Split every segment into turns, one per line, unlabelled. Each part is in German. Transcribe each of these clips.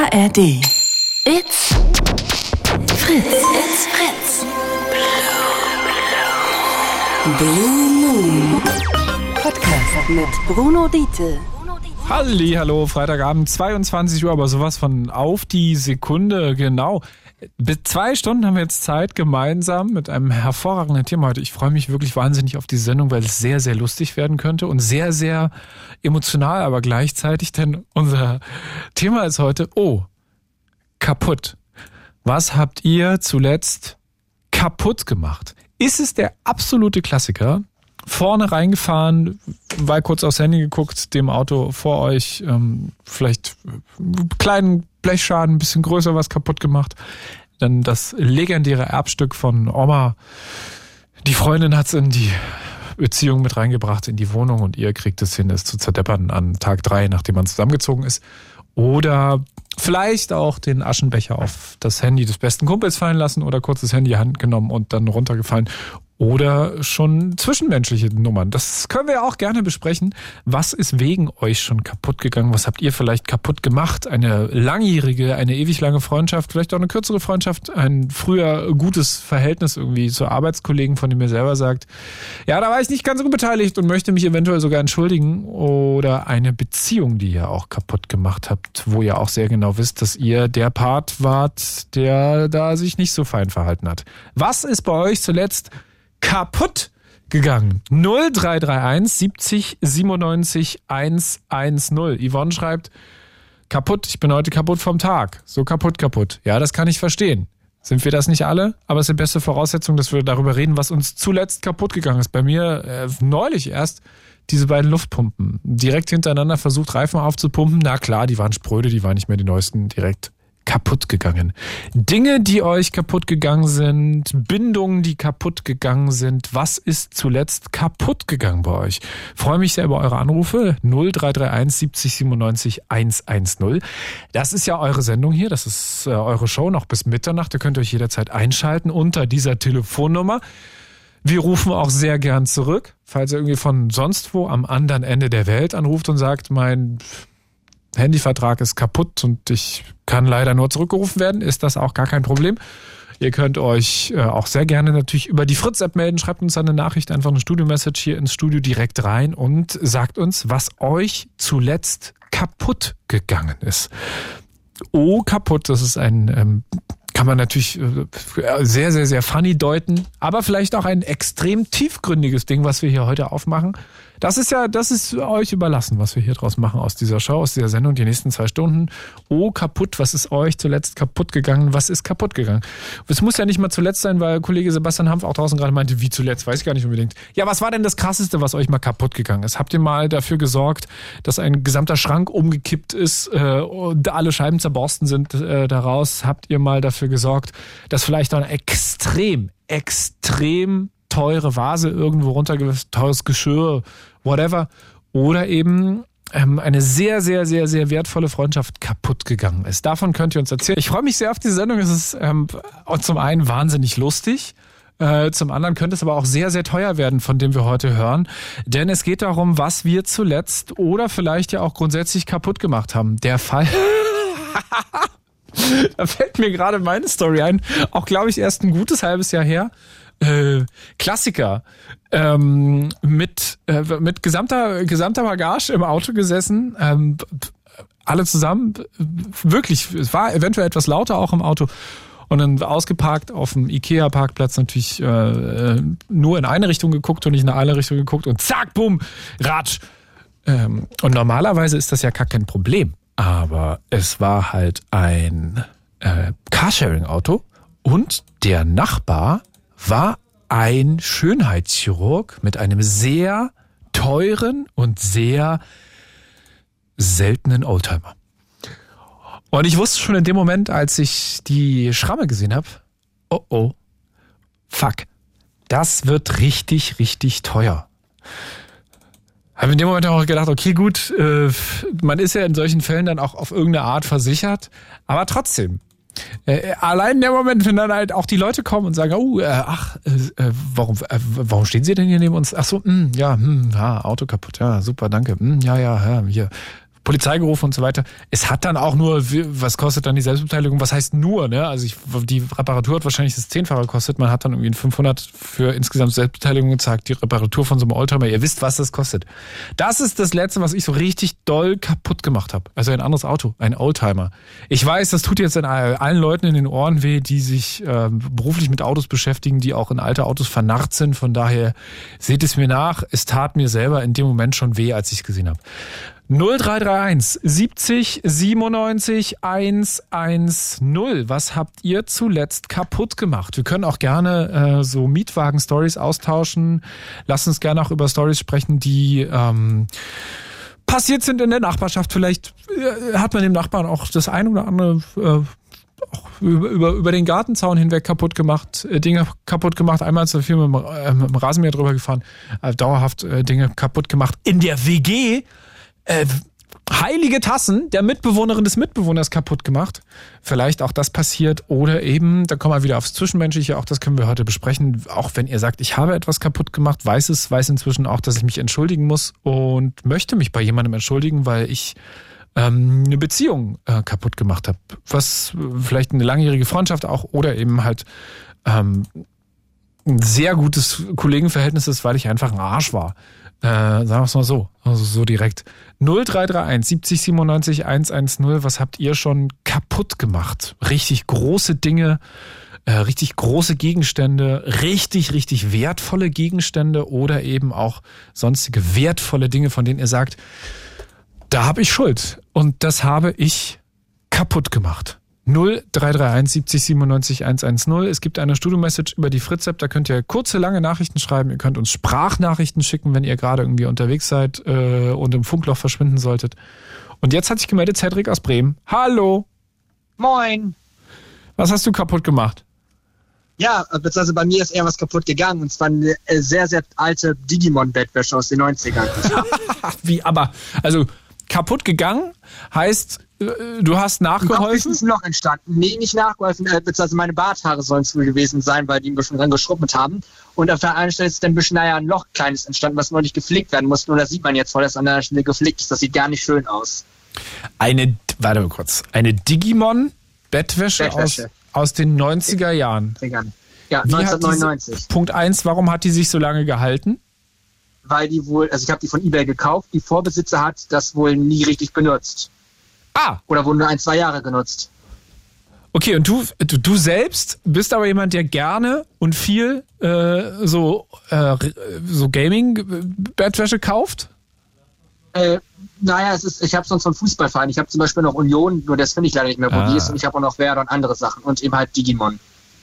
ARD. It's Fritz. It's Fritz. Blue Moon Podcast mit Bruno Dietl.
Hallo, Freitagabend, 22 Uhr, aber sowas von auf die Sekunde, genau. 2 Stunden haben wir jetzt Zeit, gemeinsam mit einem hervorragenden Thema heute. Ich freue mich wirklich wahnsinnig auf die Sendung, weil es sehr, sehr lustig werden könnte und sehr, sehr emotional, aber gleichzeitig, denn unser Thema ist heute, kaputt. Was habt ihr zuletzt kaputt gemacht? Ist es der absolute Klassiker? Vorne reingefahren, weil kurz aufs Handy geguckt, dem Auto vor euch vielleicht kleinen Blechschaden, ein bisschen größer was kaputt gemacht. Dann das legendäre Erbstück von Oma. Die Freundin hat's in die Beziehung mit reingebracht, in die Wohnung, und ihr kriegt es hin, es zu zerdeppern an Tag 3, nachdem man zusammengezogen ist. Oder vielleicht auch den Aschenbecher auf das Handy des besten Kumpels fallen lassen oder kurz das Handy in die Hand genommen und dann runtergefallen. Oder schon zwischenmenschliche Nummern. Das können wir ja auch gerne besprechen. Was ist wegen euch schon kaputt gegangen? Was habt ihr vielleicht kaputt gemacht? Eine langjährige, eine ewig lange Freundschaft, vielleicht auch eine kürzere Freundschaft, ein früher gutes Verhältnis irgendwie zu Arbeitskollegen, von dem ihr selber sagt, ja, da war ich nicht ganz unbeteiligt und möchte mich eventuell sogar entschuldigen. Oder eine Beziehung, die ihr auch kaputt gemacht habt, wo ihr auch sehr genau wisst, dass ihr der Part wart, der da sich nicht so fein verhalten hat. Was ist bei euch zuletzt kaputt gegangen? 0331 70 97 110. Yvonne schreibt, kaputt, ich bin heute kaputt vom Tag. So kaputt. Ja, das kann ich verstehen. Sind wir das nicht alle? Aber es ist die beste Voraussetzung, dass wir darüber reden, was uns zuletzt kaputt gegangen ist. Bei mir neulich erst diese beiden Luftpumpen. Direkt hintereinander versucht, Reifen aufzupumpen. Na klar, die waren spröde, die waren nicht mehr die neuesten, direkt kaputt gegangen. Dinge, die euch kaputt gegangen sind, Bindungen, die kaputt gegangen sind. Was ist zuletzt kaputt gegangen bei euch? Freue mich sehr über eure Anrufe. 0331 70 97 110. Das ist ja eure Sendung hier. Das ist eure Show noch bis Mitternacht. Ihr könnt euch jederzeit einschalten unter dieser Telefonnummer. Wir rufen auch sehr gern zurück, falls ihr irgendwie von sonst wo am anderen Ende der Welt anruft und sagt, mein Handyvertrag ist kaputt und ich kann leider nur zurückgerufen werden, ist das auch gar kein Problem. Ihr könnt euch auch sehr gerne natürlich über die Fritz-App melden. Schreibt uns eine Nachricht, einfach eine Studio-Message hier ins Studio direkt rein und sagt uns, was euch zuletzt kaputt gegangen ist. Kaputt, das ist ein, kann man natürlich sehr, sehr, sehr funny deuten, aber vielleicht auch ein extrem tiefgründiges Ding, was wir hier heute aufmachen. Das ist euch überlassen, was wir hier draus machen aus dieser Show, aus dieser Sendung, die nächsten 2 Stunden. Kaputt, was ist euch zuletzt kaputt gegangen? Was ist kaputt gegangen? Es muss ja nicht mal zuletzt sein, weil Kollege Sebastian Hanf auch draußen gerade meinte, wie zuletzt, weiß ich gar nicht unbedingt. Ja, was war denn das Krasseste, was euch mal kaputt gegangen ist? Habt ihr mal dafür gesorgt, dass ein gesamter Schrank umgekippt ist und alle Scheiben zerborsten sind daraus? Habt ihr mal dafür gesorgt, dass vielleicht auch ein extrem teure Vase irgendwo runtergeworfen, teures Geschirr, whatever, oder eben eine sehr, sehr, sehr, sehr wertvolle Freundschaft kaputt gegangen ist. Davon könnt ihr uns erzählen. Ich freue mich sehr auf diese Sendung. Es ist zum einen wahnsinnig lustig, zum anderen könnte es aber auch sehr, sehr teuer werden, von dem wir heute hören. Denn es geht darum, was wir zuletzt oder vielleicht ja auch grundsätzlich kaputt gemacht haben. Der Fall... Da fällt mir gerade meine Story ein. Auch, glaube ich, erst ein gutes halbes Jahr her. Klassiker. Mit gesamter Bagage im Auto gesessen. Alle zusammen. Wirklich, es war eventuell etwas lauter auch im Auto. Und dann ausgeparkt auf dem Ikea-Parkplatz, natürlich nur in eine Richtung geguckt und nicht in alle Richtungen geguckt. Und zack, bumm, ratsch. Und normalerweise ist das ja gar kein Problem. Aber es war halt ein Carsharing-Auto und der Nachbar war ein Schönheitschirurg mit einem sehr teuren und sehr seltenen Oldtimer. Und ich wusste schon in dem Moment, als ich die Schramme gesehen habe, fuck, das wird richtig, richtig teuer. Habe in dem Moment auch gedacht, okay, gut, man ist ja in solchen Fällen dann auch auf irgendeine Art versichert, aber trotzdem. Allein in dem Moment, wenn dann halt auch die Leute kommen und sagen, warum stehen Sie denn hier neben uns? Ach so, Auto kaputt, ja, super, danke, hier, Polizei gerufen und so weiter. Es hat dann auch nur, was kostet dann die Selbstbeteiligung? Was heißt nur, ne? Also die Reparatur hat wahrscheinlich das 10-fache gekostet. Man hat dann irgendwie 500 für insgesamt Selbstbeteiligung gezahlt. Die Reparatur von so einem Oldtimer, ihr wisst, was das kostet. Das ist das Letzte, was ich so richtig doll kaputt gemacht habe. Also ein anderes Auto, ein Oldtimer. Ich weiß, das tut jetzt allen Leuten in den Ohren weh, die sich beruflich mit Autos beschäftigen, die auch in alte Autos vernarrt sind. Von daher seht es mir nach. Es tat mir selber in dem Moment schon weh, als ich es gesehen habe. 0331 70 97 110. Was habt ihr zuletzt kaputt gemacht? Wir können auch gerne so Mietwagen-Stories austauschen. Lasst uns gerne auch über Stories sprechen, die passiert sind in der Nachbarschaft. Vielleicht hat man dem Nachbarn auch das ein oder andere auch über den Gartenzaun hinweg kaputt gemacht, Dinge kaputt gemacht. Einmal ist er viel mit dem Rasenmäher drüber gefahren, dauerhaft Dinge kaputt gemacht. In der WG heilige Tassen der Mitbewohnerin des Mitbewohners kaputt gemacht. Vielleicht auch das passiert. Oder eben, da kommen wir wieder aufs Zwischenmenschliche, auch das können wir heute besprechen. Auch wenn ihr sagt, ich habe etwas kaputt gemacht, weiß inzwischen auch, dass ich mich entschuldigen muss und möchte mich bei jemandem entschuldigen, weil ich eine Beziehung kaputt gemacht habe. Was vielleicht eine langjährige Freundschaft auch oder eben halt ein sehr gutes Kollegenverhältnis ist, weil ich einfach ein Arsch war. Sagen wir es mal so, also so direkt. 0331 70 97 110. Was habt ihr schon kaputt gemacht? Richtig große Dinge, richtig große Gegenstände, richtig wertvolle Gegenstände oder eben auch sonstige wertvolle Dinge, von denen ihr sagt, da habe ich Schuld und das habe ich kaputt gemacht. 0331 70 97 110. Es gibt eine Studio-Message über die Fritz-App, da könnt ihr kurze, lange Nachrichten schreiben. Ihr könnt uns Sprachnachrichten schicken, wenn ihr gerade irgendwie unterwegs seid und im Funkloch verschwinden solltet. Und jetzt hat sich gemeldet Cedric aus Bremen. Hallo.
Moin.
Was hast du kaputt gemacht?
Ja, beziehungsweise bei mir ist eher was kaputt gegangen. Und zwar eine sehr, sehr alte Digimon-Bettwäsche aus den 90ern.
Wie, aber, also kaputt gegangen heißt, du hast nachgeholfen?
Ist ein Loch entstanden. Nee, nicht nachgeholfen, beziehungsweise meine Barthaare sollen es wohl gewesen sein, weil die ein bisschen dran geschrubbelt haben. Und auf der einen Stelle ist dann ein bisschen, ein Loch kleines entstanden, was noch nicht gepflegt werden musste. Und das sieht man jetzt, weil das an der Stelle gepflegt ist. Das sieht gar nicht schön aus.
Warte mal kurz, eine Digimon-Bettwäsche aus den 90er Jahren.
Ja, 1999.
Punkt 1, warum hat die sich so lange gehalten?
Weil die wohl, also ich habe die von eBay gekauft, die Vorbesitzer hat das wohl nie richtig benutzt. Oder wurde nur 1-2 Jahre genutzt.
Okay, und du selbst bist aber jemand, der gerne und viel so Gaming-Bettwäsche kauft?
Naja, ich habe sonst so einen Fußballverein. Ich habe zum Beispiel noch Union, nur das finde ich leider nicht mehr, wo die ist. Und ich habe auch noch Werder und andere Sachen. Und eben halt Digimon.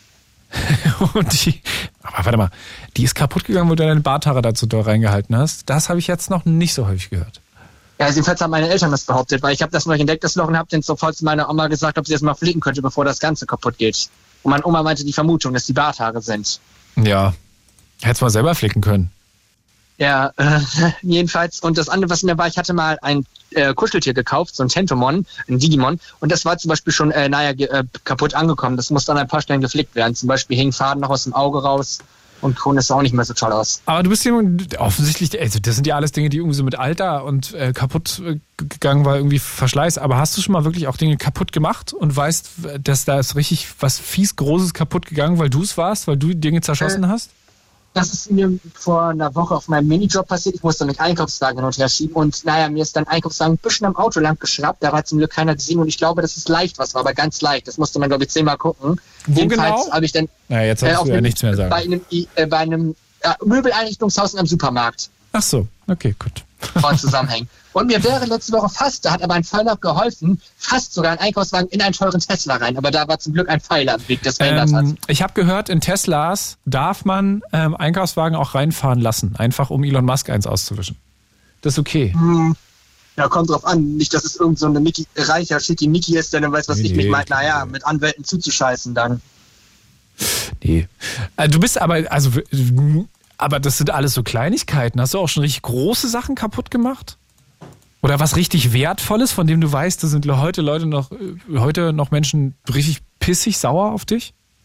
Aber warte mal, die ist kaputt gegangen, weil du deine Barthaare dazu da reingehalten hast. Das habe ich jetzt noch nicht so häufig gehört.
Ja, jedenfalls haben meine Eltern das behauptet, weil ich habe das noch entdeckt, das Loch, und habe dann sofort zu meiner Oma gesagt, ob sie das mal pflegen könnte, bevor das Ganze kaputt geht. Und meine Oma meinte die Vermutung, dass die Barthaare sind.
Ja, hättest mal selber flicken können.
Ja, jedenfalls. Und das andere, was mir war, ich hatte mal ein Kuscheltier gekauft, so ein Tentomon, ein Digimon. Und das war zum Beispiel schon kaputt angekommen. Das musste an ein paar Stellen geflickt werden. Zum Beispiel hingen Faden noch aus dem Auge raus. Und Kronen ist auch nicht mehr so toll aus.
Aber du bist jemand, offensichtlich, also das sind ja alles Dinge, die irgendwie so mit Alter und kaputt gegangen war, irgendwie Verschleiß. Aber hast du schon mal wirklich auch Dinge kaputt gemacht und weißt, dass da ist richtig was fies Großes kaputt gegangen, weil du es warst, weil du Dinge zerschossen hast?
Das ist mir vor einer Woche auf meinem Minijob passiert. Ich musste mit Einkaufswagen hin und her schieben. Und mir ist dann Einkaufswagen ein bisschen am Auto lang geschraubt. Da war zum Glück keiner gesehen. Und ich glaube, dass es leicht was war, aber ganz leicht. Das musste man, glaube ich, 10-mal gucken.
Wo
Jedenfalls
genau?
habe ich dann
Jetzt hast du ja nichts mehr sagen.
Bei einem Möbeleinrichtungshaus in einem Supermarkt.
Ach so, okay, gut.
Voll zusammenhängen. Und mir wäre letzte Woche da hat aber ein Pfeiler geholfen, fast sogar ein Einkaufswagen in einen teuren Tesla rein. Aber da war zum Glück ein Pfeiler am Weg, das verhindert hat.
Ich habe gehört, in Teslas darf man Einkaufswagen auch reinfahren lassen, einfach um Elon Musk eins auszuwischen. Das ist okay.
Ja, kommt drauf an. Nicht, dass es irgend so eine reicher Schickimicki ist, der dann weiß, was ich mit meint. Naja, mit Anwälten zuzuscheißen dann.
Nee. Du bist aber das sind alles so Kleinigkeiten. Hast du auch schon richtig große Sachen kaputt gemacht? Oder was richtig Wertvolles, von dem du weißt, da sind heute noch Menschen richtig pissig, sauer auf dich?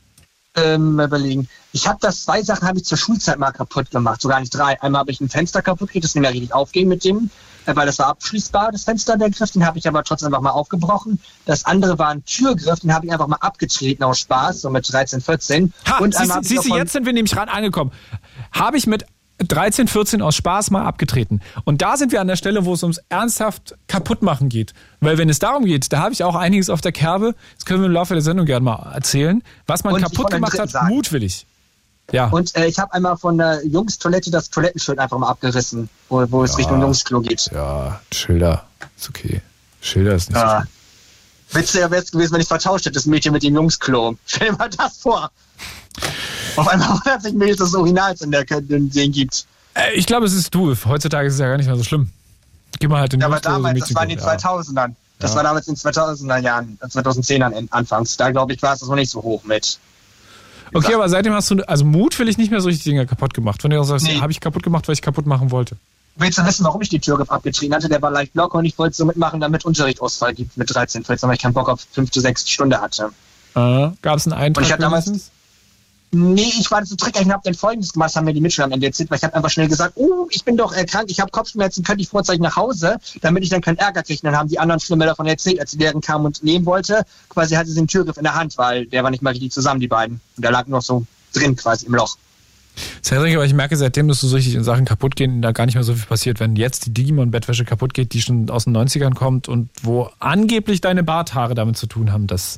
Überlegen. Ich habe zwei Sachen habe ich zur Schulzeit mal kaputt gemacht, sogar nicht 3. Einmal habe ich ein Fenster kaputt gekriegt, das mir ja richtig aufging mit dem, weil das war abschließbar, das Fenster, der Griff, den habe ich aber trotzdem einfach mal aufgebrochen. Das andere war ein Türgriff, den habe ich einfach mal abgetreten aus Spaß, so mit 13, 14.
Und siehst du, jetzt sind wir nämlich ran angekommen. Habe ich mit 13, 14 aus Spaß mal abgetreten. Und da sind wir an der Stelle, wo es ums ernsthaft Kaputtmachen geht. Weil wenn es darum geht, da habe ich auch einiges auf der Kerbe, das können wir im Laufe der Sendung gerne mal erzählen, was man kaputt gemacht hat, mutwillig. Ja.
Und ich habe einmal von der Jungstoilette das Toilettenschild einfach mal abgerissen, wo es Richtung Jungsklo geht.
Ja, Schilder, ist okay. Schilder ist nicht so schlimm.
Witziger wäre es gewesen, wenn ich vertauscht hätte, das Mädchen mit dem Jungsklo. Stell dir mal das vor. Auf einmal 100 Meter des Urinals in den gibt.
Ich glaube, es ist heutzutage ist es ja gar nicht mehr so schlimm. Geh mal halt in den
aber damals, das war in den 2000ern. Das war damals in den 2000er Jahren, 2010ern anfangs. Da, glaube ich, war es noch nicht so hoch mit.
Okay, aber seitdem hast du, also mutwillig nicht mehr solche Dinge kaputt gemacht. Wenn du auch sagst, habe ich kaputt gemacht, weil ich kaputt machen wollte.
Willst du wissen, warum ich die Türgriff abgetreten hatte? Der war leicht locker und ich wollte es so mitmachen, damit Unterrichtsausfall gibt mit 13, 14, weil ich keinen Bock auf 5. 6. Stunde hatte.
Gab es einen Eintrag?
Und ich hatte damals... Nee, ich war so trickreich und habe dann Folgendes gemacht, haben mir die Mitschüler am Ende erzählt, weil ich habe einfach schnell gesagt, ich bin doch krank, ich habe Kopfschmerzen, könnte ich vorzeitig nach Hause, damit ich dann keinen Ärger kriege. Dann haben die anderen Schlimme davon erzählt, als die Lehrerin kam und nehmen wollte, quasi hatte sie den Türgriff in der Hand, weil der war nicht mal richtig zusammen, die beiden. Und der lag noch so drin quasi im Loch.
Cedric, aber ich merke seitdem, dass du so richtig in Sachen kaputt gehen, da gar nicht mehr so viel passiert. Wenn jetzt die Digimon-Bettwäsche kaputt geht, die schon aus den 90ern kommt und wo angeblich deine Barthaare damit zu tun haben, dass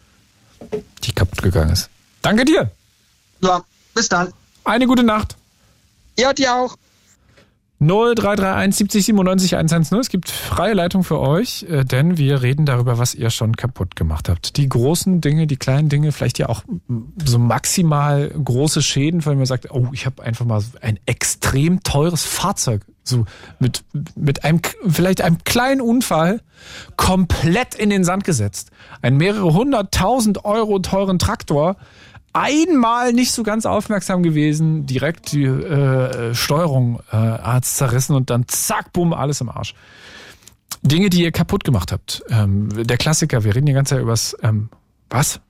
die kaputt gegangen ist. Danke dir!
Ja, bis dann.
Eine gute Nacht.
Ja, dir auch.
0331 70 97 110. Es gibt freie Leitung für euch, denn wir reden darüber, was ihr schon kaputt gemacht habt. Die großen Dinge, die kleinen Dinge, vielleicht ja auch so maximal große Schäden, weil man sagt, ich habe einfach mal ein extrem teures Fahrzeug, so mit einem vielleicht einem kleinen Unfall komplett in den Sand gesetzt. Einen mehrere 100.000 Euro teuren Traktor, einmal nicht so ganz aufmerksam gewesen, direkt die Steuerung hat's zerrissen und dann zack, bumm, alles im Arsch. Dinge, die ihr kaputt gemacht habt. Der Klassiker, wir reden die ganze Zeit übers, was?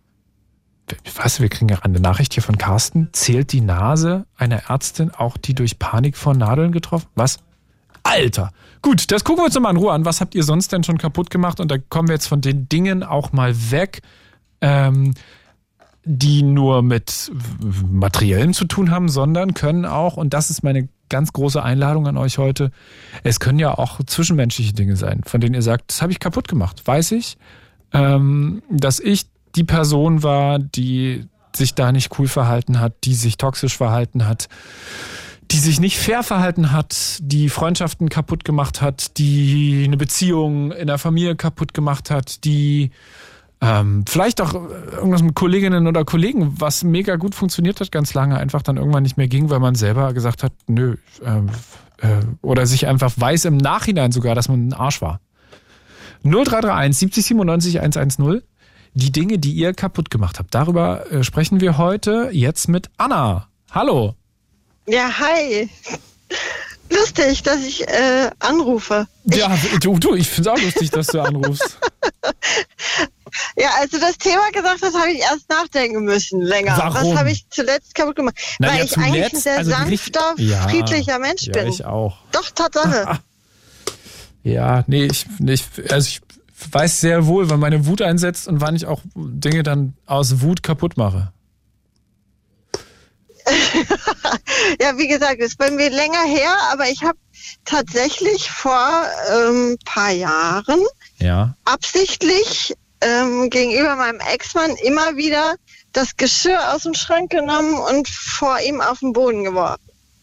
Wir kriegen ja eine Nachricht hier von Carsten. Zählt die Nase einer Ärztin auch die durch Panik vor Nadeln getroffen? Was? Alter! Gut, das gucken wir uns nochmal in Ruhe an. Was habt ihr sonst denn schon kaputt gemacht? Und da kommen wir jetzt von den Dingen auch mal weg, die nur mit Materiellen zu tun haben, sondern können auch, und das ist meine ganz große Einladung an euch heute, es können ja auch zwischenmenschliche Dinge sein, von denen ihr sagt, das habe ich kaputt gemacht. Weiß ich, dass ich die Person war, die sich da nicht cool verhalten hat, die sich toxisch verhalten hat, die sich nicht fair verhalten hat, die Freundschaften kaputt gemacht hat, die eine Beziehung in der Familie kaputt gemacht hat, die vielleicht auch irgendwas mit Kolleginnen oder Kollegen, was mega gut funktioniert hat, ganz lange einfach dann irgendwann nicht mehr ging, weil man selber gesagt hat, nö, oder sich einfach weiß im Nachhinein sogar, dass man ein Arsch war. 0331 70 97 110, die Dinge, die ihr kaputt gemacht habt. Darüber sprechen wir heute jetzt mit Anna. Hallo.
Ja, hi. Lustig, dass ich anrufe.
Ja, ich finde es auch lustig, dass du anrufst.
Ja, als du das Thema gesagt hast, habe ich erst nachdenken müssen länger.
Warum?
Was habe ich zuletzt kapput gemacht? Weil ich eigentlich ein sehr sanfter, friedlicher Mensch bin.
Ja, ich auch.
Doch, Tatsache.
Ja, nee, ich weiß sehr wohl, wann meine Wut einsetzt und wann ich auch Dinge dann aus Wut kaputt mache.
Ja, wie gesagt, das ist bei mir länger her, aber ich habe tatsächlich vor ein paar Jahren absichtlich gegenüber meinem Ex-Mann immer wieder das Geschirr aus dem Schrank genommen und vor ihm auf den Boden geworfen.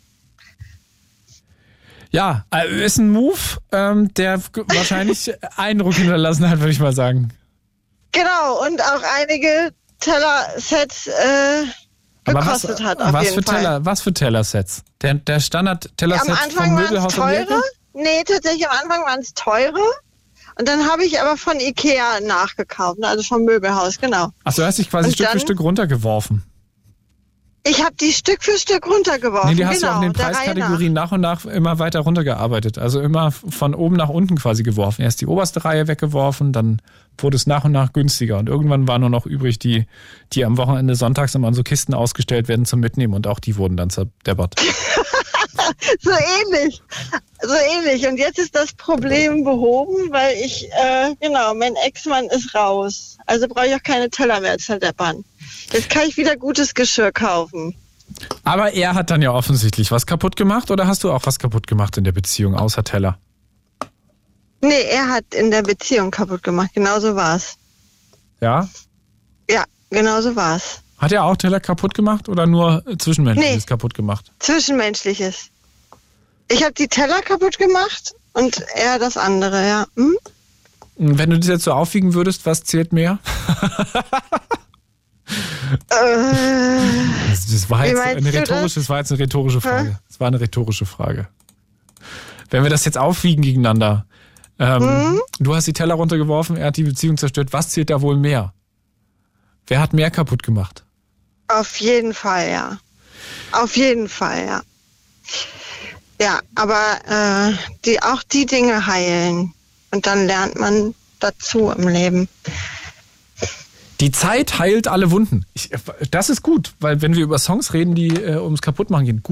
Ja, ist ein Move, der wahrscheinlich Eindruck hinterlassen hat, würde ich mal sagen.
Genau, und auch einige Teller-Sets gekostet hat, auf jeden Fall.
Was für Teller-Sets? Der Standard-Teller-Set vom Möbelhaus um die Ecke?
Nee, tatsächlich am Anfang waren es teure. Und dann habe ich aber von Ikea nachgekauft, also vom Möbelhaus, genau.
Ach, du hast dich quasi Stück für Stück runtergeworfen.
Ich habe die Stück für Stück runtergeworfen.
Nee, die hast du auch in den Preiskategorien nach und nach immer weiter runtergearbeitet. Also immer von oben nach unten quasi geworfen. Erst die oberste Reihe weggeworfen, dann wurde es nach und nach günstiger. Und irgendwann waren nur noch übrig, die am Wochenende sonntags immer an so Kisten ausgestellt werden zum Mitnehmen. Und auch die wurden dann zerdeppert.
So ähnlich. Und jetzt ist das Problem behoben, weil mein Ex-Mann ist raus. Also brauche ich auch keine Teller mehr zerdeppern. Jetzt kann ich wieder gutes Geschirr kaufen.
Aber er hat dann ja offensichtlich was kaputt gemacht, oder hast du auch was kaputt gemacht in der Beziehung, außer Teller?
Nee, er hat in der Beziehung kaputt gemacht. Genauso war's.
Ja?
Ja, genauso war's.
Hat er auch Teller kaputt gemacht oder nur Zwischenmenschliches kaputt gemacht?
Zwischenmenschliches. Ich habe die Teller kaputt gemacht und er das andere, ja. Hm?
Wenn du das jetzt so aufwiegen würdest, was zählt mehr? Das war jetzt eine rhetorische Frage. Das war eine rhetorische Frage. Wenn wir das jetzt aufwiegen gegeneinander, du hast die Teller runtergeworfen, er hat die Beziehung zerstört, was zählt da wohl mehr? Wer hat mehr kaputt gemacht?
Auf jeden Fall, ja. Auf jeden Fall, ja. Ja, aber auch die Dinge heilen. Und dann lernt man dazu im Leben.
Die Zeit heilt alle Wunden. Das ist gut, weil wenn wir über Songs reden, die ums Kaputtmachen gehen,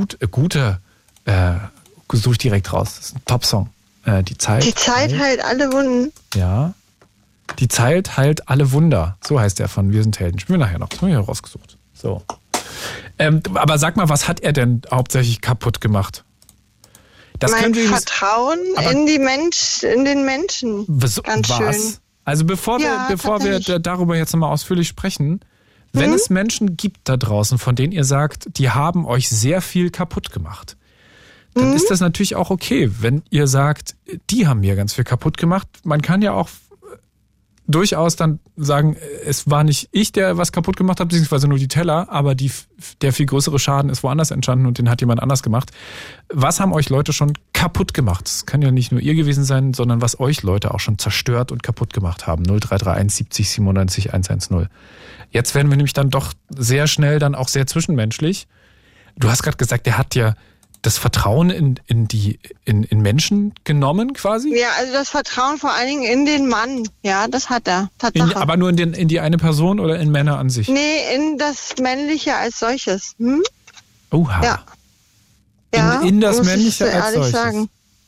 suche ich direkt raus. Das ist ein Top-Song. Die Zeit
heilt alle Wunden.
Ja. Die Zeit heilt alle Wunder. So heißt der von Wir sind Helden. Spielen wir nachher noch. Das haben wir hier rausgesucht. So. Aber sag mal, was hat er denn hauptsächlich kaputt gemacht?
Mein Vertrauen in den Menschen. Ganz schön.
Also bevor wir darüber jetzt nochmal ausführlich sprechen, wenn es Menschen gibt da draußen, von denen ihr sagt, die haben euch sehr viel kaputt gemacht, dann ist das natürlich auch okay, wenn ihr sagt, die haben mir ganz viel kaputt gemacht. Man kann ja auch durchaus dann sagen, es war nicht ich, der was kaputt gemacht hat, beziehungsweise nur die Teller, aber der viel größere Schaden ist woanders entstanden und den hat jemand anders gemacht. Was haben euch Leute schon kaputt gemacht? Das kann ja nicht nur ihr gewesen sein, sondern was euch Leute auch schon zerstört und kaputt gemacht haben. 0331 70 97 110. Jetzt werden wir nämlich dann doch sehr schnell dann auch sehr zwischenmenschlich. Du hast gerade gesagt, der hat ja das Vertrauen in Menschen genommen quasi?
Ja, also das Vertrauen vor allen Dingen in den Mann. Ja, das hat er.
Aber nur in die eine Person oder in Männer an sich?
Nee, in das Männliche als solches.
Oha.
Ja.
In das Männliche als solches.
Sagen.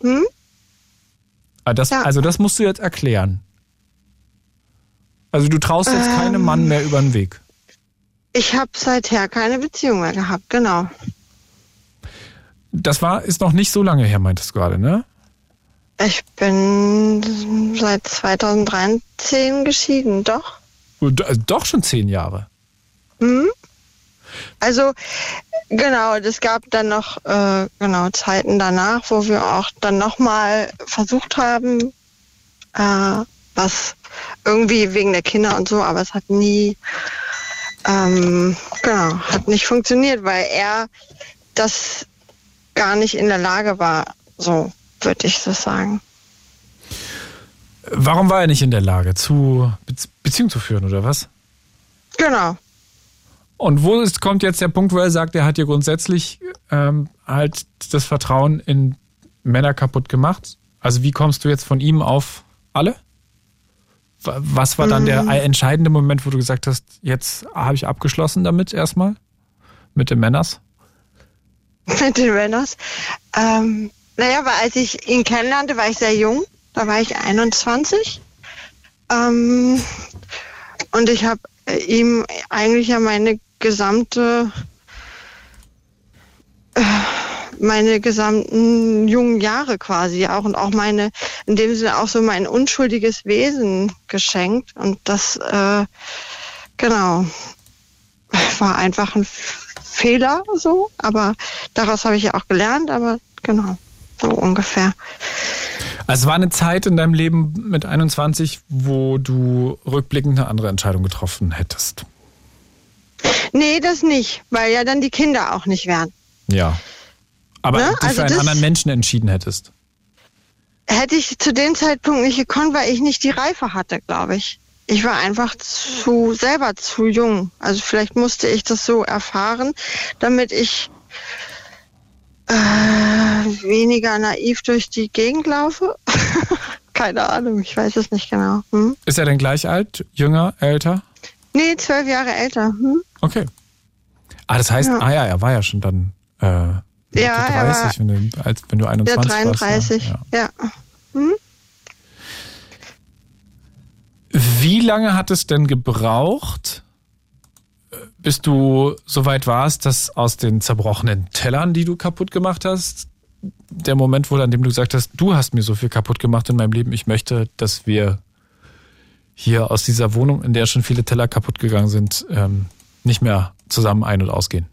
Also das musst du jetzt erklären. Also du traust jetzt keinem Mann mehr über den Weg.
Ich habe seither keine Beziehung mehr gehabt, genau.
Das ist noch nicht so lange her, meintest du gerade, ne?
Ich bin seit 2013 geschieden, doch.
Doch schon 10 Jahre.
Also, genau, es gab dann noch Zeiten danach, wo wir auch dann nochmal versucht haben, was irgendwie wegen der Kinder und so, aber es hat nie, hat nicht funktioniert, weil er das gar nicht in der Lage war, so würde ich das sagen.
Warum war er nicht in der Lage, Beziehung zu führen, oder was?
Genau.
Und kommt jetzt der Punkt, wo er sagt, er hat dir grundsätzlich halt das Vertrauen in Männer kaputt gemacht? Also wie kommst du jetzt von ihm auf alle? Was war dann der entscheidende Moment, wo du gesagt hast, jetzt habe ich abgeschlossen damit erstmal? Mit den Männers?
Mit den Männers? Weil als ich ihn kennenlernte, war ich sehr jung. Da war ich 21. Und ich habe ihm eigentlich ja meine gesamten jungen Jahre quasi auch und auch in dem Sinne auch so mein unschuldiges Wesen geschenkt. Und das, war einfach ein Fehler so, aber daraus habe ich ja auch gelernt, aber genau, so ungefähr.
Also es war eine Zeit in deinem Leben mit 21, wo du rückblickend eine andere Entscheidung getroffen hättest.
Nee, das nicht, weil ja dann die Kinder auch nicht wären.
Ja, aber du für einen anderen Menschen entschieden hättest.
Hätte ich zu dem Zeitpunkt nicht gekonnt, weil ich nicht die Reife hatte, glaube ich. ich war einfach selber zu jung. Also vielleicht musste ich das so erfahren, damit ich weniger naiv durch die Gegend laufe. Keine Ahnung, ich weiß es nicht genau.
Ist er denn gleich alt? Jünger? Älter?
Nee, 12 Jahre älter.
Okay. Das heißt, er war ja schon dann 30, wenn du 21 warst.
33, ja.
Wie lange hat es denn gebraucht, bis du so weit warst, dass aus den zerbrochenen Tellern, die du kaputt gemacht hast, der Moment wurde, an dem du gesagt hast, du hast mir so viel kaputt gemacht in meinem Leben, ich möchte, dass wir hier aus dieser Wohnung, in der schon viele Teller kaputt gegangen sind, nicht mehr zusammen ein- und ausgehen?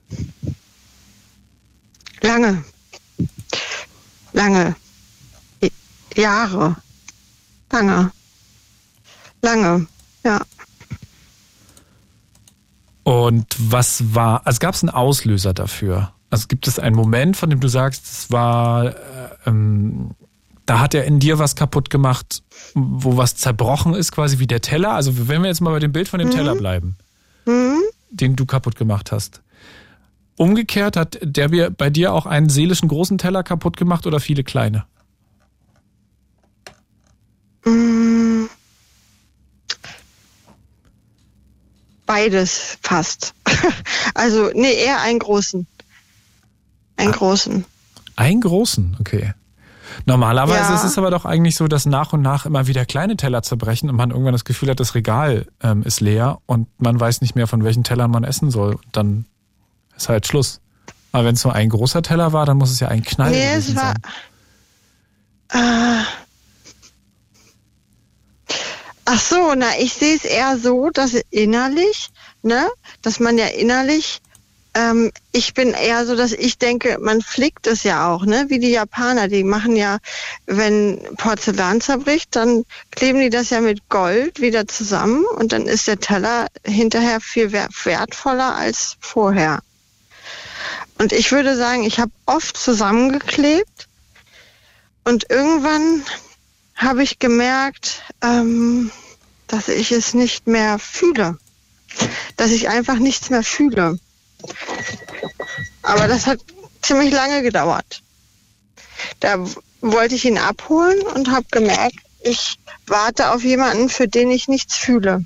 Lange. Jahre. Lange, ja.
Und was war, also gab es einen Auslöser dafür? Also gibt es einen Moment, von dem du sagst, es war, da hat er in dir was kaputt gemacht, wo was zerbrochen ist, quasi wie der Teller? Also wenn wir jetzt mal bei dem Bild von dem Teller bleiben, den du kaputt gemacht hast. Umgekehrt, hat der bei dir auch einen seelischen großen Teller kaputt gemacht oder viele kleine?
Beides fast. Also, nee, eher einen großen. Einen großen,
okay. Normalerweise ist es aber doch eigentlich so, dass nach und nach immer wieder kleine Teller zerbrechen und man irgendwann das Gefühl hat, das Regal ist leer und man weiß nicht mehr, von welchen Tellern man essen soll. Und dann ist halt Schluss. Aber wenn es nur ein großer Teller war, dann muss es ja ein Knall gewesen sein.
Ach so, ich sehe es eher so, dass innerlich, dass man ja innerlich, ich bin eher so, dass ich denke, man flickt es ja auch, wie die Japaner, die machen ja, wenn Porzellan zerbricht, dann kleben die das ja mit Gold wieder zusammen und dann ist der Teller hinterher viel wertvoller als vorher. Und ich würde sagen, ich habe oft zusammengeklebt und irgendwann habe ich gemerkt, dass ich es nicht mehr fühle. Dass ich einfach nichts mehr fühle. Aber das hat ziemlich lange gedauert. Da wollte ich ihn abholen und habe gemerkt, ich warte auf jemanden, für den ich nichts fühle.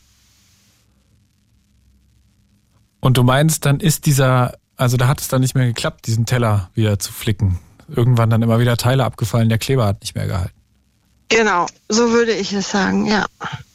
Und du meinst, dann ist da hat es dann nicht mehr geklappt, diesen Teller wieder zu flicken. Irgendwann dann immer wieder Teile abgefallen, der Kleber hat nicht mehr gehalten.
Genau, so würde ich es sagen, ja.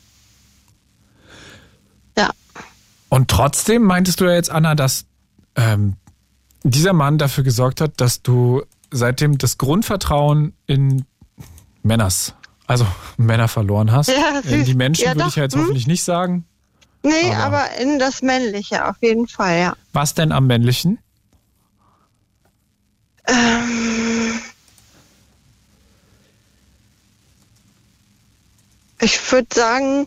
Ja.
Und trotzdem meintest du ja jetzt, Anna, dass dieser Mann dafür gesorgt hat, dass du seitdem das Grundvertrauen in Männer verloren hast. Ja, in die Menschen würde ich ja jetzt hoffentlich nicht sagen.
Nee, aber in das Männliche auf jeden Fall, ja.
Was denn am Männlichen?
Ich würde sagen,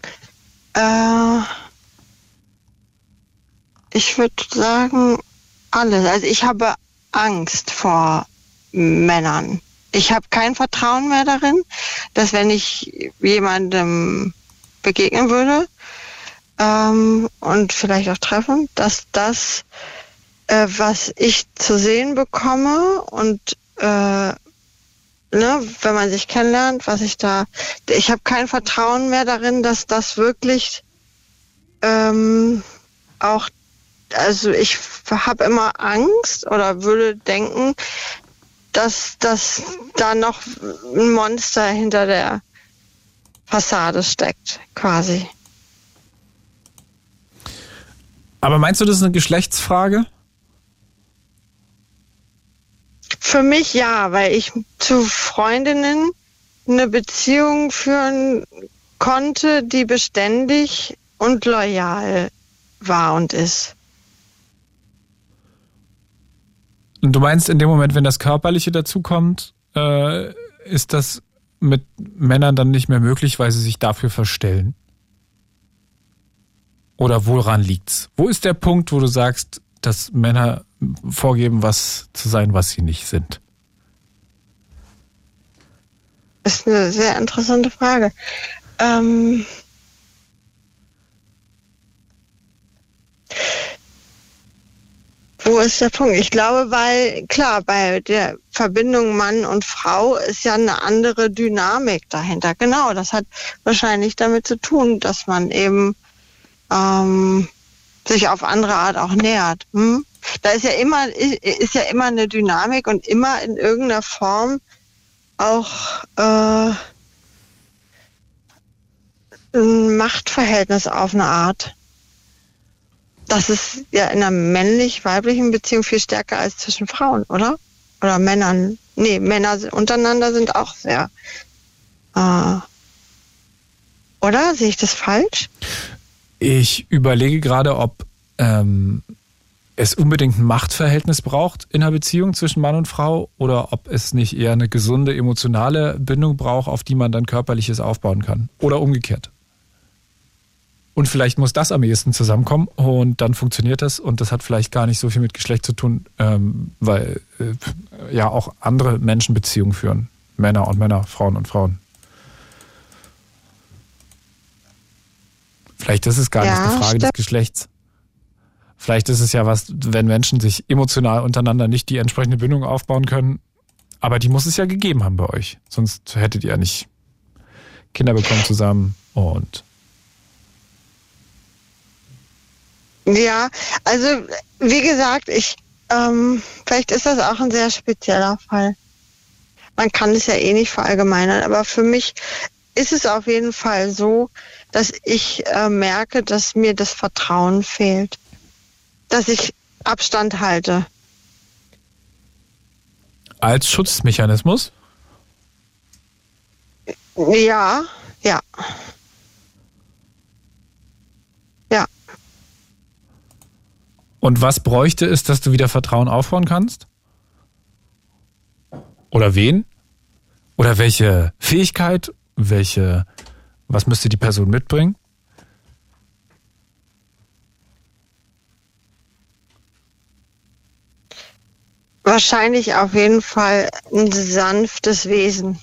alles. Also ich habe Angst vor Männern. Ich habe kein Vertrauen mehr darin, dass wenn ich jemandem begegnen würde und vielleicht auch treffen, dass das, was ich zu sehen bekomme und wenn man sich kennenlernt, ich habe kein Vertrauen mehr darin, dass das wirklich auch, also ich habe immer Angst oder würde denken, dass da noch ein Monster hinter der Fassade steckt, quasi.
Aber meinst du, das ist eine Geschlechtsfrage?
Für mich ja, weil ich zu Freundinnen eine Beziehung führen konnte, die beständig und loyal war und ist.
Und du meinst, in dem Moment, wenn das Körperliche dazukommt, ist das mit Männern dann nicht mehr möglich, weil sie sich dafür verstellen? Oder woran liegt's? Wo ist der Punkt, wo du sagst, dass Männer vorgeben, was zu sein, was sie nicht sind?
Das ist eine sehr interessante Frage. Wo ist der Punkt? Ich glaube, weil, klar, bei der Verbindung Mann und Frau ist ja eine andere Dynamik dahinter. Genau, das hat wahrscheinlich damit zu tun, dass man eben sich auf andere Art auch nähert. Da ist ja immer eine Dynamik und immer in irgendeiner Form auch ein Machtverhältnis auf eine Art. Das ist ja in einer männlich-weiblichen Beziehung viel stärker als zwischen Frauen, oder? Oder Männern. Nee, Männer untereinander sind auch sehr. Oder? Sehe ich das falsch?
Ich überlege gerade, ob es unbedingt ein Machtverhältnis braucht in einer Beziehung zwischen Mann und Frau oder ob es nicht eher eine gesunde emotionale Bindung braucht, auf die man dann Körperliches aufbauen kann. Oder umgekehrt. Und vielleicht muss das am ehesten zusammenkommen und dann funktioniert das und das hat vielleicht gar nicht so viel mit Geschlecht zu tun, weil ja auch andere Menschen Beziehungen führen. Männer und Männer, Frauen und Frauen. Vielleicht ist es gar nicht eine Frage des Geschlechts. Vielleicht ist es ja was, wenn Menschen sich emotional untereinander nicht die entsprechende Bindung aufbauen können. Aber die muss es ja gegeben haben bei euch. Sonst hättet ihr ja nicht Kinder bekommen zusammen und...
Ja, also wie gesagt, vielleicht ist das auch ein sehr spezieller Fall. Man kann es ja eh nicht verallgemeinern, aber für mich ist es auf jeden Fall so, dass ich merke, dass mir das Vertrauen fehlt, dass ich Abstand halte.
Als Schutzmechanismus?
Ja. Ja.
Und was bräuchte es, dass du wieder Vertrauen aufbauen kannst? Oder wen? Oder welche Fähigkeit? Was müsste die Person mitbringen?
Wahrscheinlich auf jeden Fall ein sanftes Wesen.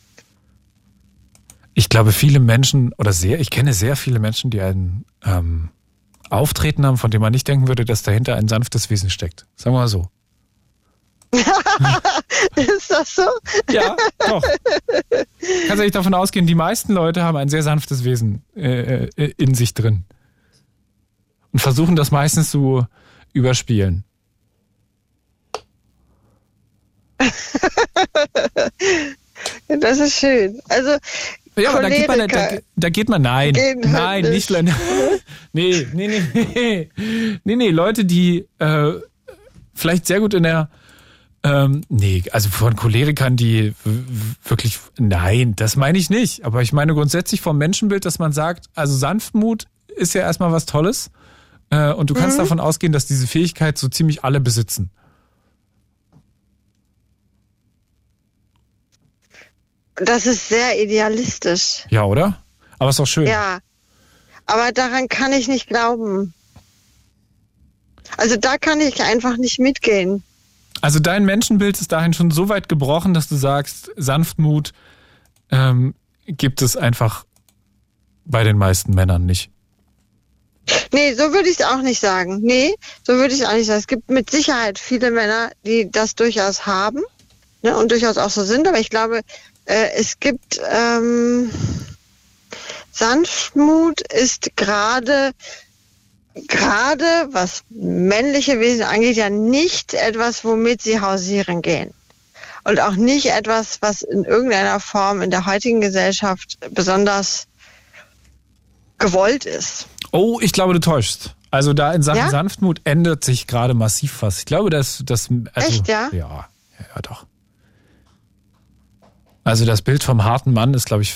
Ich glaube, viele Menschen, ich kenne sehr viele Menschen, die ein Auftreten haben, von dem man nicht denken würde, dass dahinter ein sanftes Wesen steckt. Sagen wir mal so.
Ist das so?
Ja, doch. Kannst eigentlich davon ausgehen, die meisten Leute haben ein sehr sanftes Wesen in sich drin. Und versuchen das meistens zu überspielen.
Das ist schön. Also
ja, aber da geht man, nein, nicht. Nee, Leute, die vielleicht sehr gut in der, also von Cholerikern, die wirklich, nein, das meine ich nicht. Aber ich meine grundsätzlich vom Menschenbild, dass man sagt, also Sanftmut ist ja erstmal was Tolles und du kannst davon ausgehen, dass diese Fähigkeit so ziemlich alle besitzen.
Das ist sehr idealistisch.
Ja, oder? Aber ist doch schön.
Ja, aber daran kann ich nicht glauben. Also da kann ich einfach nicht mitgehen.
Also dein Menschenbild ist dahin schon so weit gebrochen, dass du sagst, Sanftmut gibt es einfach bei den meisten Männern nicht.
Nee, so würde ich es auch nicht sagen. Es gibt mit Sicherheit viele Männer, die das durchaus haben, ne, und durchaus auch so sind, aber ich glaube, es gibt Sanftmut ist gerade was männliche Wesen angeht, ja nicht etwas, womit sie hausieren gehen. Und auch nicht etwas, was in irgendeiner Form in der heutigen Gesellschaft besonders gewollt ist.
Oh, ich glaube, du täuschst. Also da in Sachen Sanftmut ändert sich gerade massiv was. Ich glaube, dass
Echt, ja?
Ja, doch. Also das Bild vom harten Mann ist, glaube ich,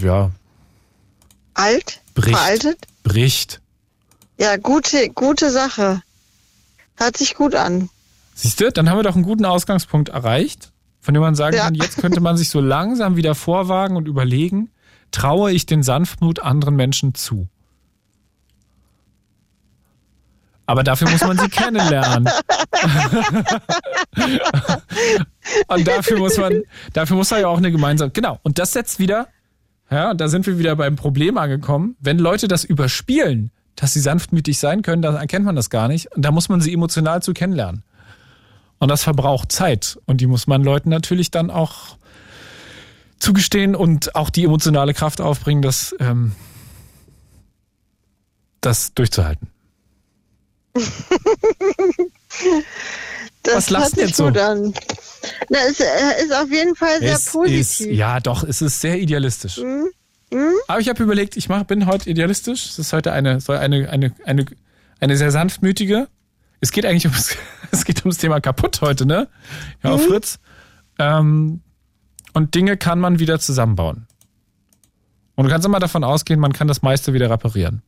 veraltet?
Bricht.
Ja, gute Sache. Hört sich gut an.
Siehst du, dann haben wir doch einen guten Ausgangspunkt erreicht, von dem man sagen kann, jetzt könnte man sich so langsam wieder vorwagen und überlegen, traue ich den Sanftmut anderen Menschen zu? Aber dafür muss man sie kennenlernen. Und dafür muss da ja auch eine gemeinsame... Genau, und das setzt wieder, da sind wir wieder beim Problem angekommen, wenn Leute das überspielen, dass sie sanftmütig sein können, da erkennt man das gar nicht. Und da muss man sie emotional zu kennenlernen. Und das verbraucht Zeit. Und die muss man Leuten natürlich dann auch zugestehen und auch die emotionale Kraft aufbringen, das durchzuhalten.
Was
lasst ihr jetzt so?
An. Na, es ist auf jeden Fall sehr positiv.
Es ist sehr idealistisch. Aber ich habe überlegt, bin heute idealistisch. Es ist heute eine sehr sanftmütige. Es geht eigentlich ums Thema kaputt heute, ne? Ja, auf Fritz. Und Dinge kann man wieder zusammenbauen. Und du kannst immer davon ausgehen, man kann das meiste wieder reparieren.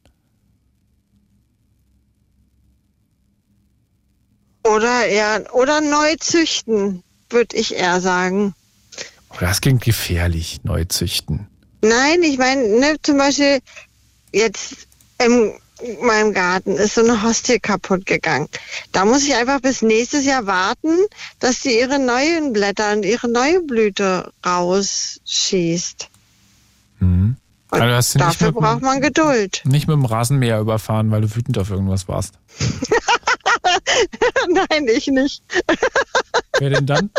Oder neu züchten, würde ich eher sagen.
Oh, das klingt gefährlich, neu züchten.
Nein, ich meine, zum Beispiel jetzt in meinem Garten ist so eine Hostie kaputt gegangen. Da muss ich einfach bis nächstes Jahr warten, dass die ihre neuen Blätter und ihre neue Blüte rausschießt.
Mhm.
Also dafür braucht man Geduld.
Nicht mit dem Rasenmäher überfahren, weil du wütend auf irgendwas warst.
Nein, ich nicht.
Wer denn dann?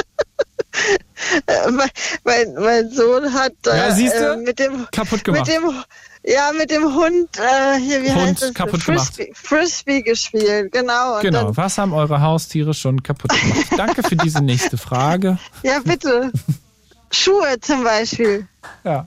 Mein Sohn hat mit dem
kaputt gemacht.
Mit dem Hund heißt es?
Kaputt gemacht.
Frisbee gespielt, genau. Und
genau. Was haben eure Haustiere schon kaputt gemacht? Danke für diese nächste Frage.
Ja, bitte. Schuhe zum Beispiel.
Ja.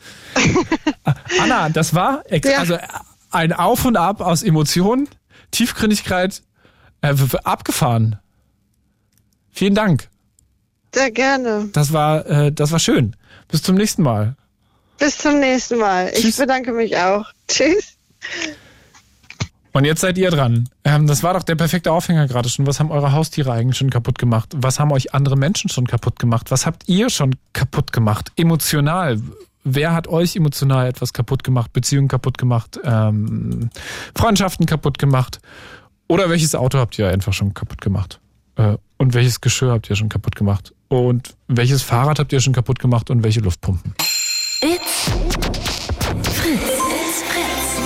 Anna, das war also ein Auf und Ab aus Emotionen, Tiefgründigkeit, abgefahren. Vielen Dank.
Sehr gerne.
Das war schön. Bis zum nächsten Mal.
Bis zum nächsten Mal. Tschüss. Ich bedanke mich auch. Tschüss.
Und jetzt seid ihr dran. Das war doch der perfekte Aufhänger gerade schon. Was haben eure Haustiere eigentlich schon kaputt gemacht? Was haben euch andere Menschen schon kaputt gemacht? Was habt ihr schon kaputt gemacht? Emotional. Wer hat euch emotional etwas kaputt gemacht? Beziehungen kaputt gemacht? Freundschaften kaputt gemacht? Oder welches Auto habt ihr einfach schon kaputt gemacht? Und welches Geschirr habt ihr schon kaputt gemacht? Und welches Fahrrad habt ihr schon kaputt gemacht? Und welche Luftpumpen?
It's Fritz.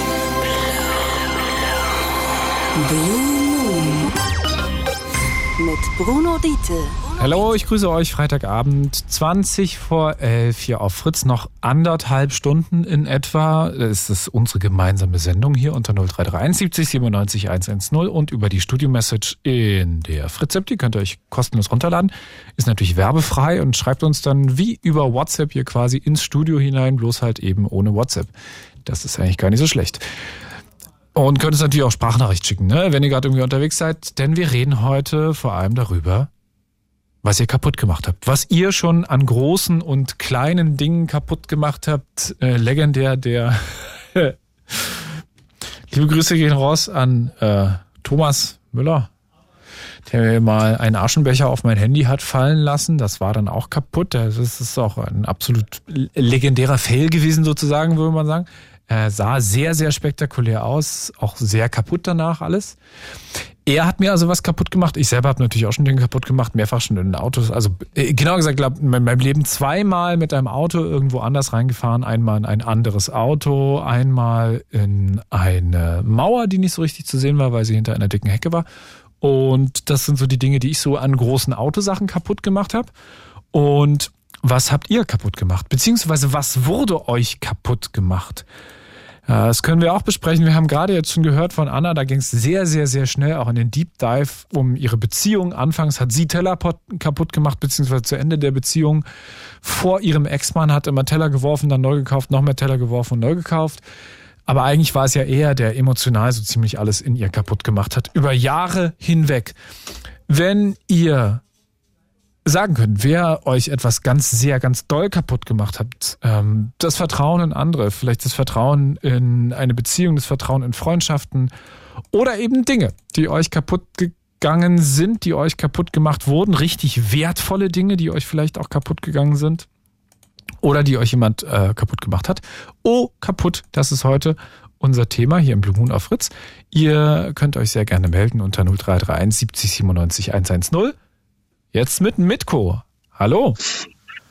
Blue Moon mit Bruno Dietl.
Hallo, ich grüße euch. Freitagabend, 20:11 hier auf Fritz. Noch 1,5 Stunden in etwa. Das ist unsere gemeinsame Sendung hier unter 0331 70 97 110 und über die Studio-Message in der Fritz-App. Die könnt ihr euch kostenlos runterladen. Ist natürlich werbefrei und schreibt uns dann wie über WhatsApp hier quasi ins Studio hinein, bloß halt eben ohne WhatsApp. Das ist eigentlich gar nicht so schlecht. Und könnt es natürlich auch Sprachnachricht schicken, ne? Wenn ihr gerade irgendwie unterwegs seid. Denn wir reden heute vor allem darüber, was ihr kaputt gemacht habt. Was ihr schon an großen und kleinen Dingen kaputt gemacht habt. Legendär der liebe Grüße gehen raus an Thomas Müller, der mir mal einen Aschenbecher auf mein Handy hat fallen lassen. Das war dann auch kaputt. Das ist auch ein absolut legendärer Fail gewesen sozusagen, würde man sagen. Sah sehr, sehr spektakulär aus. Auch sehr kaputt danach alles. Er hat mir also was kaputt gemacht. Ich selber habe natürlich auch schon Dinge kaputt gemacht. Mehrfach schon in Autos. Also genau gesagt, glaube in meinem Leben 2-mal mit einem Auto irgendwo anders reingefahren. Einmal in ein anderes Auto. Einmal in eine Mauer, die nicht so richtig zu sehen war, weil sie hinter einer dicken Hecke war. Und das sind so die Dinge, die ich so an großen Autosachen kaputt gemacht habe. Und was habt ihr kaputt gemacht? Beziehungsweise was wurde euch kaputt gemacht? Das können wir auch besprechen. Wir haben gerade jetzt schon gehört von Anna, da ging es sehr, sehr, sehr schnell auch in den Deep Dive um ihre Beziehung. Anfangs hat sie Teller kaputt gemacht, beziehungsweise zu Ende der Beziehung vor ihrem Ex-Mann, hat immer Teller geworfen, dann neu gekauft, noch mehr Teller geworfen und neu gekauft. Aber eigentlich war es ja eher, der emotional so ziemlich alles in ihr kaputt gemacht hat, über Jahre hinweg. Wenn ihr sagen könnt, wer euch etwas ganz doll kaputt gemacht hat, das Vertrauen in andere, vielleicht das Vertrauen in eine Beziehung, das Vertrauen in Freundschaften oder eben Dinge, die euch kaputt gegangen sind, die euch kaputt gemacht wurden, richtig wertvolle Dinge, die euch vielleicht auch kaputt gegangen sind oder die euch jemand kaputt gemacht hat. Oh, kaputt, das ist heute unser Thema hier im Blue Moon auf Fritz. Ihr könnt euch sehr gerne melden unter 0331 70 97 110. Jetzt mit Mitko. Hallo.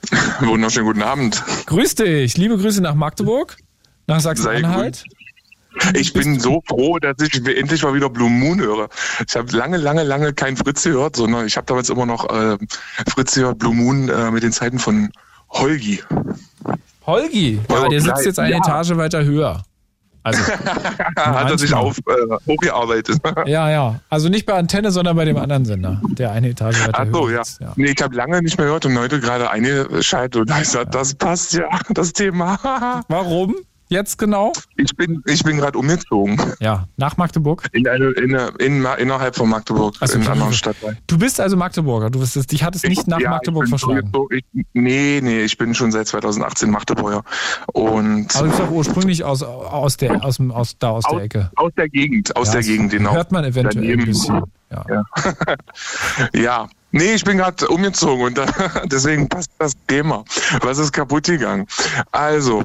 Wunderschönen guten Abend.
Grüß dich. Liebe Grüße nach Magdeburg, nach Sachsen-Anhalt.
Ich bin so froh, dass ich endlich mal wieder Blue Moon höre. Ich habe lange kein Fritz gehört, sondern ich habe damals immer noch Fritz gehört, Blue Moon mit den Zeiten von Holgi.
Holgi? Ja, der sitzt jetzt eine Etage weiter höher. Also,
hat er sich hochgearbeitet.
Ja. Also nicht bei Antenne, sondern bei dem anderen Sender, der eine Etage weiter höher. Ach so,
ja. Nee, ich habe lange nicht mehr gehört und heute gerade eingeschaltet und ich gesagt, das passt ja, das Thema.
Warum? Jetzt genau?
Ich bin gerade umgezogen.
Ja, nach Magdeburg?
Innerhalb von Magdeburg, in einer anderen Stadt.
Du bist also Magdeburger, dich hat es nicht nach Magdeburg verschlagen?
Nee, ich bin schon seit 2018 Magdeburger. Aber du bist
doch ursprünglich aus der Ecke?
Aus der Gegend, genau.
Hört man eventuell ein bisschen.
Ja. Ja. Nee, ich bin gerade umgezogen und deswegen passt das Thema. Was ist kaputt gegangen? Also,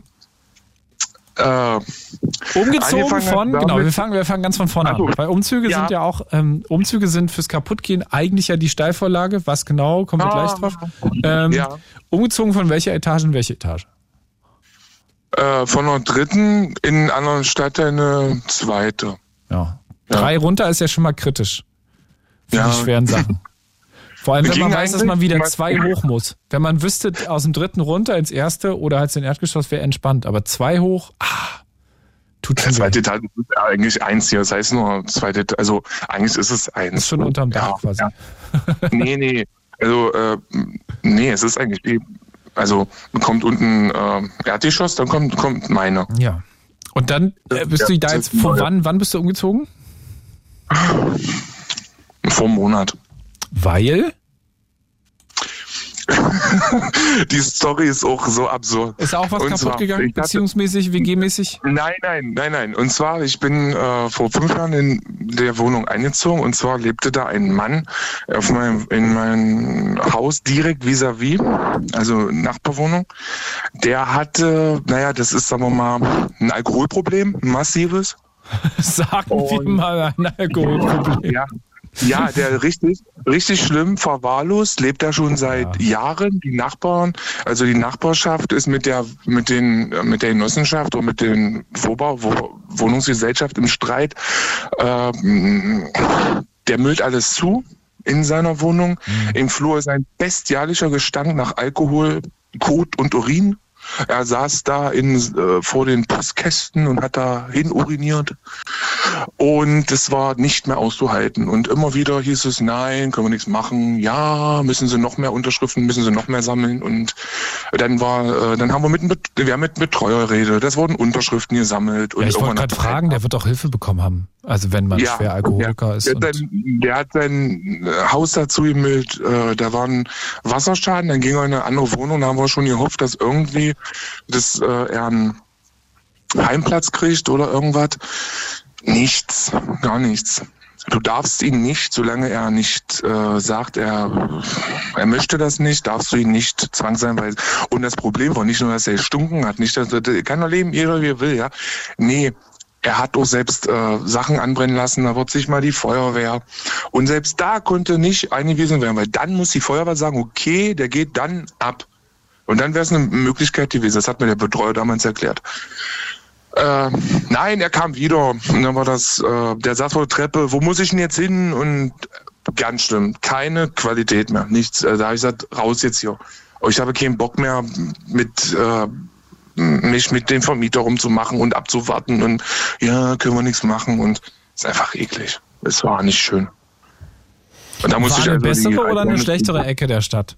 umgezogen von, genau, wir fangen ganz von vorne an. Weil Umzüge sind ja auch, Umzüge sind fürs Kaputtgehen eigentlich ja die Steilvorlage. Was genau, kommen wir gleich drauf. Umgezogen von welcher Etage in welche Etage?
Von einer dritten in einer anderen Stadt eine zweite.
Ja. 3 runter ist ja schon mal kritisch. Für die schweren Sachen. Vor allem, wenn man weiß, dass man wieder 2 hoch muss. Wenn man wüsste, aus dem 3. runter ins 1. oder halt ins Erdgeschoss wäre entspannt. Aber 2 hoch, tut schon weh.
Der zweite Etage ist eigentlich 1 hier. Das heißt nur zweite, also eigentlich ist es 1.
Ist schon unterm Dach quasi. Ja.
Nee. Also, es ist eigentlich, also kommt unten Erdgeschoss, dann kommt meine.
Ja. Und dann bist du da jetzt, wann bist du umgezogen?
Vor einem Monat.
Weil?
Die Story ist auch so absurd.
Ist auch was kaputt gegangen, beziehungsmäßig, WG-mäßig?
Nein. Und zwar, ich bin vor 5 Jahren in der Wohnung eingezogen und zwar lebte da ein Mann in meinem Haus direkt vis-à-vis, also Nachbarwohnung. Der hatte, das ist, sagen wir mal, ein Alkoholproblem, ein massives.
Sagen wir mal ein Alkoholproblem.
Ja, der richtig schlimm, verwahrlost, lebt da schon seit Jahren. Die Nachbarn, also die Nachbarschaft ist mit der Genossenschaft und mit den Wohnungsgesellschaft im Streit. Der müllt alles zu in seiner Wohnung. Im Flur ist ein bestialischer Gestank nach Alkohol, Kot und Urin. Er saß da vor den Postkästen und hat da hin uriniert. Und es war nicht mehr auszuhalten. Und immer wieder hieß es, nein, können wir nichts machen. Ja, müssen Sie noch mehr Unterschriften, müssen Sie noch mehr sammeln. Und dann haben wir mit Betreuerrede. Das wurden Unterschriften gesammelt. Und
ich wollte gerade fragen, der wird doch Hilfe bekommen haben. Also wenn man schwer Alkoholiker ist.
Der hat sein Haus dazu gemüllt. Da war ein Wasserschaden. Dann ging er in eine andere Wohnung. Da haben wir schon gehofft, dass irgendwie er einen Heimplatz kriegt oder irgendwas. Nichts, gar nichts. Du darfst ihn nicht, solange er nicht sagt, er möchte das nicht, darfst du ihn nicht zwangsweise. Und das Problem war nicht nur, dass er gestunken hat, nicht, dass er kann er leben, jeder wie er will, ja. Nee, er hat auch selbst Sachen anbrennen lassen, da wird sich mal die Feuerwehr. Und selbst da konnte nicht eingewiesen werden, weil dann muss die Feuerwehr sagen, okay, der geht dann ab. Und dann wäre es eine Möglichkeit gewesen, das hat mir der Betreuer damals erklärt. Nein, er kam wieder. Und dann war der saß vor der Treppe, wo muss ich denn jetzt hin? Und ganz schlimm, keine Qualität mehr, nichts. Da habe ich gesagt, raus jetzt hier. Ich habe keinen Bock mehr, mich mit dem Vermieter rumzumachen und abzuwarten und können wir nichts machen. Und es ist einfach eklig. Es war nicht schön. Und da musste
war eine bessere oder eine schlechtere Ecke der Stadt?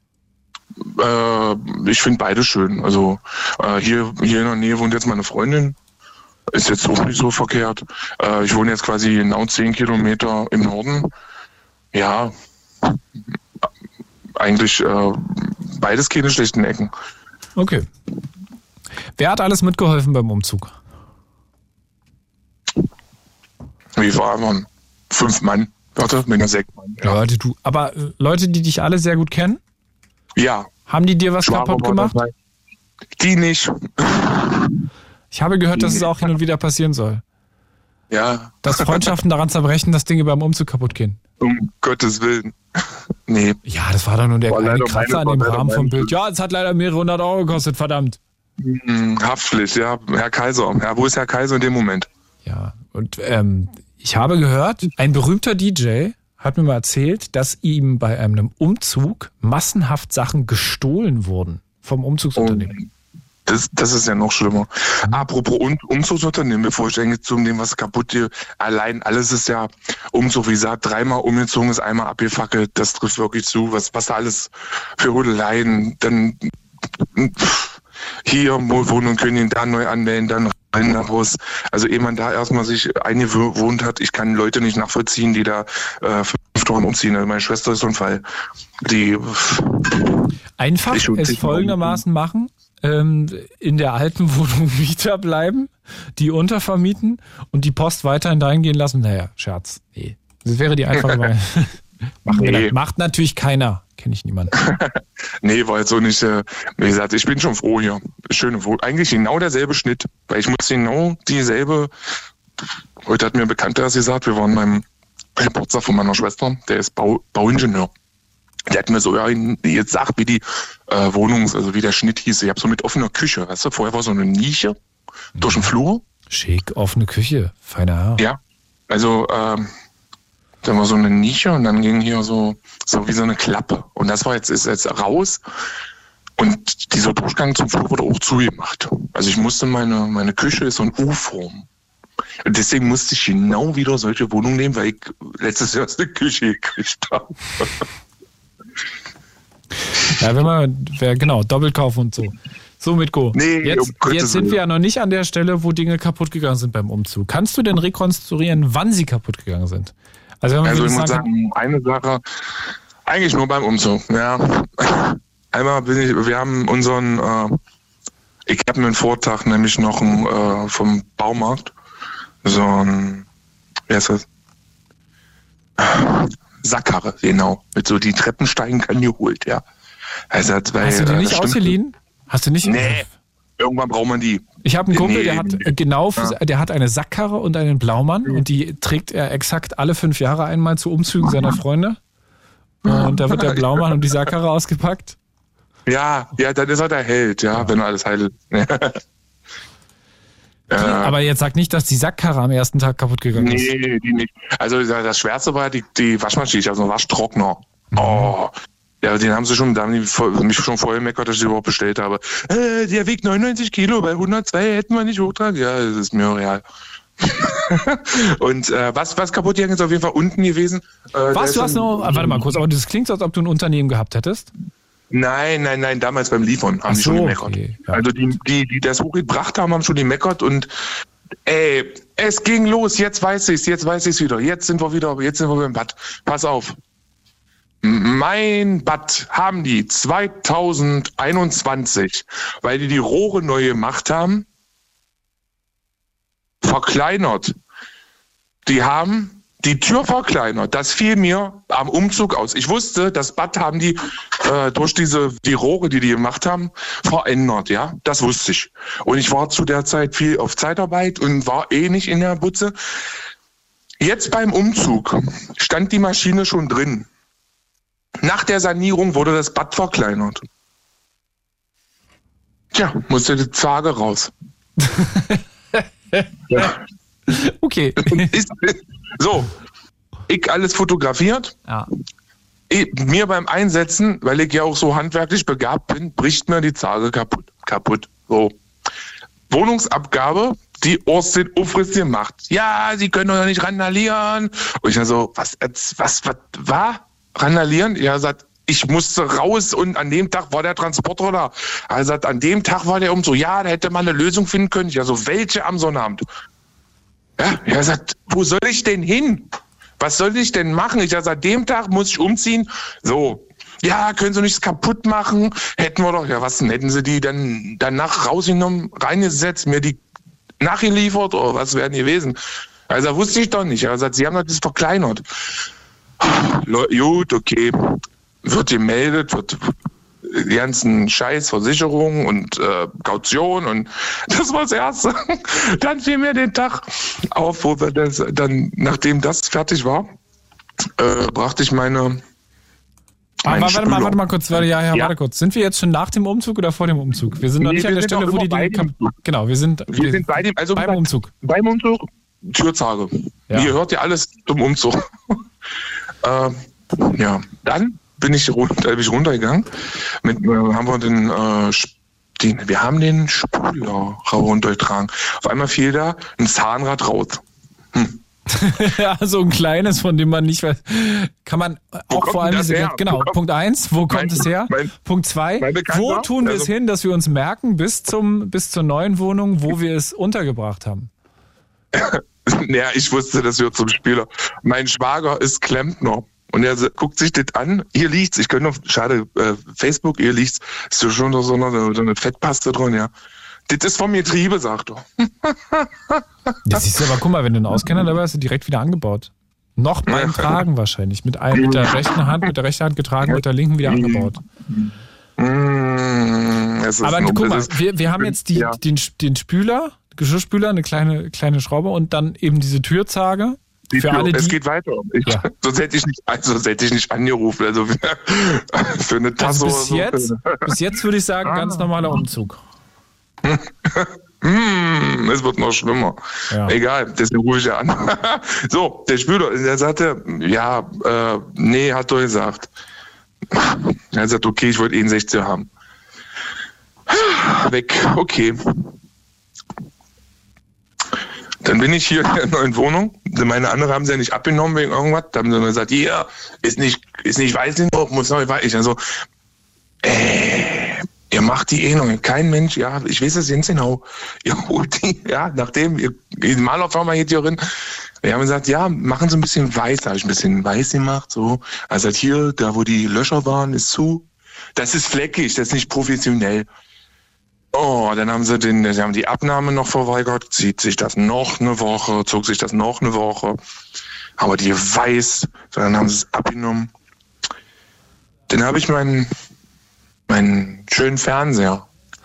Ich finde beide schön. Also hier in der Nähe wohnt jetzt meine Freundin. Ist jetzt auch nicht so verkehrt. Ich wohne jetzt quasi genau 10 Kilometer im Norden. Ja, eigentlich beides keine schlechten Ecken.
Okay. Wer hat alles mitgeholfen beim Umzug?
Wie war man? 5 Mann. Warte, mit einer 6 Mann.
Ja. Aber Leute, die dich alle sehr gut kennen?
Ja.
Haben die dir was kaputt gemacht?
Die nicht.
Ich habe gehört, dass es auch hin und wieder passieren soll.
Ja.
Dass Freundschaften daran zerbrechen, dass Dinge beim Umzug kaputt gehen.
Um Gottes Willen. Nee.
Ja, das war doch nur der kleine Kratzer an dem Rahmen vom Bild. Ja, es hat leider mehrere 100 € gekostet, verdammt.
Haftpflicht, ja. Herr Kaiser. Ja, wo ist Herr Kaiser in dem Moment?
Ja, und ich habe gehört, ein berühmter DJ hat mir mal erzählt, dass ihm bei einem Umzug massenhaft Sachen gestohlen wurden vom Umzugsunternehmen.
Das ist ja noch schlimmer. Apropos Umzugsunternehmen, bevor ich denke, zu dem, was kaputt hier, allein alles ist ja Umzug, wie gesagt, 3-mal umgezogen ist, einmal abgefackelt, das trifft wirklich zu, was da alles für Rüdeleien, dann hier Wohnung können ihn da neu anmelden, dann rein nach Haus. Also ehe man da erstmal sich eingewohnt hat, ich kann Leute nicht nachvollziehen, die da 5 Wochen umziehen. Also meine Schwester ist so ein Fall. Die
einfach es folgendermaßen machen, in der alten Wohnung Mieter bleiben, die untervermieten und die Post weiterhin reingehen lassen. Naja, Scherz. Nee. Das wäre die einfache Wahl. Macht natürlich keiner. Kenne ich niemanden.
Nee, war jetzt so nicht, wie gesagt, ich bin schon froh hier. Schöne Wohnung. Eigentlich genau derselbe Schnitt, weil ich muss genau dieselbe, heute hat mir ein Bekannter das gesagt, wir waren beim Geburtstag von meiner Schwester, der ist Bauingenieur. Der hat mir so jetzt sagt, wie die also wie der Schnitt hieß. Ich habe so mit offener Küche, weißt du, vorher war so eine Nische durch den Flur.
Schick, offene Küche, feiner Herr.
Ja, also da war so eine Nische und dann ging hier so wie so eine Klappe. Und das ist jetzt raus und dieser Durchgang zum Flur wurde auch zugemacht. Also ich musste meine Küche ist so eine U-Form. Und deswegen musste ich genau wieder solche Wohnungen nehmen, weil ich letztes Jahr eine Küche gekriegt habe.
Ja, genau, Doppelkauf und so. So, Mitko. Nee, jetzt sind wir ja noch nicht an der Stelle, wo Dinge kaputt gegangen sind beim Umzug. Kannst du denn rekonstruieren, wann sie kaputt gegangen sind?
Also ich muss sagen, eine Sache, eigentlich nur beim Umzug. Ja. Einmal wir haben ich habe mir einen Vortag nämlich noch vom Baumarkt so ein, wie heißt das? Sackkarre, genau. Mit so die Treppensteigen geholt, ja. Also,
hast du die nicht ausgeliehen? Hast du nicht?
Nee, irgendwann braucht man die.
Ich habe einen Kumpel, der hat eine Sackkarre und einen Blaumann und die trägt er exakt alle 5 Jahre einmal zu Umzügen seiner Freunde. Und da wird der Blaumann und die Sackkarre ausgepackt.
Ja, dann ist er der Held, ja. Wenn er alles heil ist.
Aber jetzt sag nicht, dass die Sackkarre am ersten Tag kaputt gegangen ist.
Nee, die nicht. Also das Schwerste war die Waschmaschine, also ein Waschtrockner. Oh, ja, da haben die mich schon vorher meckert, dass ich die überhaupt bestellt habe. Der wiegt 99 Kilo, bei 102 hätten wir nicht hochtragen. Ja, das ist mir real. Und was kaputt gegangen ist, auf jeden Fall unten gewesen.
Warte mal kurz, aber das klingt so, als ob du ein Unternehmen gehabt hättest.
Nein, damals beim Liefern haben die schon gemeckert. Okay, ja. Also die das hochgebracht haben schon gemeckert und es ging los, jetzt weiß ich's wieder. Jetzt sind wir beim Bad. Pass auf. Mein Bad haben die 2021, weil die Rohre neu gemacht haben, verkleinert. Die haben die Tür verkleinert. Das fiel mir am Umzug aus. Ich wusste, das Bad haben die durch die Rohre, die gemacht haben, verändert. Ja, das wusste ich. Und ich war zu der Zeit viel auf Zeitarbeit und war nicht in der Butze. Jetzt beim Umzug stand die Maschine schon drin. Nach der Sanierung wurde das Bad verkleinert. Tja, musste die Zarge raus. Ja.
Okay.
So, ich alles fotografiert.
Ja.
Mir beim Einsetzen, weil ich ja auch so handwerklich begabt bin, bricht mir die Zarge kaputt. So. Wohnungsabgabe, die Urs den Aufriss gemacht. Ja, Sie können doch nicht randalieren. Und ich dann so, was war? Randalieren? Ja, sagt, ich musste raus und an dem Tag war der Transporter da. Er sagt, an dem Tag war der Umzug. Ja, da hätte man eine Lösung finden können. Ja, so welche am Sonnabend? Ja, er sagt, wo soll ich denn hin? Was soll ich denn machen? Ich sage, an dem Tag muss ich umziehen. So, ja, können Sie nichts kaputt machen? Hätten wir doch, ja, was denn? Hätten Sie die dann danach rausgenommen, reingesetzt, mir die nachgeliefert oder was wären die gewesen? Also wusste ich doch nicht. Er sagt, Sie haben das verkleinert. Gut, okay. Wird gemeldet, wird die ganzen Scheiß, Versicherung und Kaution und das war das Erste. Dann fiel mir den Tag auf, wo wir dann, nachdem das fertig war, brachte ich meine
warte mal kurz. Warte kurz. Sind wir jetzt schon nach dem Umzug oder vor dem Umzug? Wir sind noch nicht an der Stelle, wo die Dinge... Genau, wir sind beim Umzug.
Beim Umzug. Türzage. Ja. Ihr hört ja alles zum Umzug. Ja, dann bin ich runtergegangen. Haben wir haben den Spüler runtergetragen. Auf einmal fiel da ein Zahnrad raus.
Ja, so ein kleines, von dem man nicht weiß. Kann man auch vor allem genau, Punkt 1, wo kommt es her? Punkt 2, wo tun wir es hin, dass wir uns merken bis zur neuen Wohnung, wo wir es untergebracht haben?
Ja, ich wusste, das wird zum Spieler. Mein Schwager ist Klempner. Und er guckt sich das an. Hier liegt's. Ich könnte noch, schade, Facebook, hier liegt's. Ist ja schon so eine Fettpaste drin, ja. Das ist vom Getriebe, sagt er.
Das ist aber, guck mal, wenn du einen Auskenner dabei hast, du direkt wieder angebaut. Noch beim Tragen wahrscheinlich. Mit der rechten Hand getragen, mit der linken wieder angebaut. Aber guck mal, wir haben jetzt den Spüler, Geschirrspüler, eine kleine Schraube und dann eben diese Türzage.
Es geht weiter. Sonst hätte ich nicht angerufen. Also für eine Tasse.
Also bis jetzt würde ich sagen, ganz normaler Umzug.
Es wird noch schlimmer. Ja. Egal, deswegen rufe ich ja an. So, der Spüler, der sagte, nee, hat er gesagt. Er sagt, okay, ich wollte 61 haben. Weg, okay. Dann bin ich hier in der neuen Wohnung. Meine andere haben sie ja nicht abgenommen wegen irgendwas. Da haben sie gesagt, ja, ist nicht weiß genug, muss noch weiß. Also, ihr macht die noch. Kein Mensch, ja, ich weiß es ganz genau. Ihr holt die, ja, nachdem, die Malerfirma geht hier rein. Wir haben gesagt, ja, machen Sie ein bisschen weiß. Da habe ich ein bisschen weiß gemacht, so. Also hier, da wo die Löcher waren, ist zu. Das ist fleckig, das ist nicht professionell. Oh, dann haben sie die Abnahme noch verweigert, zog sich das noch eine Woche. Aber die weiß, dann haben sie es abgenommen. Dann habe ich meinen schönen Fernseher.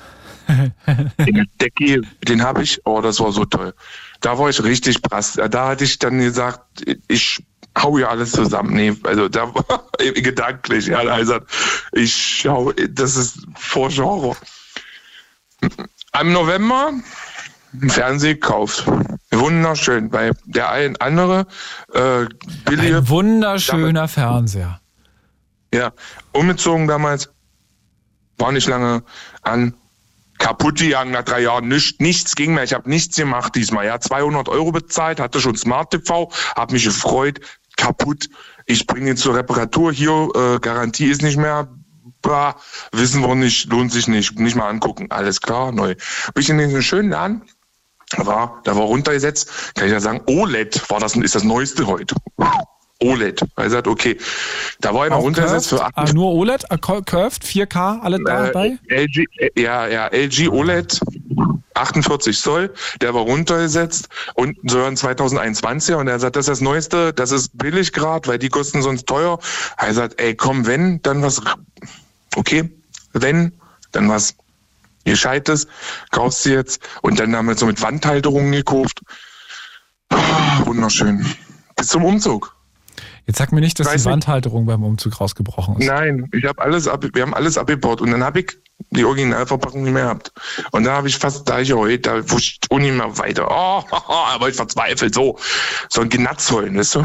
Den habe ich, das war so toll. Da war ich richtig brass. Da hatte ich dann gesagt, ich hau hier alles zusammen. Nee, also da war gedanklich, ja, also das ist vor Genre. Im November einen Fernseher gekauft. Wunderschön, weil der ein andere billige...
Ein wunderschöner Fernseher.
Ja, umgezogen damals, war nicht lange an, kaputt gegangen nach 3 Jahren, nichts ging mehr, ich habe nichts gemacht diesmal, ja, 200 € bezahlt, hatte schon Smart TV, habe mich gefreut, kaputt, ich bringe ihn zur Reparatur, hier, Garantie ist nicht mehr, wissen wir nicht, lohnt sich nicht mal angucken, alles klar, neu. Bin ich in den schönen Laden, da war runtergesetzt, kann ich ja sagen, OLED ist das Neueste heute. OLED. Er sagt, okay, da war einer runtergesetzt für 8.
Nur OLED, Curved, 4K, alle dabei?
LG OLED, 48 Zoll, der war runtergesetzt und so ein 2021er und er sagt, das ist das Neueste, das ist billig gerade, weil die kosten sonst teuer. Er sagt, ey, komm, wenn, dann was, okay, wenn, dann was Gescheites, kaufst du jetzt und dann haben wir so mit Wandhalterungen gekauft. Wunderschön. Bis zum Umzug.
Jetzt sag mir nicht, dass die Wandhalterung beim Umzug rausgebrochen ist.
Nein, wir haben alles abgebaut und dann habe ich die Originalverpackung nicht mehr gehabt. Und da habe ich fast, da wusste ich nicht mehr weiter. Aber ich verzweifelt, so ein Genatzheulen, weißt du?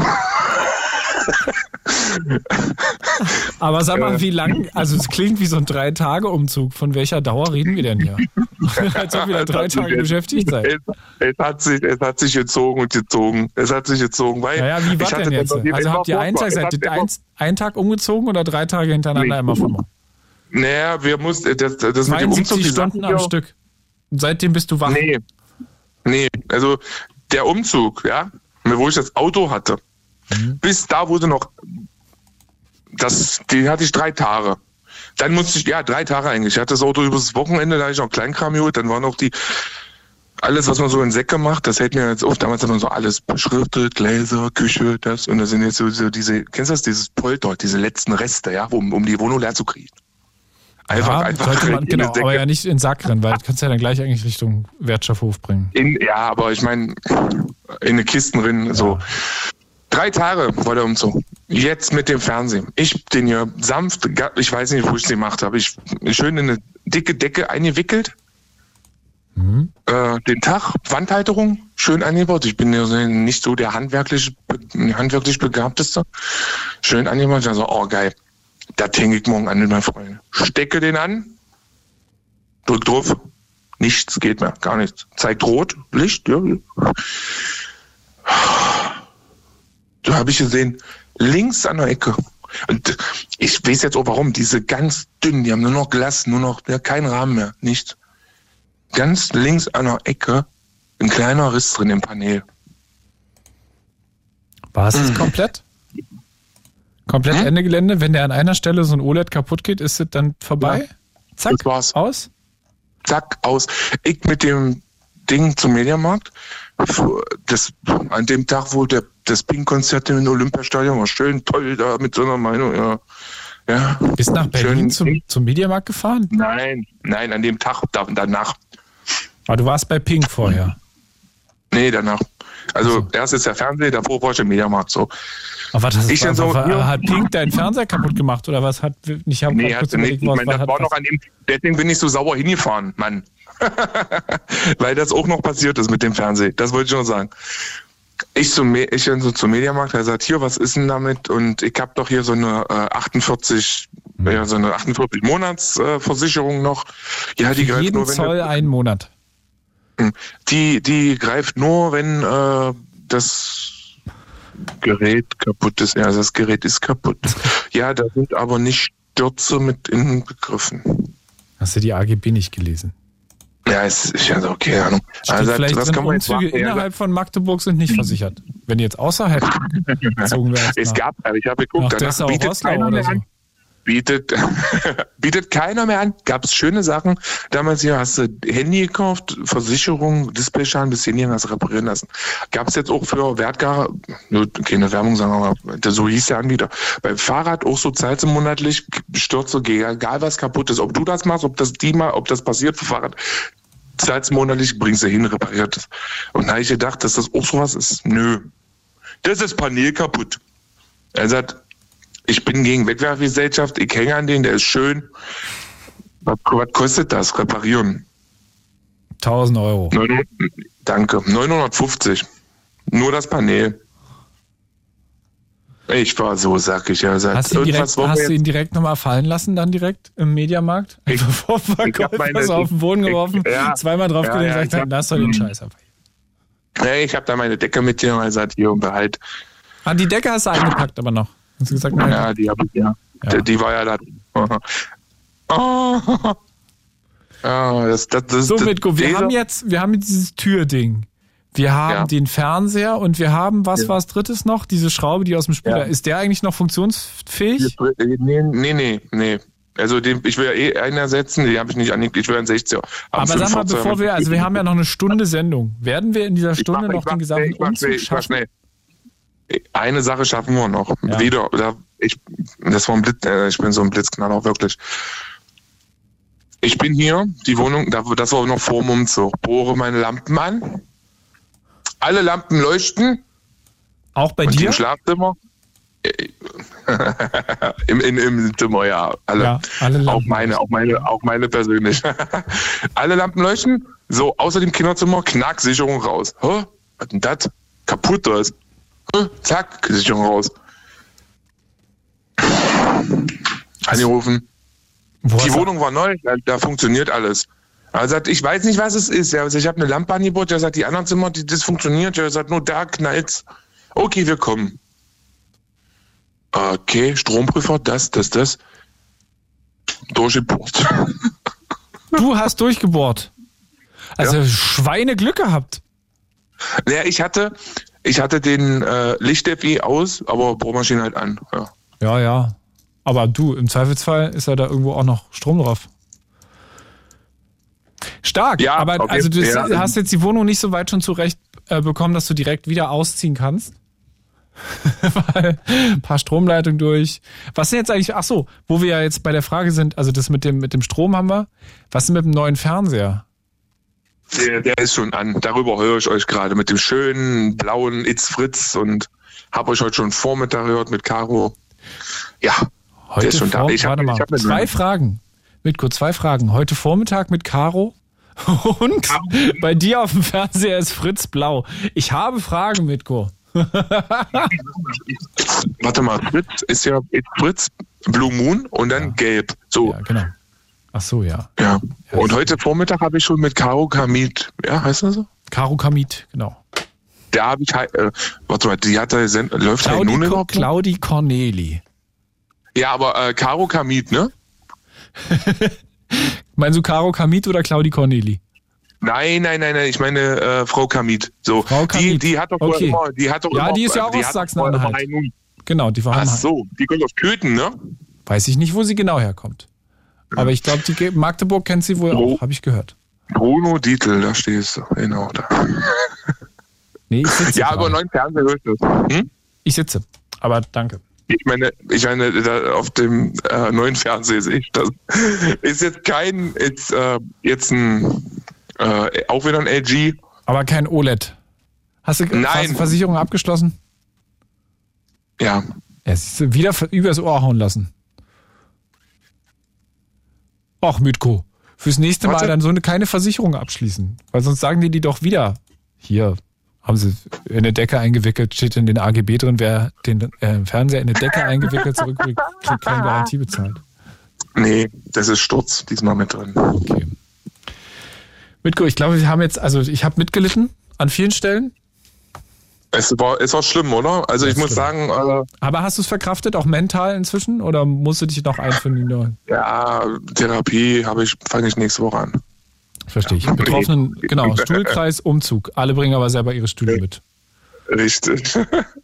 Aber sag mal, wie lang, also es klingt wie so ein 3-Tage-Umzug. Von welcher Dauer reden wir denn hier? Als ob wir da 3 Tage beschäftigt seid.
Es hat sich gezogen. Es hat sich gezogen, weil.
Naja, wie war denn jetzt? Also habt ihr einen Tag umgezogen oder 3 Tage hintereinander immer vom?
Naja, wir mussten, das mit dem Umzug.
72 Stunden am Stück. Und seitdem bist du wach?
Nee, also der Umzug, ja, wo ich das Auto hatte, bis da wurde noch, die hatte ich 3 Tage. Dann musste ich, 3 Tage eigentlich. Ich hatte das Auto übers Wochenende, da habe ich noch Kleinkram geholt, dann waren noch alles, was man so in Säcke macht, das hält mir jetzt auf. Damals hat man so alles beschriftet, Gläser, Küche, das. Und da sind jetzt so diese, kennst du das, dieses Polter, diese letzten Reste, ja, um die Wohnung leer zu kriegen. Einfach
sollte man, genau, aber ja nicht in den Sack rennen, weil du kannst ja dann gleich eigentlich Richtung Wertstoffhof bringen.
Aber ich meine, in eine Kisten rein, so. 3 Tage war der Umzug. Jetzt mit dem Fernsehen. Ich den hier sanft, ich weiß nicht, wo ich es gemacht habe. Ich schön in eine dicke Decke eingewickelt. Den Tag, Wandhalterung, schön angebaut. Ich bin ja nicht so der handwerklich Begabteste. Schön angebaut. Also, oh geil, das hänge ich morgen an mit meinen Freunden. Stecke den an, drück drauf, nichts geht mehr, gar nichts. Zeigt rot, Licht, ja. Da habe ich gesehen, links an der Ecke. Und ich weiß jetzt auch warum, diese ganz dünnen, die haben nur noch Glas, kein Rahmen mehr, nichts. Ganz links an der Ecke ein kleiner Riss drin im Panel.
War es jetzt komplett? Komplett Ende Gelände? Wenn der an einer Stelle so ein OLED kaputt geht, ist es dann vorbei? Ja, zack,
das war's.
Aus?
Zack, aus. Ich mit dem Ding zum Mediamarkt. An dem Tag, wo das Pink-Konzert im Olympiastadion war, schön toll da mit so einer Meinung, ja. Ja.
Bist nach Berlin zum Mediamarkt gefahren?
Nein, an dem Tag, danach.
Aber du warst bei Pink vorher?
Nee, danach. Also erst ist der Fernseher, davor war ich im Mediamarkt so.
Aber was hat Pink deinen Fernseher kaputt gemacht oder was hat nicht?
Nee, hat nicht. Deswegen bin ich so sauer hingefahren, Mann. Weil das auch noch passiert ist mit dem Fernseher. Das wollte ich nur sagen. Ich bin so zum Mediamarkt, er sagt, hier, was ist denn damit? Und ich habe doch hier so eine 48 Monatsversicherung noch. Ja, die greift nur, wenn
Zoll einen Monat.
Die greift nur, wenn das Gerät kaputt ist. Ja, also das Gerät ist kaputt. Ja, da sind aber nicht Stürze mit inbegriffen.
Hast du die AGB nicht gelesen?
Ja, ist ja so, keine Ahnung.
Also, vielleicht was kann man Umzüge innerhalb von Magdeburg sind nicht versichert. Wenn die jetzt außerhalb gezogen werden.
Es gab, ich habe geguckt, danach bietet keiner mehr an. Bietet keiner mehr an. Gab es schöne Sachen. Damals hier hast du Handy gekauft, Versicherung, Displayschaden bis Handy hast du reparieren lassen. Gab es jetzt auch für Wertgar, keine Werbung sagen, aber so hieß der Anbieter. Beim Fahrrad auch so zahlst du monatlich Stürze, egal was kaputt ist. Ob du das machst, ob das passiert für Fahrrad, zahlst monatlich, bringst du hin, repariert es. Und da habe ich gedacht, dass das auch sowas ist. Nö. Das ist Panel kaputt. Er sagt, ich bin gegen Wegwerfgesellschaft, ich hänge an den, der ist schön. Was kostet das? Reparieren?
1.000 Euro.
Danke. 950. Nur das Panel. Ich war so, sag ich ja.
Hast du ihn direkt nochmal fallen lassen, dann direkt im Mediamarkt? Bevor Verkäufer so auf den Boden geworfen, zweimal draufgelegt und gesagt, lass doch den Scheiß ab.
Ich habe da meine Decke mit dir und gesagt, hier und behalt.
Die Decke hast du eingepackt aber noch. Hast du gesagt, nein?
Ja, die habe ich, ja. Die war ja da.
So, Mitko, wir haben jetzt dieses Türding. Wir haben den Fernseher und wir haben, was war das drittes noch? Diese Schraube, die aus dem Spieler. Ist der eigentlich noch funktionsfähig?
Nee. Also ich will ja einen ersetzen, den habe ich nicht angelegt, ich will einen 60er.
Aber sag mal, wir haben ja noch eine Stunde Sendung. Werden wir in dieser Stunde noch den gesamten Umzug schaffen?
Schnell. Eine Sache schaffen wir noch. Ja. Ich bin so ein Blitzknaller, wirklich. Ich bin hier, die Wohnung, das war noch vor dem Umzug, bohre meine Lampen an. Alle Lampen leuchten.
Auch bei dir?
Im Schlafzimmer. Im Zimmer, ja. Alle Lampen. Auch meine persönlich. Alle Lampen leuchten. So, außer dem Kinderzimmer, Knack-Sicherung raus. Was denn das? Kaputt ist. Zack, Sicherung raus. Angerufen. Die Wohnung war neu, da funktioniert alles. Er sagt, ich weiß nicht, was es ist. Er sagt, ich habe eine Lampe angeboten. Er sagt, die anderen Zimmer, das funktioniert. Er sagt, nur da knallt's. Okay, wir kommen. Okay, Stromprüfer, das. Durchgebohrt.
Du hast durchgebohrt. Also Schweineglück gehabt.
Ja, ich hatte den Lichtdeffi aus, aber Bohrmaschine halt an.
Ja. Aber du, im Zweifelsfall ist ja da irgendwo auch noch Strom drauf. Stark, ja, aber okay. Also du hast jetzt die Wohnung nicht so weit schon zurecht bekommen, dass du direkt wieder ausziehen kannst. Weil ein paar Stromleitungen durch. Was sind jetzt eigentlich, wo wir ja jetzt bei der Frage sind, also das mit dem Strom haben wir. Was ist mit dem neuen Fernseher?
Der ist schon an. Darüber höre ich euch gerade mit dem schönen blauen It's Fritz und habe euch heute schon Vormittag gehört mit Caro. Ja,
heute
der ist schon da.
Zwei Fragen. Mitko, 2 Fragen. Heute Vormittag mit Caro Und bei dir auf dem Fernseher ist Fritz blau. Ich habe Fragen, Mitko.
Warte mal, Fritz Blue Moon und dann gelb. So.
Ja, genau. Ach so, ja.
Ja. Und heute Vormittag habe ich schon mit Caro Kamit, ja, heißt das so?
Caro Kamit, genau.
Da habe ich, warte mal, die hat da, läuft da nun überhaupt?
Claudi Corneli.
Ja, aber Caro Kamit, ne?
Meinst du Caro Kamit oder Claudi Corneli?
Nein, ich meine Frau Kamit. So,
Frau Kamit.
Die hat doch
okay.
immer, die hat doch
ja,
immer,
die ist ja auch aus Sachsen-Anhalt. Genau, die war.
Ach so, die kommt aus Köthen, ne?
Weiß ich nicht, wo sie genau herkommt. Aber ich glaube, die Magdeburg kennt sie wohl auch, habe ich gehört.
Bruno Dietl, da stehst du, genau da.
Nee, ich sitze.
Ja, aber neuen Fernseher hört das.
Ich sitze, aber danke.
Ich meine, da auf dem neuen Fernseher sehe ich das. Ist jetzt jetzt ein, auch wieder ein LG.
Aber kein OLED. Hast du Versicherung abgeschlossen?
Ja.
Ja, siehst du, wieder übers Ohr hauen lassen. Ach, Mitko, fürs nächste Mal dann keine Versicherung abschließen. Weil sonst sagen die doch wieder, hier, haben sie in eine Decke eingewickelt, steht in den AGB drin, wer den Fernseher in eine Decke eingewickelt zurückkriegt, kriegt keine Garantie bezahlt.
Nee, das ist Sturz diesmal mit drin.
Okay. Mitko, ich glaube, ich habe mitgelitten an vielen Stellen.
Es war schlimm, oder? Also ich muss sagen...
Aber hast du es verkraftet, auch mental inzwischen? Oder musst du dich noch einfinden?
Ja, Therapie fange ich nächste Woche an.
Verstehe ich. Betroffenen, genau, Stuhlkreis, Umzug. Alle bringen aber selber ihre Stühle mit.
Richtig.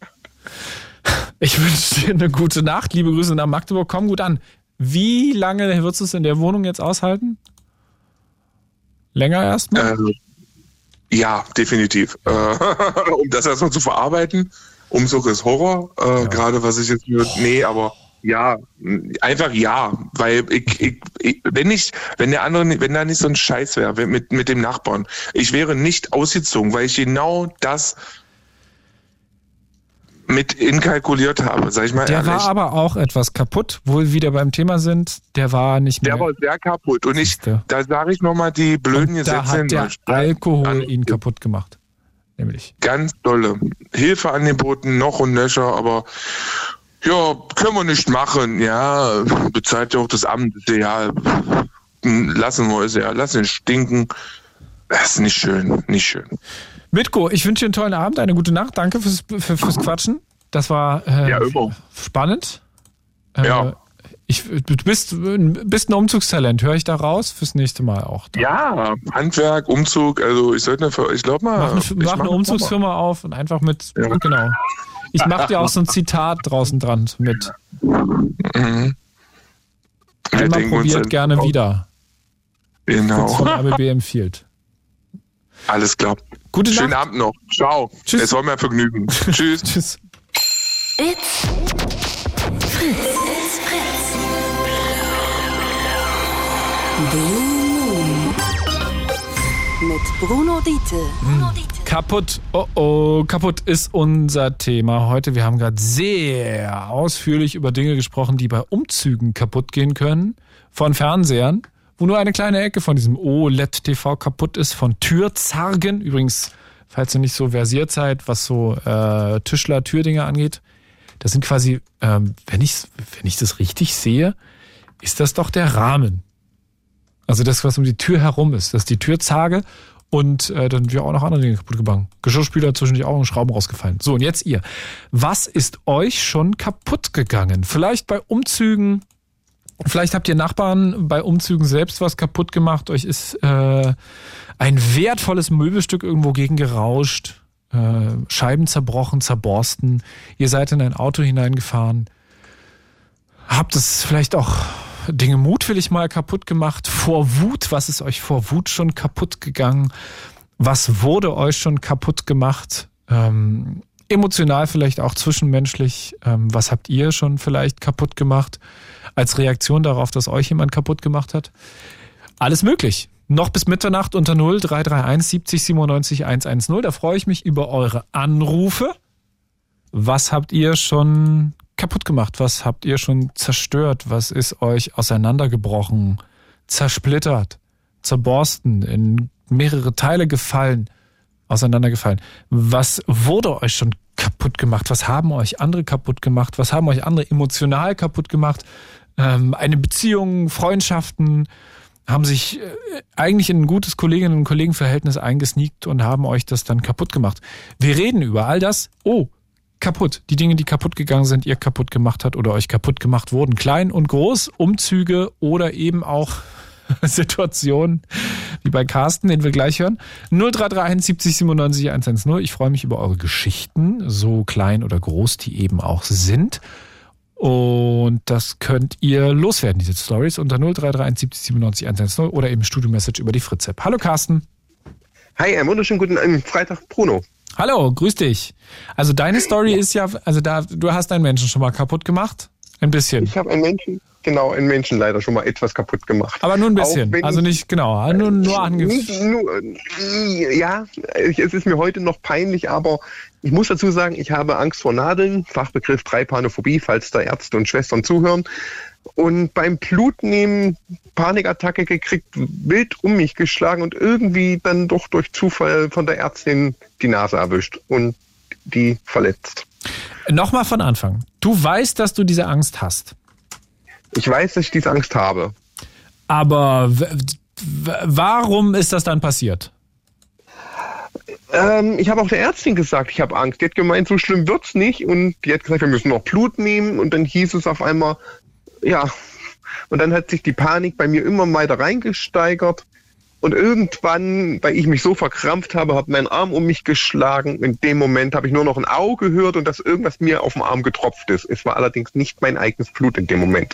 Ich wünsche dir eine gute Nacht. Liebe Grüße nach Magdeburg. Komm gut an. Wie lange wirst du es in der Wohnung jetzt aushalten? Länger erstmal?
Ja, definitiv. Um das erstmal zu verarbeiten. Umzug ist Horror. Gerade was ich jetzt... Nee, aber... Ja, einfach ja, weil wenn da nicht so ein Scheiß wäre mit dem Nachbarn, ich wäre nicht ausgezogen, weil ich genau das mit inkalkuliert habe, sag ich mal ehrlich.
Der war aber auch etwas kaputt, wo wir wieder beim Thema sind, der war nicht mehr...
Der war sehr kaputt und da sage ich nochmal die blöden Gesetze.
Da hat der Alkohol ihn kaputt gemacht, nämlich.
Ganz dolle. Hilfe angeboten, noch und nöcher, aber... Ja, können wir nicht machen. Ja, bezahlt ja auch das Amt. Ja, lassen wir es ja. Lassen es stinken. Das ist nicht schön. Nicht schön.
Mitko, ich wünsche dir einen tollen Abend, eine gute Nacht. Danke fürs Quatschen. Das war spannend.
Ja.
Du bist ein Umzugstalent. Höre ich da raus? Fürs nächste Mal auch. Da.
Ja, Handwerk, Umzug. Also ich glaube mal...
Mach eine Umzugsfirma auf und einfach mit... Ja. Genau. Ich mache dir auch so ein Zitat draußen dran mit. Mhm. Einmal probiert, gerne wieder.
Genau.
Das von ABB empfiehlt.
Alles klar.
Gute Nacht.
Schönen Abend noch. Ciao.
Tschüss.
Es war mir ein Vergnügen. Tschüss.
Tschüss.
It's Fritz. It's Fritz. Blue Moon. Mit Bruno Dietl.
Kaputt. Kaputt ist unser Thema heute. Wir haben gerade sehr ausführlich über Dinge gesprochen, die bei Umzügen kaputt gehen können. Von Fernsehern, wo nur eine kleine Ecke von diesem OLED-TV kaputt ist. Von Türzargen. Übrigens, falls ihr nicht so versiert seid, was so Tischler-Türdinger angeht. Das sind quasi, wenn ich das richtig sehe, ist das doch der Rahmen. Also das, was um die Tür herum ist. Das ist die Türzarge. Und dann sind ja auch noch andere Dinge kaputt gegangen. Geschirrspüler, zwischendurch auch Schrauben rausgefallen. So, und jetzt ihr. Was ist euch schon kaputt gegangen? Vielleicht bei Umzügen, vielleicht habt ihr Nachbarn bei Umzügen selbst was kaputt gemacht. Euch ist ein wertvolles Möbelstück irgendwo gegen gerauscht. Scheiben zerbrochen, zerborsten. Ihr seid in ein Auto hineingefahren. Habt es vielleicht auch... Dinge mutwillig mal kaputt gemacht. Vor Wut, was ist euch vor Wut schon kaputt gegangen? Was wurde euch schon kaputt gemacht? Emotional vielleicht auch zwischenmenschlich. Was habt ihr schon vielleicht kaputt gemacht? Als Reaktion darauf, dass euch jemand kaputt gemacht hat? Alles möglich. Noch bis Mitternacht unter 0331 70 97 110. Da freue ich mich über eure Anrufe. Was habt ihr schon kaputt gemacht? Was habt ihr schon zerstört? Was ist euch auseinandergebrochen, zersplittert? zerborsten, in mehrere Teile auseinandergefallen. Was wurde euch schon kaputt gemacht? Was haben euch andere kaputt gemacht? Was haben euch andere emotional kaputt gemacht? Eine Beziehung, Freundschaften haben sich eigentlich in ein gutes Kolleginnen- und Kollegenverhältnis eingesneakt und haben euch das dann kaputt gemacht. Wir reden über all das. Kaputt. Die Dinge, die kaputt gegangen sind, ihr kaputt gemacht hat oder euch kaputt gemacht wurden. Klein und groß, Umzüge oder eben auch Situationen wie bei Carsten, den wir gleich hören. 0331 70 97 110. Ich freue mich über eure Geschichten, so klein oder groß die eben auch sind. Und das könnt ihr loswerden, diese Stories, unter 0331 70 97 110 oder eben Studio-Message über die Fritz-App. Hallo Carsten.
Hi, einen wunderschönen guten Freitag, Bruno.
Hallo, grüß dich. Also deine Story ist ja, du hast einen Menschen schon mal kaputt gemat? Ein bisschen.
Ich habe einen Menschen leider schon mal etwas kaputt gemacht.
Aber nur ein bisschen, also nicht genau, nur angefangen.
Ja, es ist mir heute noch peinlich, aber ich muss dazu sagen, ich habe Angst vor Nadeln, Fachbegriff Trypanophobie, falls da Ärzte und Schwestern zuhören. Und beim Blutnehmen Panikattacke gekriegt, wild um mich geschlagen und irgendwie dann doch durch Zufall von der Ärztin die Nase erwischt und die verletzt.
Nochmal von Anfang. Du weißt, dass du diese Angst hast.
Ich weiß, dass ich diese Angst habe.
Aber warum ist das dann passiert?
Ich habe auch der Ärztin gesagt, ich habe Angst. Die hat gemeint, so schlimm wird's nicht. Und die hat gesagt, wir müssen noch Blut nehmen. Und dann hieß es auf einmal, ja. Und dann hat sich die Panik bei mir immer weiter reingesteigert. Und irgendwann, weil ich mich so verkrampft habe, hat mein Arm um mich geschlagen. In dem Moment habe ich nur noch ein Au gehört und dass irgendwas mir auf dem Arm getropft ist. Es war allerdings nicht mein eigenes Blut in dem Moment.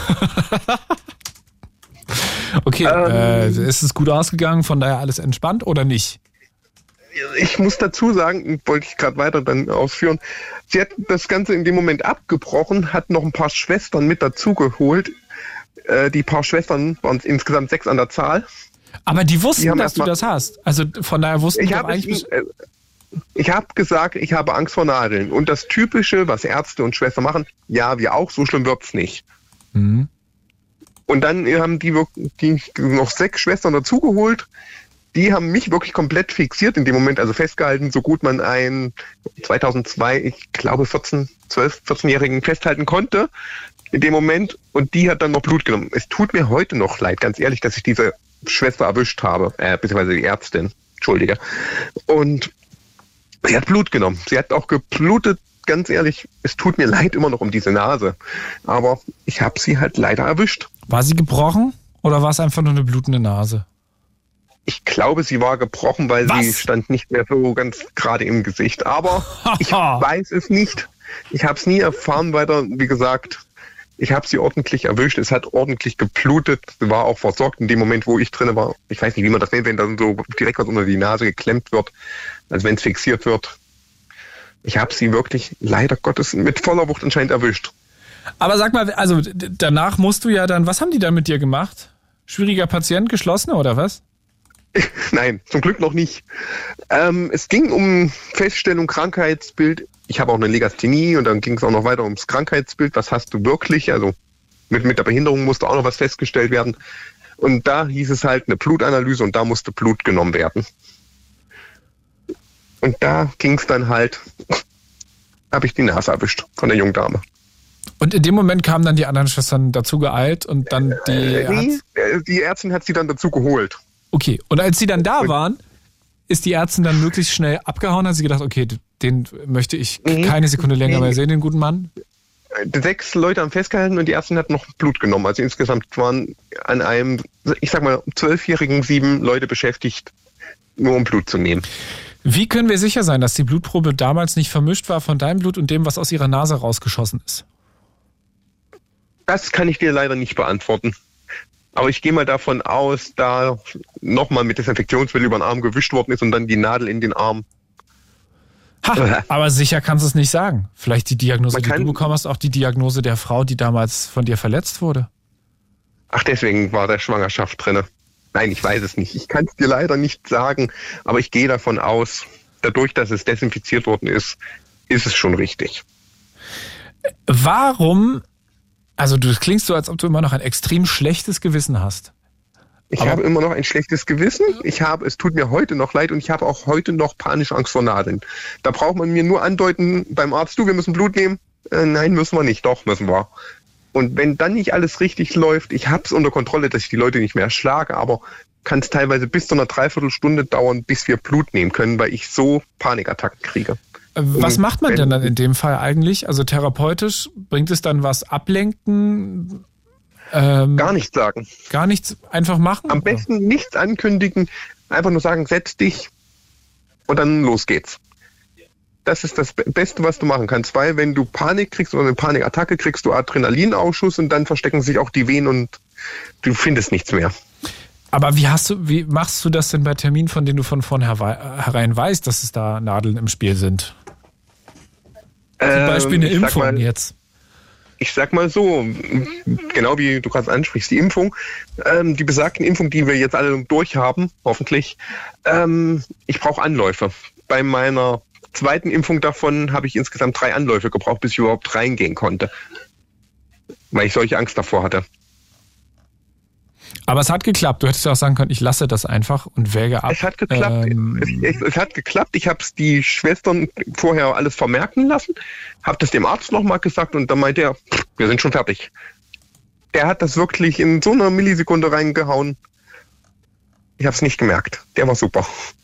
Okay, ist es gut ausgegangen, von daher alles entspannt oder nicht?
Ich muss dazu sagen, wollte ich gerade weiter dann ausführen, sie hat das Ganze in dem Moment abgebrochen, hat noch ein paar Schwestern mit dazugeholt. Die paar Schwestern waren insgesamt 6 an der Zahl.
Aber die wussten, dass du das hast. Also von daher wussten die doch eigentlich...
Ich habe gesagt, ich habe Angst vor Nadeln. Und das Typische, was Ärzte und Schwestern machen, ja, wir auch, so schlimm wird's nicht. Mhm. Und dann haben die noch 6 Schwestern dazugeholt. Die haben mich wirklich komplett fixiert in dem Moment, also festgehalten, so gut man einen 2002, ich glaube 14-Jährigen festhalten konnte in dem Moment. Und die hat dann noch Blut genommen. Es tut mir heute noch leid, ganz ehrlich, dass ich diese Schwester erwischt habe, beziehungsweise die Ärztin, entschuldige. Und sie hat Blut genommen. Sie hat auch geblutet, ganz ehrlich, es tut mir leid immer noch um diese Nase. Aber ich habe sie halt leider erwischt.
War sie gebrochen oder war es einfach nur eine blutende Nase?
Ich glaube, sie war gebrochen, weil sie stand nicht mehr so ganz gerade im Gesicht. Aber ich weiß es nicht. Ich habe es nie erfahren weiter. Wie gesagt, ich habe sie ordentlich erwischt. Es hat ordentlich geblutet. Sie war auch versorgt in dem Moment, wo ich drin war. Ich weiß nicht, wie man das nennt, wenn dann so direkt was unter die Nase geklemmt wird. Also wenn es fixiert wird. Ich habe sie wirklich, leider Gottes, mit voller Wucht anscheinend erwischt.
Aber sag mal, also danach musst du ja dann, was haben die dann mit dir gemacht? Schwieriger Patient, geschlossener oder was?
Nein, zum Glück noch nicht. Es ging um Feststellung, Krankheitsbild. Ich habe auch eine Legasthenie und dann ging es auch noch weiter ums Krankheitsbild. Was hast du wirklich? Also mit der Behinderung musste auch noch was festgestellt werden. Und da hieß es halt eine Blutanalyse und da musste Blut genommen werden. Und da ging es dann halt, habe ich die Nase erwischt von der jungen Dame.
Und in dem Moment kamen dann die anderen Schwestern dazu geeilt und dann
die Ärztin hat sie dann dazu geholt.
Okay, und als sie dann da waren, ist die Ärztin dann möglichst schnell abgehauen? Hat sie gedacht, okay, den möchte ich keine Sekunde länger mehr sehen, den guten Mann?
6 Leute haben festgehalten und die Ärztin hat noch Blut genommen. Also insgesamt waren an einem, ich sag mal, 12-Jährigen 7 Leute beschäftigt, nur um Blut zu nehmen.
Wie können wir sicher sein, dass die Blutprobe damals nicht vermischt war von deinem Blut und dem, was aus ihrer Nase rausgeschossen ist?
Das kann ich dir leider nicht beantworten. Aber ich gehe mal davon aus, da nochmal mit Desinfektionsmittel über den Arm gewischt worden ist und dann die Nadel in den Arm.
Aber sicher kannst du es nicht sagen. Vielleicht die Diagnose, die du bekommen hast, auch die Diagnose der Frau, die damals von dir verletzt wurde.
Ach, deswegen war der Schwangerschaft drin. Nein, ich weiß es nicht. Ich kann es dir leider nicht sagen, aber ich gehe davon aus, dadurch, dass es desinfiziert worden ist, ist es schon richtig.
Warum, also du klingst so, als ob du immer noch ein extrem schlechtes Gewissen hast.
Ich habe immer noch ein schlechtes Gewissen. Es tut mir heute noch leid und ich habe auch heute noch panische Angst vor Nadeln. Da braucht man mir nur andeuten beim Arzt, wir müssen Blut nehmen. Nein, müssen wir nicht. Doch, müssen wir. Und wenn dann nicht alles richtig läuft, ich habe es unter Kontrolle, dass ich die Leute nicht mehr schlage, aber kann es teilweise bis zu einer Dreiviertelstunde dauern, bis wir Blut nehmen können, weil ich so Panikattacken kriege.
Was macht man denn dann in dem Fall eigentlich? Also therapeutisch, bringt es dann was ablenken?
Gar nichts sagen.
Gar nichts einfach machen?
Am besten nichts ankündigen, einfach nur sagen, setz dich und dann los geht's. Das ist das Beste, was du machen kannst, weil wenn du Panik kriegst oder eine Panikattacke, kriegst du Adrenalinausschuss und dann verstecken sich auch die Venen und du findest nichts mehr.
Aber wie machst du das denn bei Terminen, von denen du von vornherein weißt, dass es da Nadeln im Spiel sind? Zum Beispiel eine Impfung jetzt.
Ich sag mal so, genau wie du gerade ansprichst, die Impfung, die besagten Impfungen, die wir jetzt alle durchhaben, hoffentlich, ich brauche Anläufe. Bei meiner zweiten Impfung davon habe ich insgesamt 3 Anläufe gebraucht, bis ich überhaupt reingehen konnte, weil ich solche Angst davor hatte.
Aber es hat geklappt. Du hättest ja auch sagen können, ich lasse das einfach und wäge ab.
Es hat geklappt. Es hat geklappt. Ich habe es die Schwestern vorher alles vermerken lassen, habe das dem Arzt nochmal gesagt und dann meinte er, wir sind schon fertig. Der hat das wirklich in so einer Millisekunde reingehauen. Ich habe es nicht gemerkt. Der war super.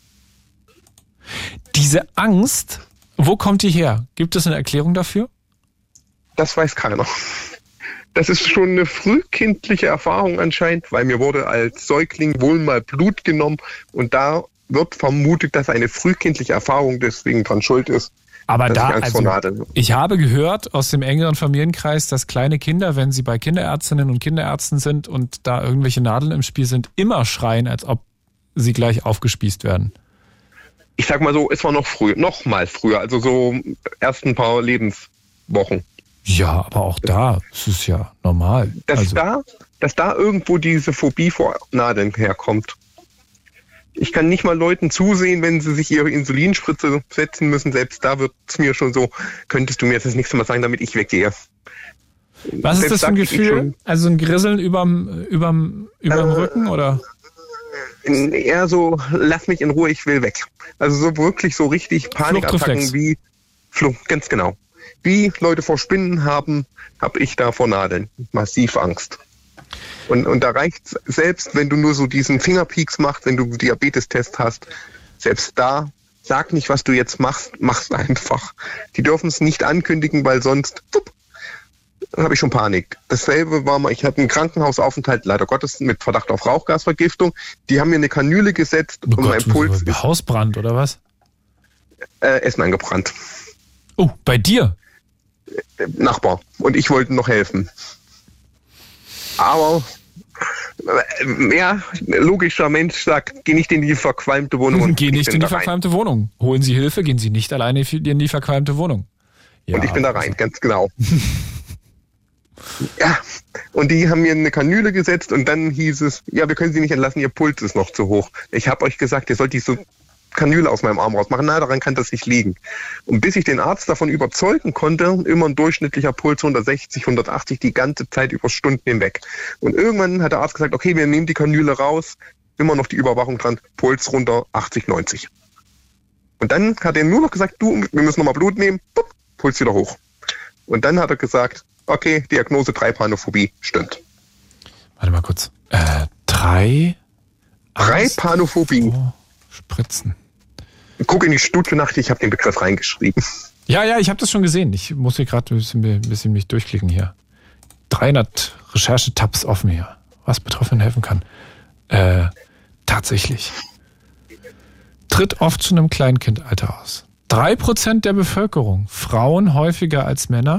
Diese Angst, wo kommt die her? Gibt es eine Erklärung dafür?
Das weiß keiner. Das ist schon eine frühkindliche Erfahrung anscheinend, weil mir wurde als Säugling wohl mal Blut genommen und da wird vermutet, dass eine frühkindliche Erfahrung deswegen dran schuld ist.
Aber ich habe gehört aus dem engeren Familienkreis, dass kleine Kinder, wenn sie bei Kinderärztinnen und Kinderärzten sind und da irgendwelche Nadeln im Spiel sind, immer schreien, als ob sie gleich aufgespießt werden.
Ich sag mal so, es war noch mal früher, also so erst ein paar Lebenswochen.
Ja, aber auch da ist es ja normal.
Dass da irgendwo diese Phobie vor Nadeln herkommt. Ich kann nicht mal Leuten zusehen, wenn sie sich ihre Insulinspritze setzen müssen. Selbst da wird es mir schon so, könntest du mir jetzt das nächste Mal sagen, damit ich weggehe.
Was ist das für ein Gefühl? Also ein Grisseln überm Rücken, oder?
Eher so, lass mich in Ruhe, ich will weg. Also so wirklich so richtig Panikattacken wie Flucht, ganz genau. Wie Leute vor Spinnen haben, habe ich da vor Nadeln. Massiv Angst. Und da reicht selbst, wenn du nur so diesen Fingerpeaks machst, wenn du einen Diabetestest hast, selbst da, sag nicht, was du jetzt machst, mach's einfach. Die dürfen es nicht ankündigen, weil sonst habe ich schon Panik. Dasselbe war mal, ich hatte einen Krankenhausaufenthalt, leider Gottes, mit Verdacht auf Rauchgasvergiftung. Die haben mir eine Kanüle gesetzt und mein Puls ist...
Hausbrand oder was?
Essen angebrannt.
Oh, bei dir?
Nachbar. Und ich wollte noch helfen. Aber ja, logischer Mensch sagt, geh nicht in die verqualmte Wohnung.
Geh nicht in die verqualmte Wohnung. Holen Sie Hilfe, gehen Sie nicht alleine in die verqualmte Wohnung.
Ja, und ich bin da rein, ganz genau. Ja, und die haben mir eine Kanüle gesetzt und dann hieß es, ja, wir können Sie nicht entlassen, Ihr Puls ist noch zu hoch. Ich habe euch gesagt, ihr sollt diese Kanüle aus meinem Arm rausmachen. Nein, daran kann das nicht liegen. Und bis ich den Arzt davon überzeugen konnte, immer ein durchschnittlicher Puls 160, 180 die ganze Zeit über Stunden hinweg. Und irgendwann hat der Arzt gesagt, okay, wir nehmen die Kanüle raus, immer noch die Überwachung dran, Puls runter, 80, 90. Und dann hat er nur noch gesagt, wir müssen nochmal Blut nehmen, Puls wieder hoch. Und dann hat er gesagt, okay, Diagnose Trypanophobie, stimmt.
Warte mal kurz.
Trypanophobie.
Spritzen.
Guck in die Studio-Nacht, ich habe den Begriff reingeschrieben.
Ja, ich habe das schon gesehen. Ich muss hier gerade ein bisschen mich durchklicken hier. 300 Recherchetabs offen hier. Was Betroffenen helfen kann. Tatsächlich. Tritt oft schon im Kleinkindalter aus. 3% der Bevölkerung, Frauen häufiger als Männer.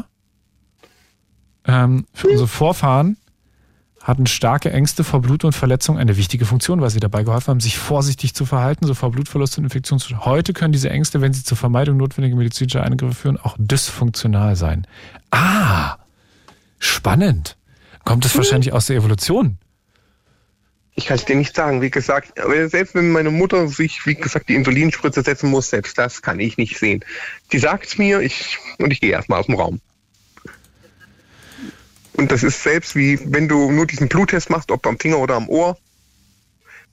Für unsere Vorfahren hatten starke Ängste vor Blut und Verletzung eine wichtige Funktion, weil sie dabei geholfen haben, sich vorsichtig zu verhalten, so vor Blutverlust und Infektionsschutz. Heute können diese Ängste, wenn sie zur Vermeidung notwendiger medizinischer Eingriffe führen, auch dysfunktional sein. Spannend. Kommt es wahrscheinlich aus der Evolution?
Ich kann es dir nicht sagen. Wie gesagt, selbst wenn meine Mutter sich, wie gesagt, die Insulinspritze setzen muss, selbst das kann ich nicht sehen. Sie sagt es mir, ich gehe erstmal aus dem Raum. Und das ist selbst wie, wenn du nur diesen Bluttest machst, ob am Finger oder am Ohr,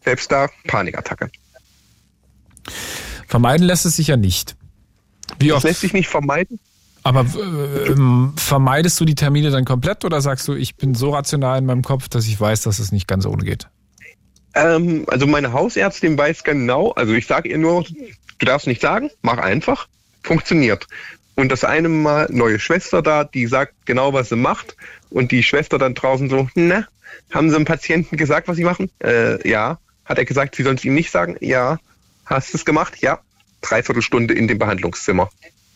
Selbst da Panikattacke.
Vermeiden lässt es sich ja nicht. Wie oft?
Das lässt sich nicht vermeiden.
Aber vermeidest du die Termine dann komplett oder sagst du, ich bin so rational in meinem Kopf, dass ich weiß, dass es nicht ganz ohne geht?
Also meine Hausärztin weiß genau, also ich sage ihr nur, du darfst nicht sagen, mach einfach, funktioniert. Und das eine Mal neue Schwester da, die sagt genau, was sie macht und die Schwester dann draußen so, na, haben sie dem Patienten gesagt, was sie machen? Ja. Hat er gesagt, sie sollen es ihm nicht sagen? Ja. Hast du es gemacht? Ja. 3/4 Stunde in dem Behandlungszimmer.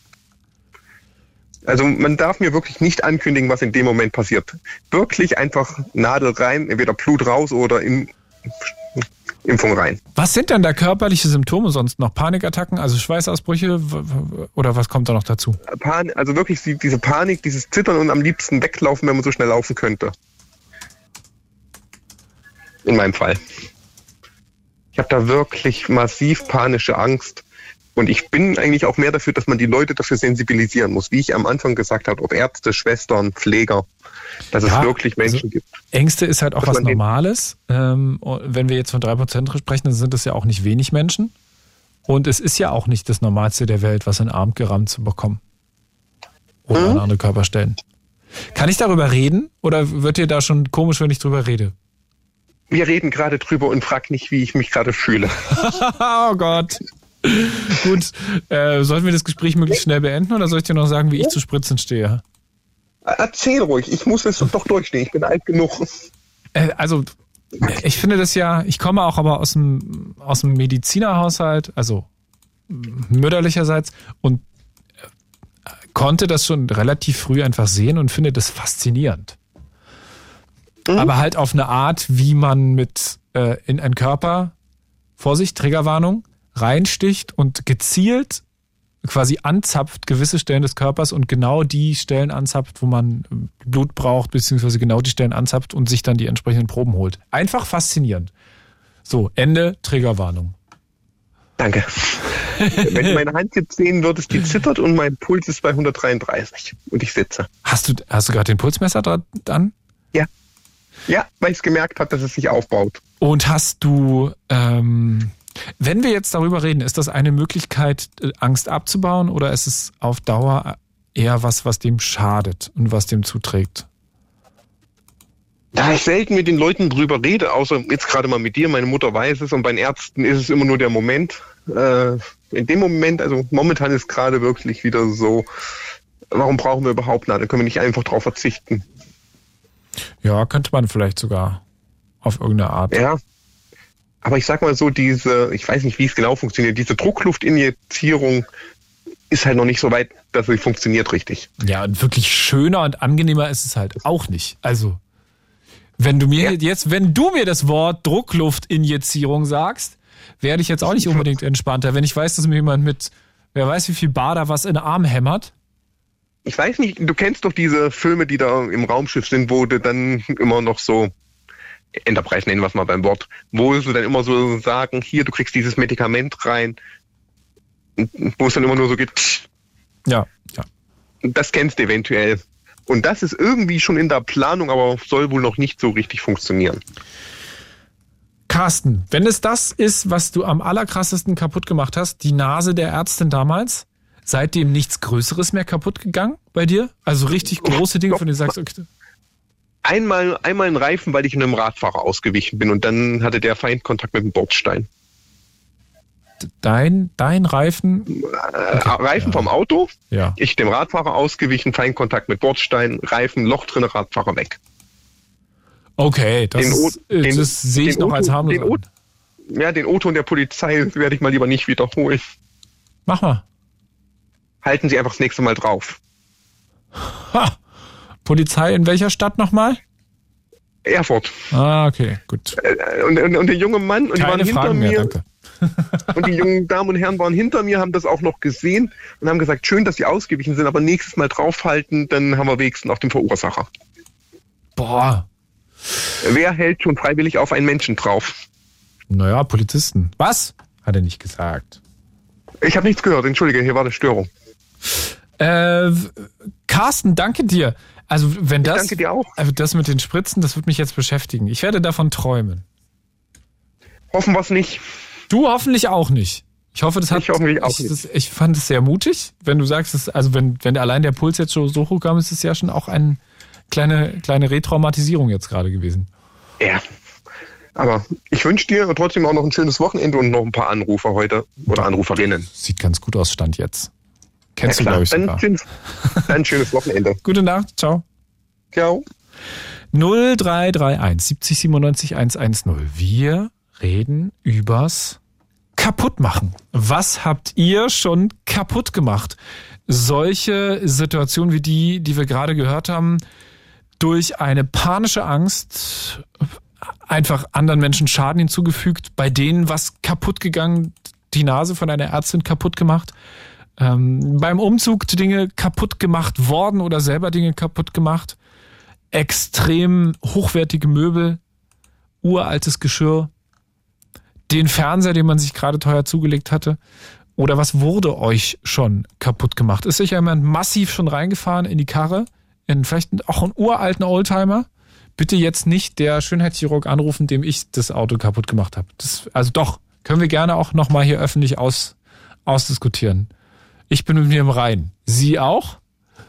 Also man darf mir wirklich nicht ankündigen, was in dem Moment passiert. Wirklich einfach Nadel rein, entweder Blut raus oder Impfung rein.
Was sind denn da körperliche Symptome sonst noch? Panikattacken, also Schweißausbrüche oder was kommt da noch dazu?
Also wirklich diese Panik, dieses Zittern und am liebsten weglaufen, wenn man so schnell laufen könnte. In meinem Fall. Ich habe da wirklich massiv panische Angst. Und ich bin eigentlich auch mehr dafür, dass man die Leute dafür sensibilisieren muss. Wie ich am Anfang gesagt habe, ob Ärzte, Schwestern, Pfleger, dass es wirklich Menschen gibt.
Ängste ist halt auch was Normales. Wenn wir jetzt von 3% sprechen, dann sind das ja auch nicht wenig Menschen. Und es ist ja auch nicht das Normalste der Welt, was in den Arm gerammt zu bekommen. Oder an andere Körperstellen. Kann ich darüber reden? Oder wird dir da schon komisch, wenn ich drüber rede?
Wir reden gerade drüber und frag nicht, wie ich mich gerade fühle.
Oh Gott. Gut, sollten wir das Gespräch möglichst schnell beenden oder soll ich dir noch sagen, wie ich zu Spritzen stehe?
Erzähl ruhig, ich muss es doch durchstehen, ich bin alt genug.
Also, ich finde das ja, ich komme auch aber aus dem Medizinerhaushalt, also mütterlicherseits und konnte das schon relativ früh einfach sehen und finde das faszinierend. Aber halt auf eine Art, wie man mit in einen Körper, Vorsicht, Triggerwarnung, reinsticht und gezielt quasi anzapft gewisse Stellen des Körpers und genau die Stellen anzapft, wo man Blut braucht, beziehungsweise genau die Stellen anzapft und sich dann die entsprechenden Proben holt. Einfach faszinierend. So, Ende, Triggerwarnung.
Danke. Wenn du meine Hand jetzt sehen würdest, die zittert und mein Puls ist bei 133 und ich sitze.
Hast du gerade den Pulsmesser dran?
Ja. Ja, weil ich es gemerkt habe, dass es sich aufbaut.
Und hast du... wenn wir jetzt darüber reden, ist das eine Möglichkeit, Angst abzubauen oder ist es auf Dauer eher was dem schadet und was dem zuträgt?
Da ich selten mit den Leuten drüber rede, außer jetzt gerade mal mit dir, meine Mutter weiß es und bei den Ärzten ist es immer nur der Moment. In dem Moment, also momentan ist gerade wirklich wieder so, warum brauchen wir überhaupt Nadel? Können wir nicht einfach drauf verzichten?
Ja, könnte man vielleicht sogar auf irgendeine Art.
Ja. Aber ich sag mal so, ich weiß nicht, wie es genau funktioniert, diese Druckluftinjizierung ist halt noch nicht so weit, dass sie funktioniert richtig.
Ja, und wirklich schöner und angenehmer ist es halt auch nicht. Also, wenn du mir das Wort Druckluftinjizierung sagst, werde ich jetzt auch nicht unbedingt entspannter, wenn ich weiß, dass mir jemand mit, wer weiß wie viel Bar da was in den Arm hämmert.
Ich weiß nicht, du kennst doch diese Filme, die da im Raumschiff sind, wo du dann immer noch so Enterprise nennen wir es mal beim Wort, wo sie dann immer so sagen, hier, du kriegst dieses Medikament rein, wo es dann immer nur so geht.
Ja.
Das kennst du eventuell. Und das ist irgendwie schon in der Planung, aber soll wohl noch nicht so richtig funktionieren.
Carsten, wenn es das ist, was du am allerkrassesten kaputt gemacht hast, die Nase der Ärztin damals, seitdem nichts Größeres mehr kaputt gegangen bei dir? Also richtig große Dinge, von denen du sagst, okay.
Einmal einen Reifen, weil ich einem Radfahrer ausgewichen bin und dann hatte der Feindkontakt mit dem Bordstein.
Dein Reifen?
Okay, Reifen vom Auto,
ja.
Ich dem Radfahrer ausgewichen, Feindkontakt mit Bordstein, Reifen, Loch drin, Radfahrer weg.
Okay, das sehe ich noch als harmlos an.
Ja, den O-Ton der Polizei werde ich mal lieber nicht wiederholen.
Mach mal.
Halten Sie einfach das nächste Mal drauf.
Ha! Polizei in welcher Stadt nochmal?
Erfurt.
Ah, okay, gut.
Und der junge Mann, und
keine
die waren
Fragen
hinter
mehr,
mir.
danke.
Und die jungen Damen und Herren waren hinter mir, haben das auch noch gesehen und haben gesagt, schön, dass sie ausgewichen sind, aber nächstes Mal draufhalten, dann haben wir wenigstens auch den Verursacher.
Boah.
Wer hält schon freiwillig auf einen Menschen drauf?
Naja, Polizisten. Was? Hat er nicht gesagt.
Ich habe nichts gehört, entschuldige, hier war eine Störung.
Carsten, danke dir. Also wenn das,
danke dir auch.
Also das mit den Spritzen, das wird mich jetzt beschäftigen. Ich werde davon träumen.
Hoffen wir es nicht.
Du hoffentlich auch nicht. Ich hoffe, das hat. Ich fand es sehr mutig, wenn du sagst, wenn allein der Puls jetzt schon so hochkam, ist es ja schon auch eine kleine Retraumatisierung jetzt gerade gewesen.
Ja. Aber ich wünsche dir trotzdem auch noch ein schönes Wochenende und noch ein paar Anrufer heute oder Anruferinnen.
Sieht ganz gut aus, Stand jetzt. Kennst du, glaube ich, sogar.
Dann schönes Wochenende.
Gute Nacht, ciao.
Ciao.
0331 70 97 110. Wir reden übers Kaputtmachen. Was habt ihr schon kaputt gemacht? Solche Situationen wie die wir gerade gehört haben, durch eine panische Angst einfach anderen Menschen Schaden hinzugefügt, bei denen was kaputt gegangen, die Nase von einer Ärztin kaputt gemacht, beim Umzug Dinge kaputt gemacht worden oder selber Dinge kaputt gemacht, extrem hochwertige Möbel, uraltes Geschirr, den Fernseher, den man sich gerade teuer zugelegt hatte. Oder was wurde euch schon kaputt gemacht? Ist euch jemand massiv schon reingefahren in die Karre? In vielleicht auch einen uralten Oldtimer? Bitte jetzt nicht der Schönheitschirurg anrufen, dem ich das Auto kaputt gemacht habe. Also doch, können wir gerne auch nochmal hier öffentlich ausdiskutieren. Ich bin mit mir im Reinen. Sie auch?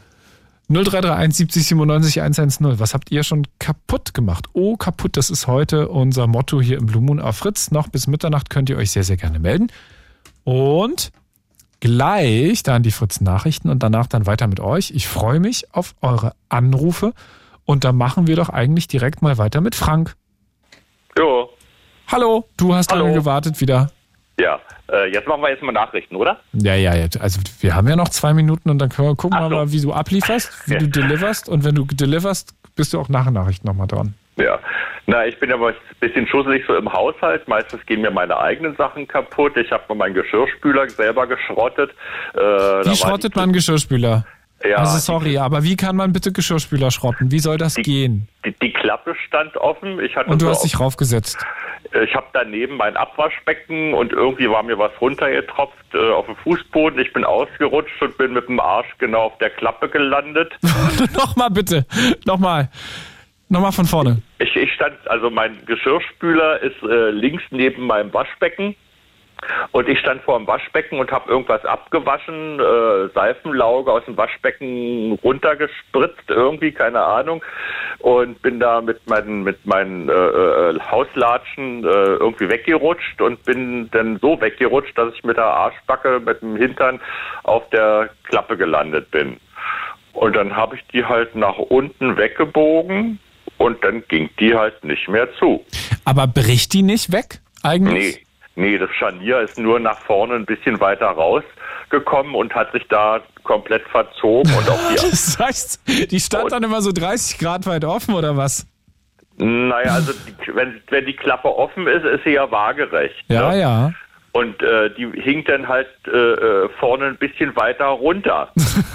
0331 70 97 110. Was habt ihr schon kaputt gemacht? Oh, kaputt, das ist heute unser Motto hier im Blue Moon auf Fritz. Noch bis Mitternacht könnt ihr euch sehr, sehr gerne melden. Und gleich dann die Fritz-Nachrichten und danach dann weiter mit euch. Ich freue mich auf eure Anrufe und da machen wir doch eigentlich direkt mal weiter mit Frank.
Jo.
Hallo, du hast lange gewartet wieder.
Ja, jetzt machen wir mal Nachrichten, oder?
Ja, also wir haben ja noch 2 Minuten und dann können wir gucken, mal, wie du ablieferst, wie du deliverst und wenn du deliverst, bist du auch nach den Nachrichten nochmal dran.
Ja, ich bin aber ein bisschen schusselig so im Haushalt. Meistens gehen mir meine eigenen Sachen kaputt. Ich habe meinen Geschirrspüler selber geschrottet.
Wie schrottet man einen Geschirrspüler?
Ja,
also sorry, aber wie kann man bitte Geschirrspüler schrotten? Wie soll das gehen?
Die Klappe stand offen.
Und du hast dich raufgesetzt?
Ich habe daneben mein Abwaschbecken und irgendwie war mir was runtergetropft auf dem Fußboden. Ich bin ausgerutscht und bin mit dem Arsch genau auf der Klappe gelandet.
Nochmal bitte, nochmal von vorne.
Ich stand, also mein Geschirrspüler ist links neben meinem Waschbecken. Und ich stand vor dem Waschbecken und habe irgendwas abgewaschen, Seifenlauge aus dem Waschbecken runtergespritzt, irgendwie, keine Ahnung. Und bin da mit meinen Hauslatschen irgendwie weggerutscht und bin dann so weggerutscht, dass ich mit der Arschbacke, mit dem Hintern auf der Klappe gelandet bin. Und dann habe ich die halt nach unten weggebogen und dann ging die halt nicht mehr zu.
Aber bricht die nicht weg eigentlich?
Nee, das Scharnier ist nur nach vorne ein bisschen weiter rausgekommen und hat sich da komplett verzogen. Und auch
das heißt, die stand dann immer so 30 Grad weit offen oder was?
Naja, also wenn die Klappe offen ist, ist sie ja waagerecht.
Ja,
ne?
Ja.
Und die hing dann halt vorne ein bisschen weiter runter.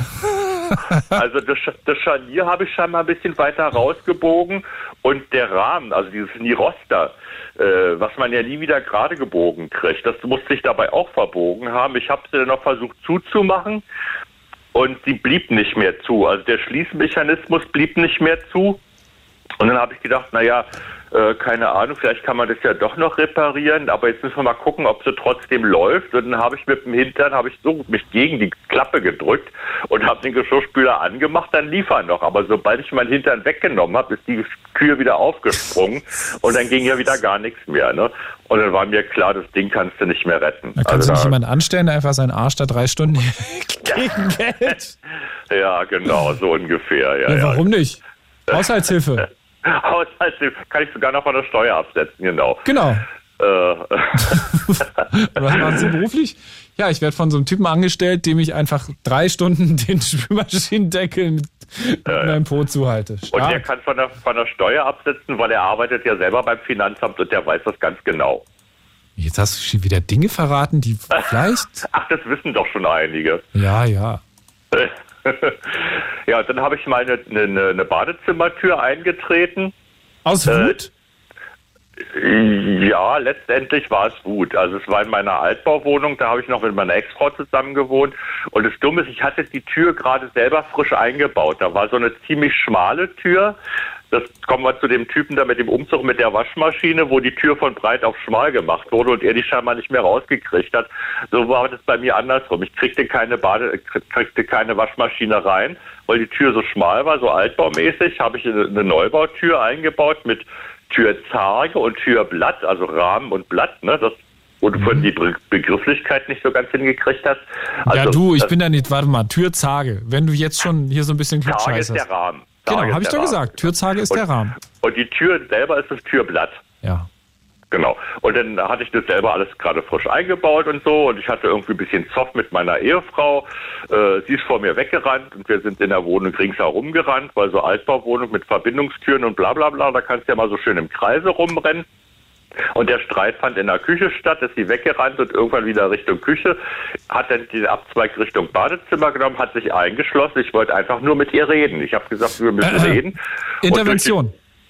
Also das Scharnier habe ich scheinbar ein bisschen weiter rausgebogen und der Rahmen, also dieses Niroster, was man ja nie wieder gerade gebogen kriegt, das musste ich dabei auch verbogen haben. Ich habe sie dann noch versucht zuzumachen und sie blieb nicht mehr zu. Also der Schließmechanismus blieb nicht mehr zu. Und dann habe ich gedacht, keine Ahnung, vielleicht kann man das ja doch noch reparieren, aber jetzt müssen wir mal gucken, ob sie trotzdem läuft. Und dann habe ich mit dem Hintern mich gegen die Klappe gedrückt und habe den Geschirrspüler angemacht, dann lief er noch. Aber sobald ich meinen Hintern weggenommen habe, ist die Tür wieder aufgesprungen und dann ging ja wieder gar nichts mehr. Ne? Und dann war mir klar, das Ding kannst du nicht mehr retten.
Da kannst du nicht jemanden anstellen, der einfach seinen Arsch da 3 Stunden gegen Geld.
Ja, genau, so ungefähr. Ja,
warum nicht? Haushaltshilfe.
Haushaltshilfe kann ich sogar noch von der Steuer absetzen, genau.
Genau. Was machen Sie beruflich? Ja, ich werde von so einem Typen angestellt, dem ich einfach 3 Stunden den Spülmaschinendeckel mit meinem Po zuhalte. Stark.
Und der kann von der Steuer absetzen, weil er arbeitet ja selber beim Finanzamt und der weiß das ganz genau.
Jetzt hast du schon wieder Dinge verraten, die vielleicht...
Ach, das wissen doch schon einige.
Ja.
Ja, dann habe ich mal eine Badezimmertür eingetreten.
Aus Wut?
Ja, letztendlich war es Wut. Also es war in meiner Altbauwohnung, da habe ich noch mit meiner Ex-Frau zusammen gewohnt. Und das Dumme ist, ich hatte die Tür gerade selber frisch eingebaut. Da war so eine ziemlich schmale Tür das kommen wir zu dem Typen da mit dem Umzug mit der Waschmaschine, wo die Tür von breit auf schmal gemacht wurde und er die scheinbar nicht mehr rausgekriegt hat. So war das bei mir andersrum. Ich kriegte keine Waschmaschine rein, weil die Tür so schmal war, so altbaumäßig. Habe ich eine Neubautür eingebaut mit Türzarge und Türblatt, also Rahmen und Blatt, ne? Das, wo du von die Begrifflichkeit nicht so ganz hingekriegt hast. Also,
ich bin da nicht, warte mal, Türzarge. Wenn du jetzt schon hier so ein bisschen
Zarge
klugscheißerst.
ist der Rahmen.
Genau, habe ich doch gesagt. Türzarge ist der Rahmen.
Und die Tür selber ist das Türblatt.
Ja.
Genau. Und dann hatte ich das selber alles gerade frisch eingebaut und so. Und ich hatte irgendwie ein bisschen Zoff mit meiner Ehefrau. Sie ist vor mir weggerannt und wir sind in der Wohnung ringsherum gerannt, weil so Altbauwohnung mit Verbindungstüren und bla bla bla, da kannst du ja mal so schön im Kreise rumrennen. Und der Streit fand in der Küche statt, ist sie weggerannt und irgendwann wieder Richtung Küche, hat dann den Abzweig Richtung Badezimmer genommen, hat sich eingeschlossen. Ich wollte einfach nur mit ihr reden. Ich habe gesagt, wir müssen reden.
Intervention.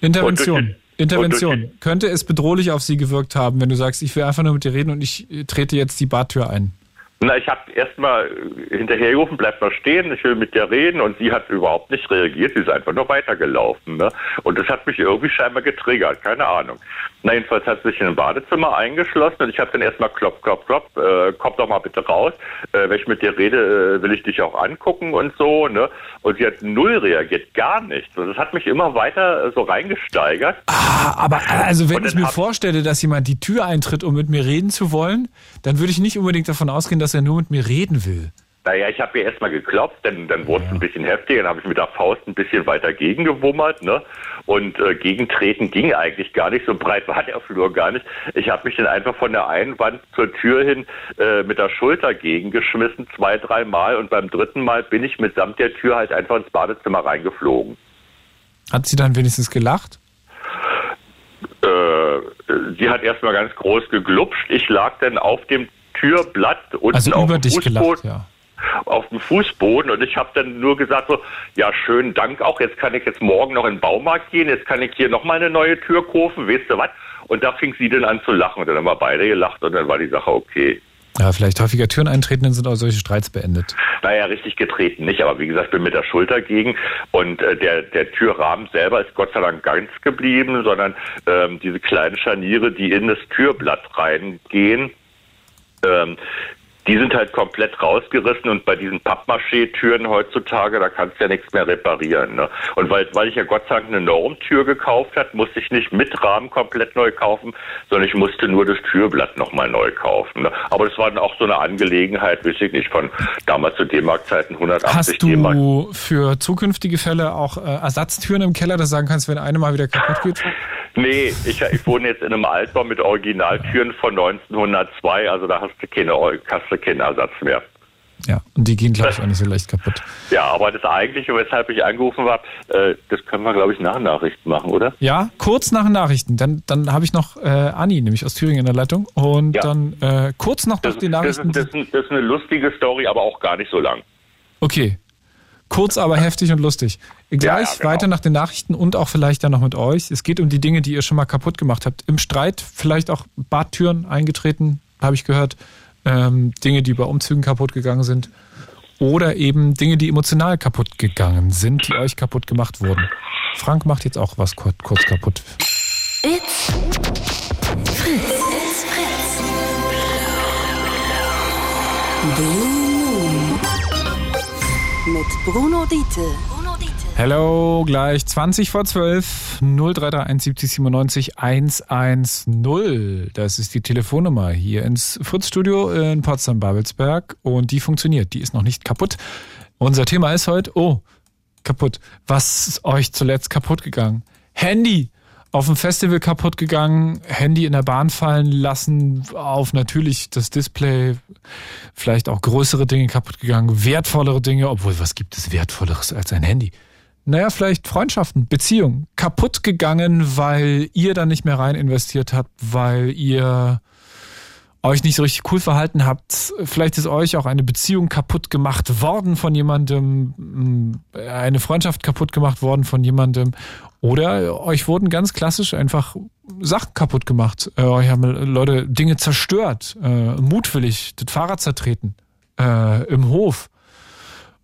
Könnte es bedrohlich auf sie gewirkt haben, wenn du sagst, ich will einfach nur mit dir reden und ich trete jetzt die Badtür ein?
Na, ich habe erstmal hinterhergerufen, bleib mal stehen, ich will mit dir reden und sie hat überhaupt nicht reagiert, sie ist einfach nur weitergelaufen. Ne? Und das hat mich irgendwie scheinbar getriggert, keine Ahnung. Na, jedenfalls hat sie sich in ein Badezimmer eingeschlossen und ich habe dann erstmal klopf, komm doch mal bitte raus, wenn ich mit dir rede, will ich dich auch angucken und so. Ne? Und sie hat null reagiert, gar nichts. Und das hat mich immer weiter so reingesteigert.
Aber also wenn ich mir vorstelle, dass jemand die Tür eintritt, um mit mir reden zu wollen, dann würde ich nicht unbedingt davon ausgehen, dass er nur mit mir reden will.
Naja, ich habe ihr erstmal geklopft, dann wurde es ein bisschen heftiger, dann habe ich mit der Faust ein bisschen weiter gegengewummert, ne? Und gegentreten ging eigentlich gar nicht, so breit war der Flur gar nicht. Ich habe mich dann einfach von der einen Wand zur Tür hin mit der Schulter gegengeschmissen, 2-3 Mal und beim 3. Mal bin ich mitsamt der Tür halt einfach ins Badezimmer reingeflogen. Hat
sie dann wenigstens gelacht?
Sie hat erstmal ganz groß geglupscht, ich lag dann auf dem Türblatt unten
also
auf
über
dem
dich
Fußboden,
gelacht, ja.
Auf dem Fußboden und ich habe dann nur gesagt so, ja schönen Dank auch, jetzt kann ich jetzt morgen noch in den Baumarkt gehen, jetzt kann ich hier nochmal eine neue Tür kaufen, weißt du was? Und da fing sie dann an zu lachen und dann haben wir beide gelacht und dann war die Sache okay.
Ja, vielleicht häufiger Türen eintreten, dann sind auch solche Streits beendet.
Naja, richtig getreten nicht, aber wie gesagt, bin mit der Schulter gegen und der Türrahmen selber ist Gott sei Dank ganz geblieben, sondern diese kleinen Scharniere, die in das Türblatt reingehen, die sind halt komplett rausgerissen und bei diesen Pappmaché-Türen heutzutage, da kannst du ja nichts mehr reparieren. Ne? Und weil ich ja Gott sei Dank eine Normtür gekauft habe, musste ich nicht mit Rahmen komplett neu kaufen, sondern ich musste nur das Türblatt nochmal neu kaufen. Ne? Aber das war dann auch so eine Angelegenheit, weiß ich nicht, von damals zu D-Mark-Zeiten 180 D-Mark.
Hast du für zukünftige Fälle auch Ersatztüren im Keller, dass du sagen kannst, wenn eine mal wieder kaputt geht?
Nee, ich wohne jetzt in einem Altbau mit Originaltüren von 1902, also da hast du keinen Ersatz mehr.
Ja, und die gehen, glaube ich, auch nicht so leicht kaputt.
Ja, aber das Eigentliche, weshalb ich angerufen habe, das können wir, glaube ich, nach Nachrichten machen, oder?
Ja, kurz nach Nachrichten. Dann habe ich noch Anni, nämlich aus Thüringen in der Leitung. Und dann kurz noch die Nachrichten.
Das ist eine lustige Story, aber auch gar nicht so lang.
Okay. Kurz, aber heftig und lustig. Gleich genau. Weiter nach den Nachrichten und auch vielleicht dann noch mit euch. Es geht um die Dinge, die ihr schon mal kaputt gemacht habt. Im Streit vielleicht auch Badtüren eingetreten, habe ich gehört. Dinge, die bei Umzügen kaputt gegangen sind. Oder eben Dinge, die emotional kaputt gegangen sind, die euch kaputt gemacht wurden. Frank macht jetzt auch was kurz kaputt.
It's Fritz. It's Fritz. Blue Moon. Mit Bruno Dietl.
Hello, gleich 20 vor 12, 0331 70 97 110. Das ist die Telefonnummer hier ins Fritz-Studio in Potsdam-Babelsberg und die funktioniert, die ist noch nicht kaputt. Unser Thema ist heute, kaputt. Was ist euch zuletzt kaputt gegangen? Handy auf dem Festival kaputt gegangen, Handy in der Bahn fallen lassen, auf natürlich das Display, vielleicht auch größere Dinge kaputt gegangen, wertvollere Dinge, obwohl was gibt es Wertvolleres als ein Handy? Naja, vielleicht Freundschaften, Beziehungen, kaputt gegangen, weil ihr da nicht mehr rein investiert habt, weil ihr euch nicht so richtig cool verhalten habt. Vielleicht ist euch auch eine Beziehung kaputt gemacht worden von jemandem, eine Freundschaft kaputt gemacht worden von jemandem. Oder euch wurden ganz klassisch einfach Sachen kaputt gemacht. Euch haben Leute Dinge zerstört, mutwillig das Fahrrad zertreten, im Hof.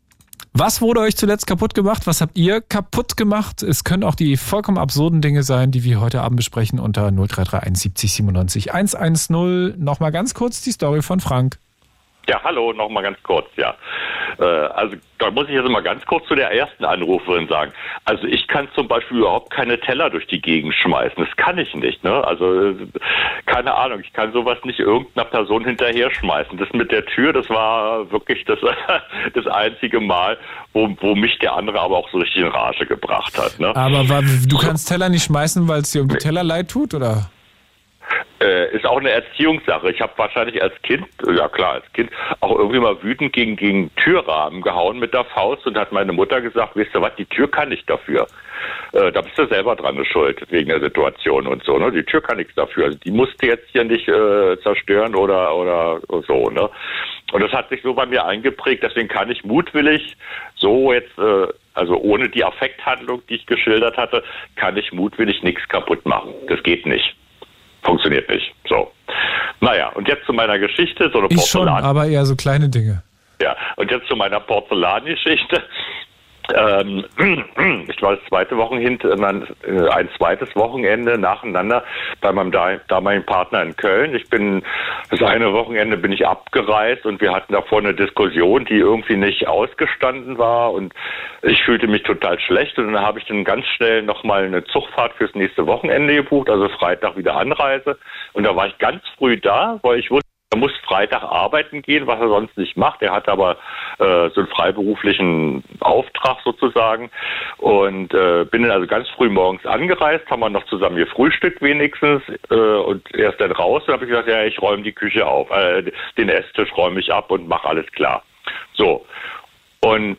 Was wurde euch zuletzt kaputt gemacht? Was habt ihr kaputt gemacht? Es können auch die vollkommen absurden Dinge sein, die wir heute Abend besprechen unter 0331 70 97 110. Nochmal ganz kurz die Story von Frank.
Ja, hallo, nochmal ganz kurz, ja. Also da muss ich jetzt mal ganz kurz zu der ersten Anruferin sagen. Also ich kann zum Beispiel überhaupt keine Teller durch die Gegend schmeißen. Das kann ich nicht, ne? Also keine Ahnung, ich kann sowas nicht irgendeiner Person hinterher schmeißen. Das mit der Tür, das war wirklich das einzige Mal, wo mich der andere aber auch so richtig in Rage gebracht hat, ne?
Aber du kannst Teller nicht schmeißen, weil es dir um die Teller leid tut, oder?
Ist auch eine Erziehungssache. Ich habe wahrscheinlich als Kind auch irgendwie mal wütend gegen Türrahmen gehauen mit der Faust und hat meine Mutter gesagt, weißt du was, die Tür kann nicht dafür. Da bist du selber dran schuld, wegen der Situation und so, ne? Die Tür kann nichts dafür. Also die musste jetzt hier nicht zerstören oder so, ne? Und das hat sich so bei mir eingeprägt, deswegen kann ich mutwillig so jetzt, also ohne die Affekthandlung, die ich geschildert hatte, kann ich mutwillig nichts kaputt machen. Das geht nicht. Funktioniert nicht. So. Naja, und jetzt zu meiner Geschichte. So eine
ich schon, aber eher so kleine Dinge.
Ja, und jetzt zu meiner Porzellangeschichte. Ich war ein zweites Wochenende nacheinander bei meinem damaligen Partner in Köln. Das eine Wochenende bin ich abgereist und wir hatten davor eine Diskussion, die irgendwie nicht ausgestanden war und ich fühlte mich total schlecht und dann habe ich dann ganz schnell nochmal eine Zugfahrt fürs nächste Wochenende gebucht, also Freitag wieder Anreise und da war ich ganz früh da, weil ich wusste, er muss Freitag arbeiten gehen, was er sonst nicht macht. Er hat aber so einen freiberuflichen Auftrag sozusagen und bin dann also ganz früh morgens angereist, haben wir noch zusammen gefrühstückt wenigstens und er ist dann raus und habe ich gesagt, ja, ich räume die Küche auf, den Esstisch räume ich ab und mache alles klar. So, und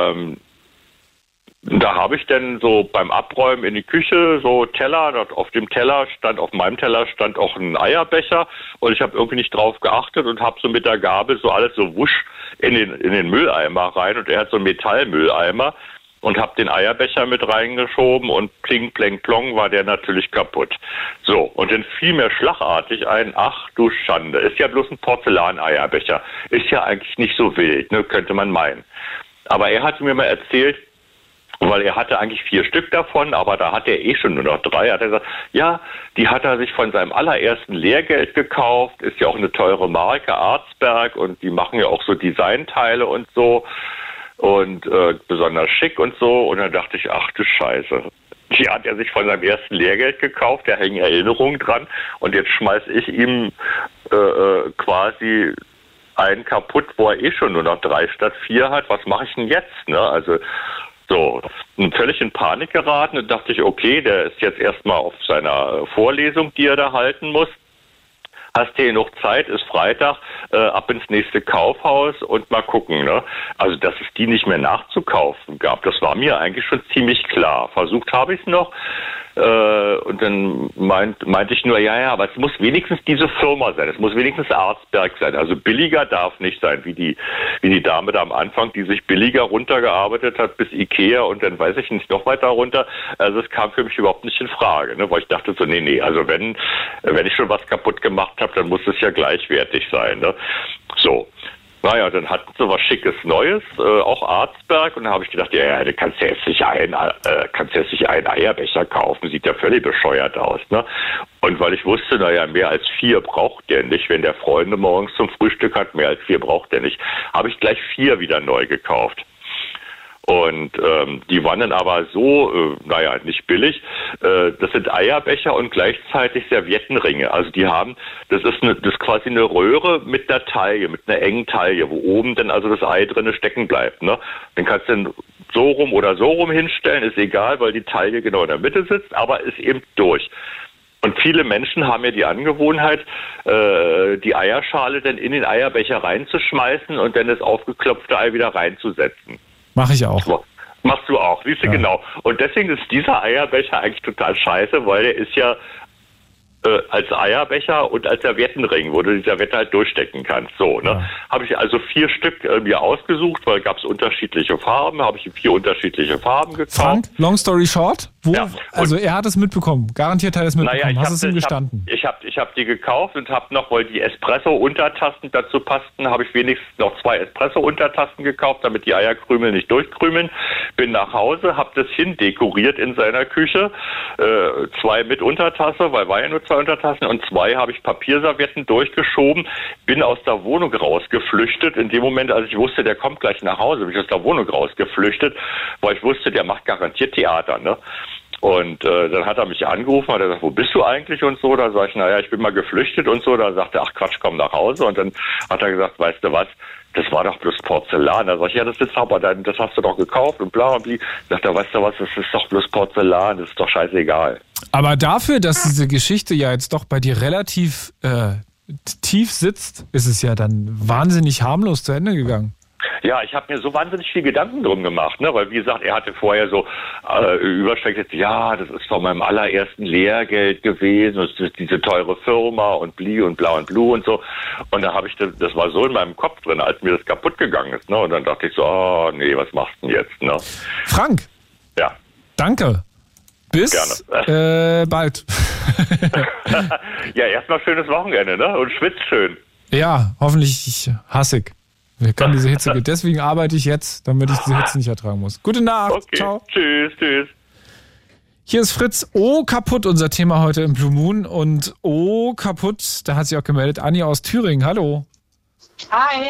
da habe ich dann so beim Abräumen in die Küche so Teller, auf meinem Teller stand auch ein Eierbecher und ich habe irgendwie nicht drauf geachtet und habe so mit der Gabel so alles so wusch in den Mülleimer rein und er hat so einen Metallmülleimer und habe den Eierbecher mit reingeschoben und pling, pleng, plong war der natürlich kaputt. So, und dann fiel mir schlagartig ein, ach du Schande, ist ja bloß ein Porzellaneierbecher, ist ja eigentlich nicht so wild, ne, könnte man meinen. Aber er hatte mir mal erzählt, weil er hatte eigentlich 4 Stück davon, aber da hat er schon nur noch 3. Hat er gesagt, ja, die hat er sich von seinem allerersten Lehrgeld gekauft, ist ja auch eine teure Marke, Arzberg, und die machen ja auch so Designteile und so und besonders schick und so. Und dann dachte ich, ach du Scheiße. Die hat er sich von seinem ersten Lehrgeld gekauft, da hängen Erinnerungen dran und jetzt schmeiß ich ihm quasi einen kaputt, wo er schon nur noch 3 statt 4 hat. Was mache ich denn jetzt? Ne? Also so, völlig in Panik geraten und dachte ich, okay, der ist jetzt erstmal auf seiner Vorlesung, die er da halten muss. Hast du hier noch Zeit, ist Freitag, ab ins nächste Kaufhaus und mal gucken, ne? Also, dass es die nicht mehr nachzukaufen gab, das war mir eigentlich schon ziemlich klar. Versucht habe ich es noch. Und dann meinte ich nur, ja, aber es muss wenigstens diese Firma sein, es muss wenigstens Arzberg sein. Also billiger darf nicht sein, wie die Dame da am Anfang, die sich billiger runtergearbeitet hat bis Ikea und dann weiß ich nicht noch weiter runter. Also es kam für mich überhaupt nicht in Frage, ne? Weil ich dachte so, nee, also wenn ich schon was kaputt gemacht habe, dann muss es ja gleichwertig sein, ne? So. Naja, dann hatten sie was Schickes Neues, auch Arzberg, und dann habe ich gedacht, ja, du kannst ja jetzt nicht einen Eierbecher kaufen, sieht ja völlig bescheuert aus, ne? Und weil ich wusste, naja, mehr als 4 braucht der nicht, wenn der Freunde morgens zum Frühstück hat, mehr als 4 braucht der nicht, habe ich gleich 4 wieder neu gekauft. Und die waren dann aber so, nicht billig. Das sind Eierbecher und gleichzeitig Serviettenringe. Also das ist quasi eine Röhre mit einer Taille, mit einer engen Taille, wo oben dann also das Ei drinne stecken bleibt. Ne? Den kannst du dann so rum oder so rum hinstellen, ist egal, weil die Taille genau in der Mitte sitzt, aber ist eben durch. Und viele Menschen haben ja die Angewohnheit, die Eierschale dann in den Eierbecher reinzuschmeißen und dann das aufgeklopfte Ei wieder reinzusetzen.
Mache ich auch.
Machst du auch, siehst du, ja. Genau. Und deswegen ist dieser Eierbecher eigentlich total scheiße, weil der ist ja als Eierbecher und als Serviettenring, wo du die Serviette halt durchstecken kannst. So, ne?
Ja.
Habe ich also 4 Stück mir ausgesucht, weil gab es unterschiedliche Farben, habe ich 4 unterschiedliche Farben gekauft.
Frank, long story short,
Ja,
also er hat es mitbekommen, garantiert hat er es mitbekommen. Hast du es ihm gestanden?
Ich hab die gekauft und habe noch, weil die Espresso-Untertassen dazu passten, habe ich wenigstens noch 2 Espresso-Untertassen gekauft, damit die Eierkrümel nicht durchkrümeln. Bin nach Hause, habe das hindekoriert in seiner Küche, 2 mit Untertasse, weil war ja nur 2 Untertassen und 2 habe ich Papierservietten durchgeschoben, bin aus der Wohnung rausgeflüchtet. In dem Moment, als ich wusste, der kommt gleich nach Hause, bin ich aus der Wohnung rausgeflüchtet, weil ich wusste, der macht garantiert Theater, ne? Und dann hat er mich angerufen, hat er gesagt, wo bist du eigentlich und so. Da sag ich, naja, ich bin mal geflüchtet und so. Da sagte er, ach Quatsch, komm nach Hause. Und dann hat er gesagt, weißt du was, das war doch bloß Porzellan. Da sag ich, ja, das ist aber dann, das hast du doch gekauft und bla und bla. Sagt er, weißt du was, das ist doch bloß Porzellan, das ist doch scheißegal.
Aber dafür, dass diese Geschichte ja jetzt doch bei dir relativ tief sitzt, ist es ja dann wahnsinnig harmlos zu Ende gegangen.
Ja, ich habe mir so wahnsinnig viel Gedanken drum gemacht, ne? Weil wie gesagt, er hatte vorher so überstreckt, ja, das ist von meinem allerersten Lehrgeld gewesen, das ist diese teure Firma und bli und bla und blue und so. Und da habe ich das war so in meinem Kopf drin, als mir das kaputt gegangen ist, ne? Und dann dachte ich so, oh nee, was machst du denn jetzt, ne?
Frank.
Ja.
Danke. Bis bald.
Ja, erstmal schönes Wochenende, ne? Und schwitzt schön.
Ja, hoffentlich hassig. Wir können diese Hitze. Deswegen arbeite ich jetzt, damit ich diese Hitze nicht ertragen muss. Gute Nacht.
Okay.
Ciao.
Tschüss.
Hier ist Fritz. Oh, kaputt, unser Thema heute im Blue Moon. Und oh, kaputt, da hat sich auch gemeldet Anni aus Thüringen. Hallo.
Hi.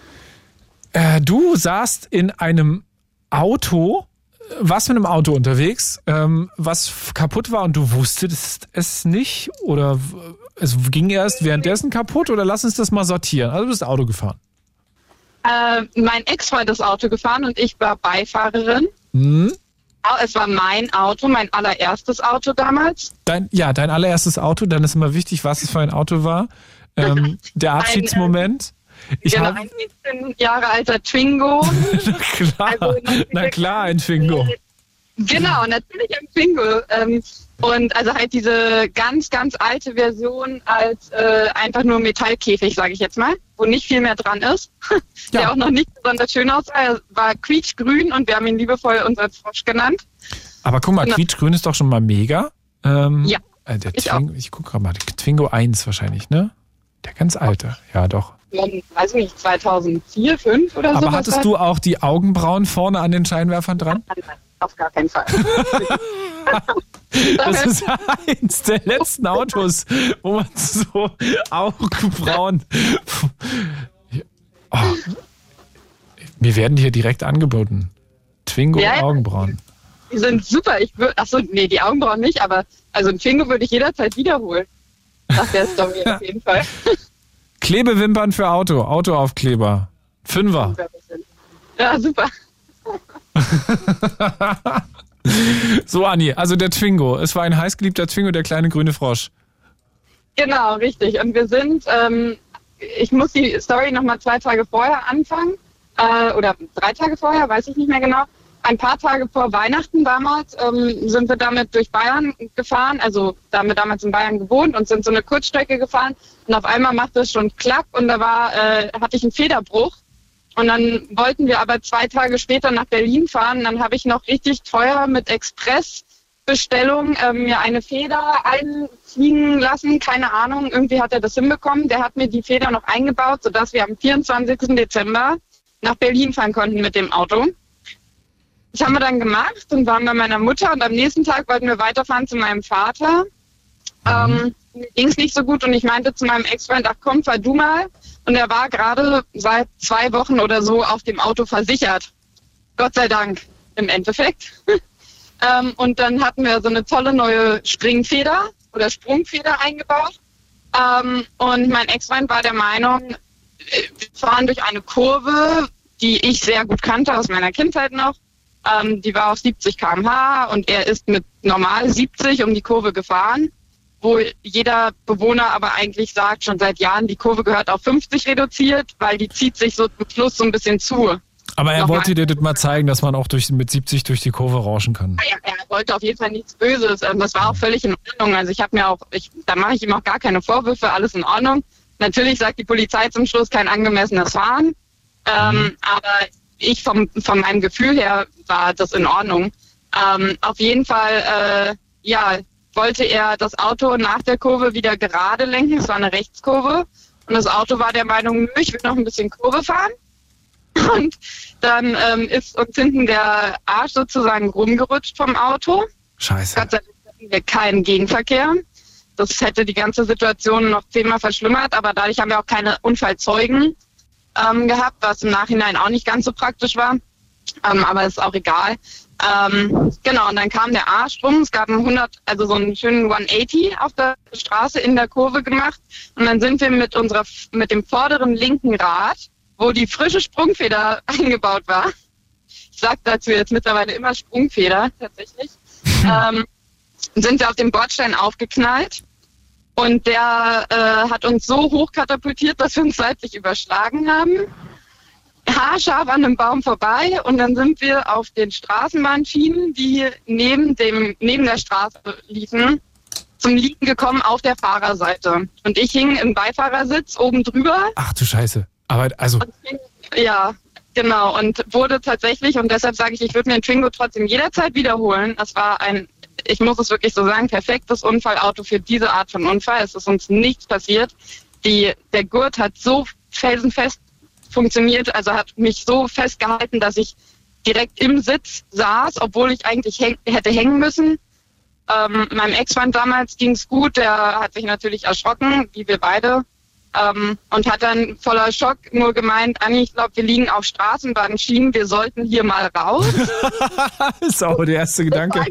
Du saßt in einem Auto, warst mit einem Auto unterwegs, was kaputt war und du wusstest es nicht? Oder es ging erst währenddessen kaputt? Oder lass uns das mal sortieren. Also du bist Auto gefahren.
Mein Ex-Freund ist Auto gefahren und ich war Beifahrerin. Es war mein Auto, mein allererstes Auto damals.
Dein allererstes Auto, dann ist immer wichtig, was es für ein Auto war. Der Abschiedsmoment.
Ein 17 Jahre alter Twingo.
Na klar, ein Twingo.
Genau, natürlich ein Twingo. Und also halt diese ganz, ganz alte Version als einfach nur Metallkäfig, sage ich jetzt mal, wo nicht viel mehr dran ist. Ja. Der auch noch nicht besonders schön aussah. Er war quietschgrün und wir haben ihn liebevoll unser Frosch genannt.
Aber guck mal, quietschgrün ist doch schon mal mega.
Ja,
der Twingo, ich gucke gerade mal, Twingo 1 wahrscheinlich, ne? Der ganz alte, ja doch.
Weiß nicht, 2004, 2005 oder so.
Aber hattest du auch die Augenbrauen vorne an den Scheinwerfern dran?
Nein, auf gar keinen Fall.
Das ist eins der letzten Autos, wo man so Augenbrauen... Oh. Mir werden die hier direkt angeboten. Twingo Augenbrauen.
Die sind super. Die Augenbrauen nicht, aber also ein Twingo würde ich jederzeit wiederholen. Nach der Story auf jeden Fall.
Klebewimpern für Autoaufkleber. 5er.
Ja, super.
So, Anni, also der Twingo. Es war ein heißgeliebter Twingo, der kleine grüne Frosch.
Genau, richtig. Und wir sind, ich muss die Story nochmal 2 Tage vorher anfangen. Oder 3 Tage vorher, weiß ich nicht mehr genau. Ein paar Tage vor Weihnachten damals sind wir damit durch Bayern gefahren. Also da haben wir damals in Bayern gewohnt und sind so eine Kurzstrecke gefahren. Und auf einmal machte es schon Klack und da hatte ich einen Federbruch. Und dann wollten wir aber 2 Tage später nach Berlin fahren. Dann habe ich noch richtig teuer mit Expressbestellung mir eine Feder einfliegen lassen. Keine Ahnung, irgendwie hat er das hinbekommen. Der hat mir die Feder noch eingebaut, sodass wir am 24. Dezember nach Berlin fahren konnten mit dem Auto. Das haben wir dann gemacht und waren bei meiner Mutter. Und am nächsten Tag wollten wir weiterfahren zu meinem Vater. Mir ging es nicht so gut und ich meinte zu meinem Ex-Freund, ach komm, fahr du mal. Und er war gerade seit 2 Wochen oder so auf dem Auto versichert. Gott sei Dank, im Endeffekt. Und dann hatten wir so eine tolle neue Springfeder oder Sprungfeder eingebaut. Und mein Ex-Freund war der Meinung, wir fahren durch eine Kurve, die ich sehr gut kannte aus meiner Kindheit noch. Die war auf 70 km/h und er ist mit normal 70 um die Kurve gefahren, wo jeder Bewohner aber eigentlich sagt, schon seit Jahren, die Kurve gehört auf 50 reduziert, weil die zieht sich so zum Schluss so ein bisschen zu.
Aber er wollte dir das mal zeigen, dass man auch mit 70 durch die Kurve rauschen kann.
Ja, er hat wollte auf jeden Fall nichts Böses. Das war auch völlig in Ordnung. Also da mache ich ihm auch gar keine Vorwürfe, alles in Ordnung. Natürlich sagt die Polizei zum Schluss kein angemessenes Fahren. Aber ich von meinem Gefühl her war das in Ordnung. Auf jeden Fall, wollte er das Auto nach der Kurve wieder gerade lenken. Es war eine Rechtskurve. Und das Auto war der Meinung, ich will noch ein bisschen Kurve fahren. Und dann ist uns hinten der Arsch sozusagen rumgerutscht vom Auto.
Scheiße.
Gott sei Dank hatten wir keinen Gegenverkehr. Das hätte die ganze Situation noch 10-mal verschlimmert. Aber dadurch haben wir auch keine Unfallzeugen gehabt, was im Nachhinein auch nicht ganz so praktisch war. Aber ist auch egal. Genau, und dann kam der Arsch rum. Es gab so einen schönen 180 auf der Straße in der Kurve gemacht. Und dann sind wir mit dem vorderen linken Rad, wo die frische Sprungfeder eingebaut war. Ich sage dazu jetzt mittlerweile immer Sprungfeder, tatsächlich. Sind wir auf dem Bordstein aufgeknallt. Und der hat uns so hoch katapultiert, dass wir uns seitlich überschlagen haben. Haarscharf an einem Baum vorbei und dann sind wir auf den Straßenbahnschienen, die neben der Straße liefen, zum Liegen gekommen auf der Fahrerseite. Und ich hing im Beifahrersitz oben drüber.
Ach du Scheiße. Aber also...
Ja, genau. Und wurde tatsächlich, und deshalb sage ich würde mir ein Twingo trotzdem jederzeit wiederholen. Das war ich muss es wirklich so sagen, perfektes Unfallauto für diese Art von Unfall. Es ist uns nichts passiert. Der Gurt hat so felsenfest funktioniert, also hat mich so festgehalten, dass ich direkt im Sitz saß, obwohl ich eigentlich hätte hängen müssen. Meinem Ex-Freund damals ging es gut, der hat sich natürlich erschrocken, wie wir beide, und hat dann voller Schock nur gemeint, Anni, ich glaube, wir liegen auf Straßenbahnschienen, wir sollten hier mal raus.
Das ist auch der erste Gedanke.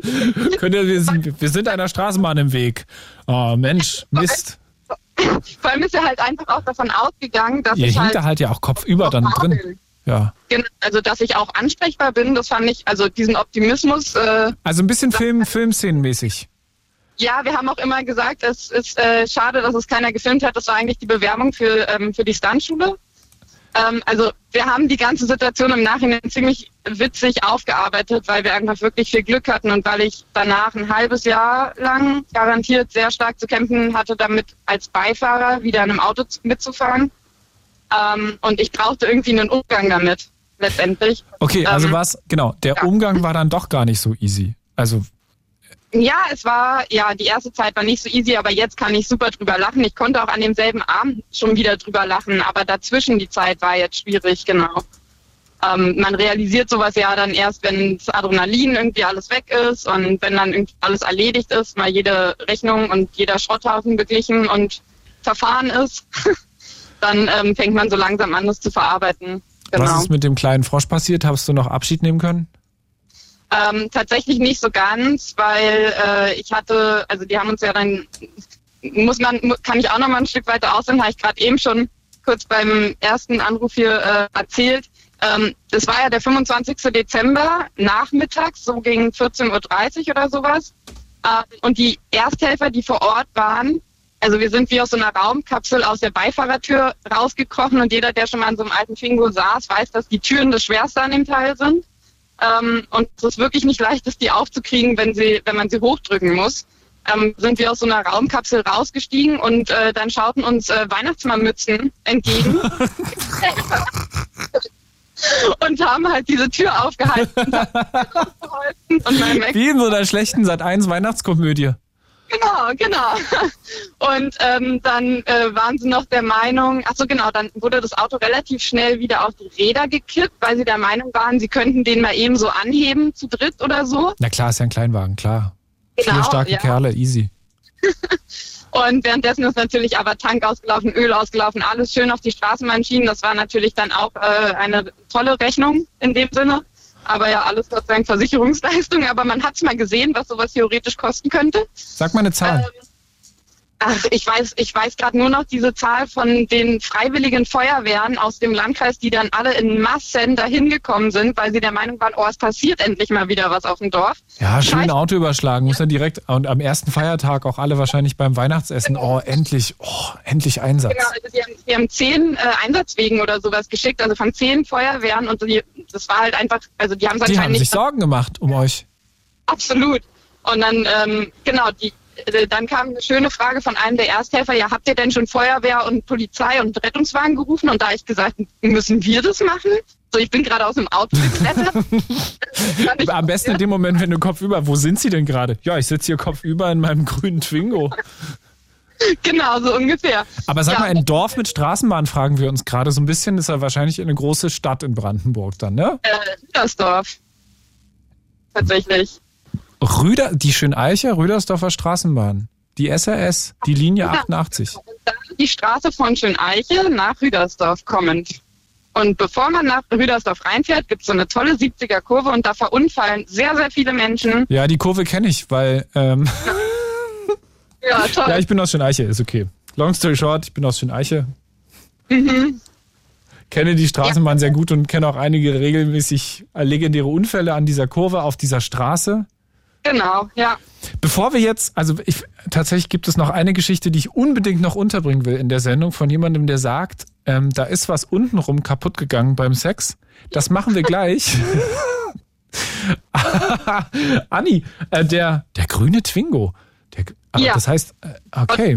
Wir sind einer Straßenbahn im Weg. Oh Mensch, Mist.
Vor allem ist er halt einfach auch davon ausgegangen, dass ich
halt ja auch kopfüber dann drin.
Bin.
Ja.
Also, dass ich auch ansprechbar bin, das fand ich, also diesen Optimismus.
Also ein bisschen Filmszenenmäßig.
Ja, wir haben auch immer gesagt, es ist schade, dass es keiner gefilmt hat. Das war eigentlich die Bewerbung für die Stuntschule. Also wir haben die ganze Situation im Nachhinein ziemlich witzig aufgearbeitet, weil wir einfach wirklich viel Glück hatten und weil ich danach ein halbes Jahr lang garantiert sehr stark zu kämpfen hatte, damit als Beifahrer wieder in einem Auto mitzufahren. Und ich brauchte irgendwie einen Umgang damit, letztendlich.
Okay, also der Umgang war dann doch gar nicht so easy. Also
ja, die erste Zeit war nicht so easy, aber jetzt kann ich super drüber lachen. Ich konnte auch an demselben Abend schon wieder drüber lachen, aber dazwischen die Zeit war jetzt schwierig, genau. Man realisiert sowas ja dann erst, wenn das Adrenalin irgendwie alles weg ist und wenn dann irgendwie alles erledigt ist, mal jede Rechnung und jeder Schrotthaufen beglichen und verfahren ist, dann fängt man so langsam an, das zu verarbeiten. Genau.
Was ist mit dem kleinen Frosch passiert? Hast du noch Abschied nehmen können?
Tatsächlich nicht so ganz, weil die haben uns ja dann, kann ich auch noch mal ein Stück weiter ausholen, habe ich gerade eben schon kurz beim ersten Anruf hier erzählt. Das war ja der 25. Dezember nachmittags, so gegen 14.30 Uhr oder sowas. Und die Ersthelfer, die vor Ort waren, also wir sind wie aus so einer Raumkapsel aus der Beifahrertür rausgekrochen und jeder, der schon mal in so einem alten Twingo saß, weiß, dass die Türen das Schwerste an dem Teil sind. Und es ist wirklich nicht leicht, die aufzukriegen, wenn man sie hochdrücken muss. Sind wir aus so einer Raumkapsel rausgestiegen und dann schauten uns Weihnachtsmannmützen entgegen und haben halt diese Tür aufgehalten und geholfen.
Wie in so einer schlechten Sat.1 Weihnachtskomödie.
Genau. Und dann waren sie noch der Meinung, dann wurde das Auto relativ schnell wieder auf die Räder gekippt, weil sie der Meinung waren, sie könnten den mal eben so anheben, zu dritt oder so.
Na klar, ist ja ein Kleinwagen, klar.
Genau,
4 starke Kerle, easy.
Und währenddessen ist natürlich aber Tank ausgelaufen, Öl ausgelaufen, alles schön auf die Straßenbahnschienen. Das war natürlich dann auch eine tolle Rechnung in dem Sinne. Aber ja, alles Gott sei Dank Versicherungsleistung. Aber man hat es mal gesehen, was sowas theoretisch kosten könnte.
Sag mal eine Zahl.
Ich weiß gerade nur noch diese Zahl von den freiwilligen Feuerwehren aus dem Landkreis, die dann alle in Massen dahin gekommen sind, weil sie der Meinung waren, es passiert endlich mal wieder was auf dem Dorf.
Ja, schön Auto überschlagen, muss dann direkt, und am ersten Feiertag auch alle wahrscheinlich beim Weihnachtsessen, endlich Einsatz.
Genau, also die haben 10 Einsatzwegen oder sowas geschickt, also von 10 Feuerwehren und das war halt einfach, also die haben
sich Sorgen gemacht um euch.
Absolut. Und dann, dann kam eine schöne Frage von einem der Ersthelfer, ja, habt ihr denn schon Feuerwehr und Polizei und Rettungswagen gerufen? Und da ich gesagt, müssen wir das machen? So, ich bin gerade aus dem Auto geklettert.
Am besten in dem Moment, wenn du kopfüber, wo sind sie denn gerade? Ja, ich sitze hier kopfüber in meinem grünen Twingo.
Genau, so ungefähr.
Aber sag mal, ein Dorf mit Straßenbahn fragen wir uns gerade so ein bisschen, ist ja wahrscheinlich eine große Stadt in Brandenburg dann, ne?
Rüdersdorf. Tatsächlich.
Die Schöneiche, Rüdersdorfer Straßenbahn. Die SRS, die Linie 88.
Und dann die Straße von Schöneiche nach Rüdersdorf kommend. Und bevor man nach Rüdersdorf reinfährt, gibt es so eine tolle 70er-Kurve und da verunfallen sehr, sehr viele Menschen.
Ja, die Kurve kenne ich, weil...
Ja, toll.
Ja, ich bin aus Schöneiche, ist okay. Long story short, ich bin aus Schöneiche. Kenne die Straßenbahn sehr gut und kenne auch einige regelmäßig legendäre Unfälle an dieser Kurve auf dieser Straße.
Genau, ja.
Bevor wir jetzt, tatsächlich gibt es noch eine Geschichte, die ich unbedingt noch unterbringen will in der Sendung von jemandem, der sagt, da ist was untenrum kaputt gegangen beim Sex. Das machen wir gleich. Anni, der grüne Twingo. Das heißt, okay.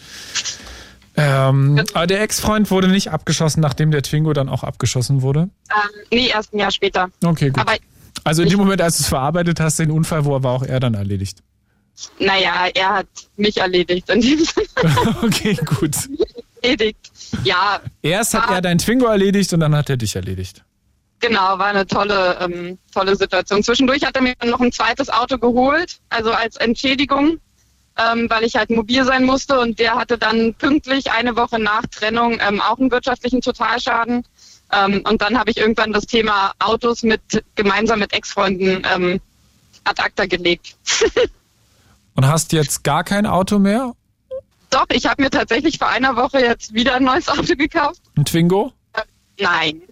Aber der Ex-Freund wurde nicht abgeschossen, nachdem der Twingo dann auch abgeschossen wurde?
Nee, erst ein Jahr später.
Okay, gut. Aber also in dem Moment, als du es verarbeitet hast, den Unfall, war auch er dann erledigt?
Naja, er hat mich erledigt in dem Sinne.
Okay, gut.
Erledigt, ja.
Erst hat er dein Twingo erledigt und dann hat er dich erledigt.
Genau, war eine tolle Situation. Zwischendurch hat er mir noch ein zweites Auto geholt, also als Entschädigung, weil ich halt mobil sein musste und der hatte dann pünktlich eine Woche nach Trennung auch einen wirtschaftlichen Totalschaden. Und dann habe ich irgendwann das Thema Autos gemeinsam mit Ex-Freunden ad acta gelegt.
Und hast jetzt gar kein Auto mehr?
Doch, ich habe mir tatsächlich vor einer Woche jetzt wieder ein neues Auto gekauft.
Ein Twingo?
Nein.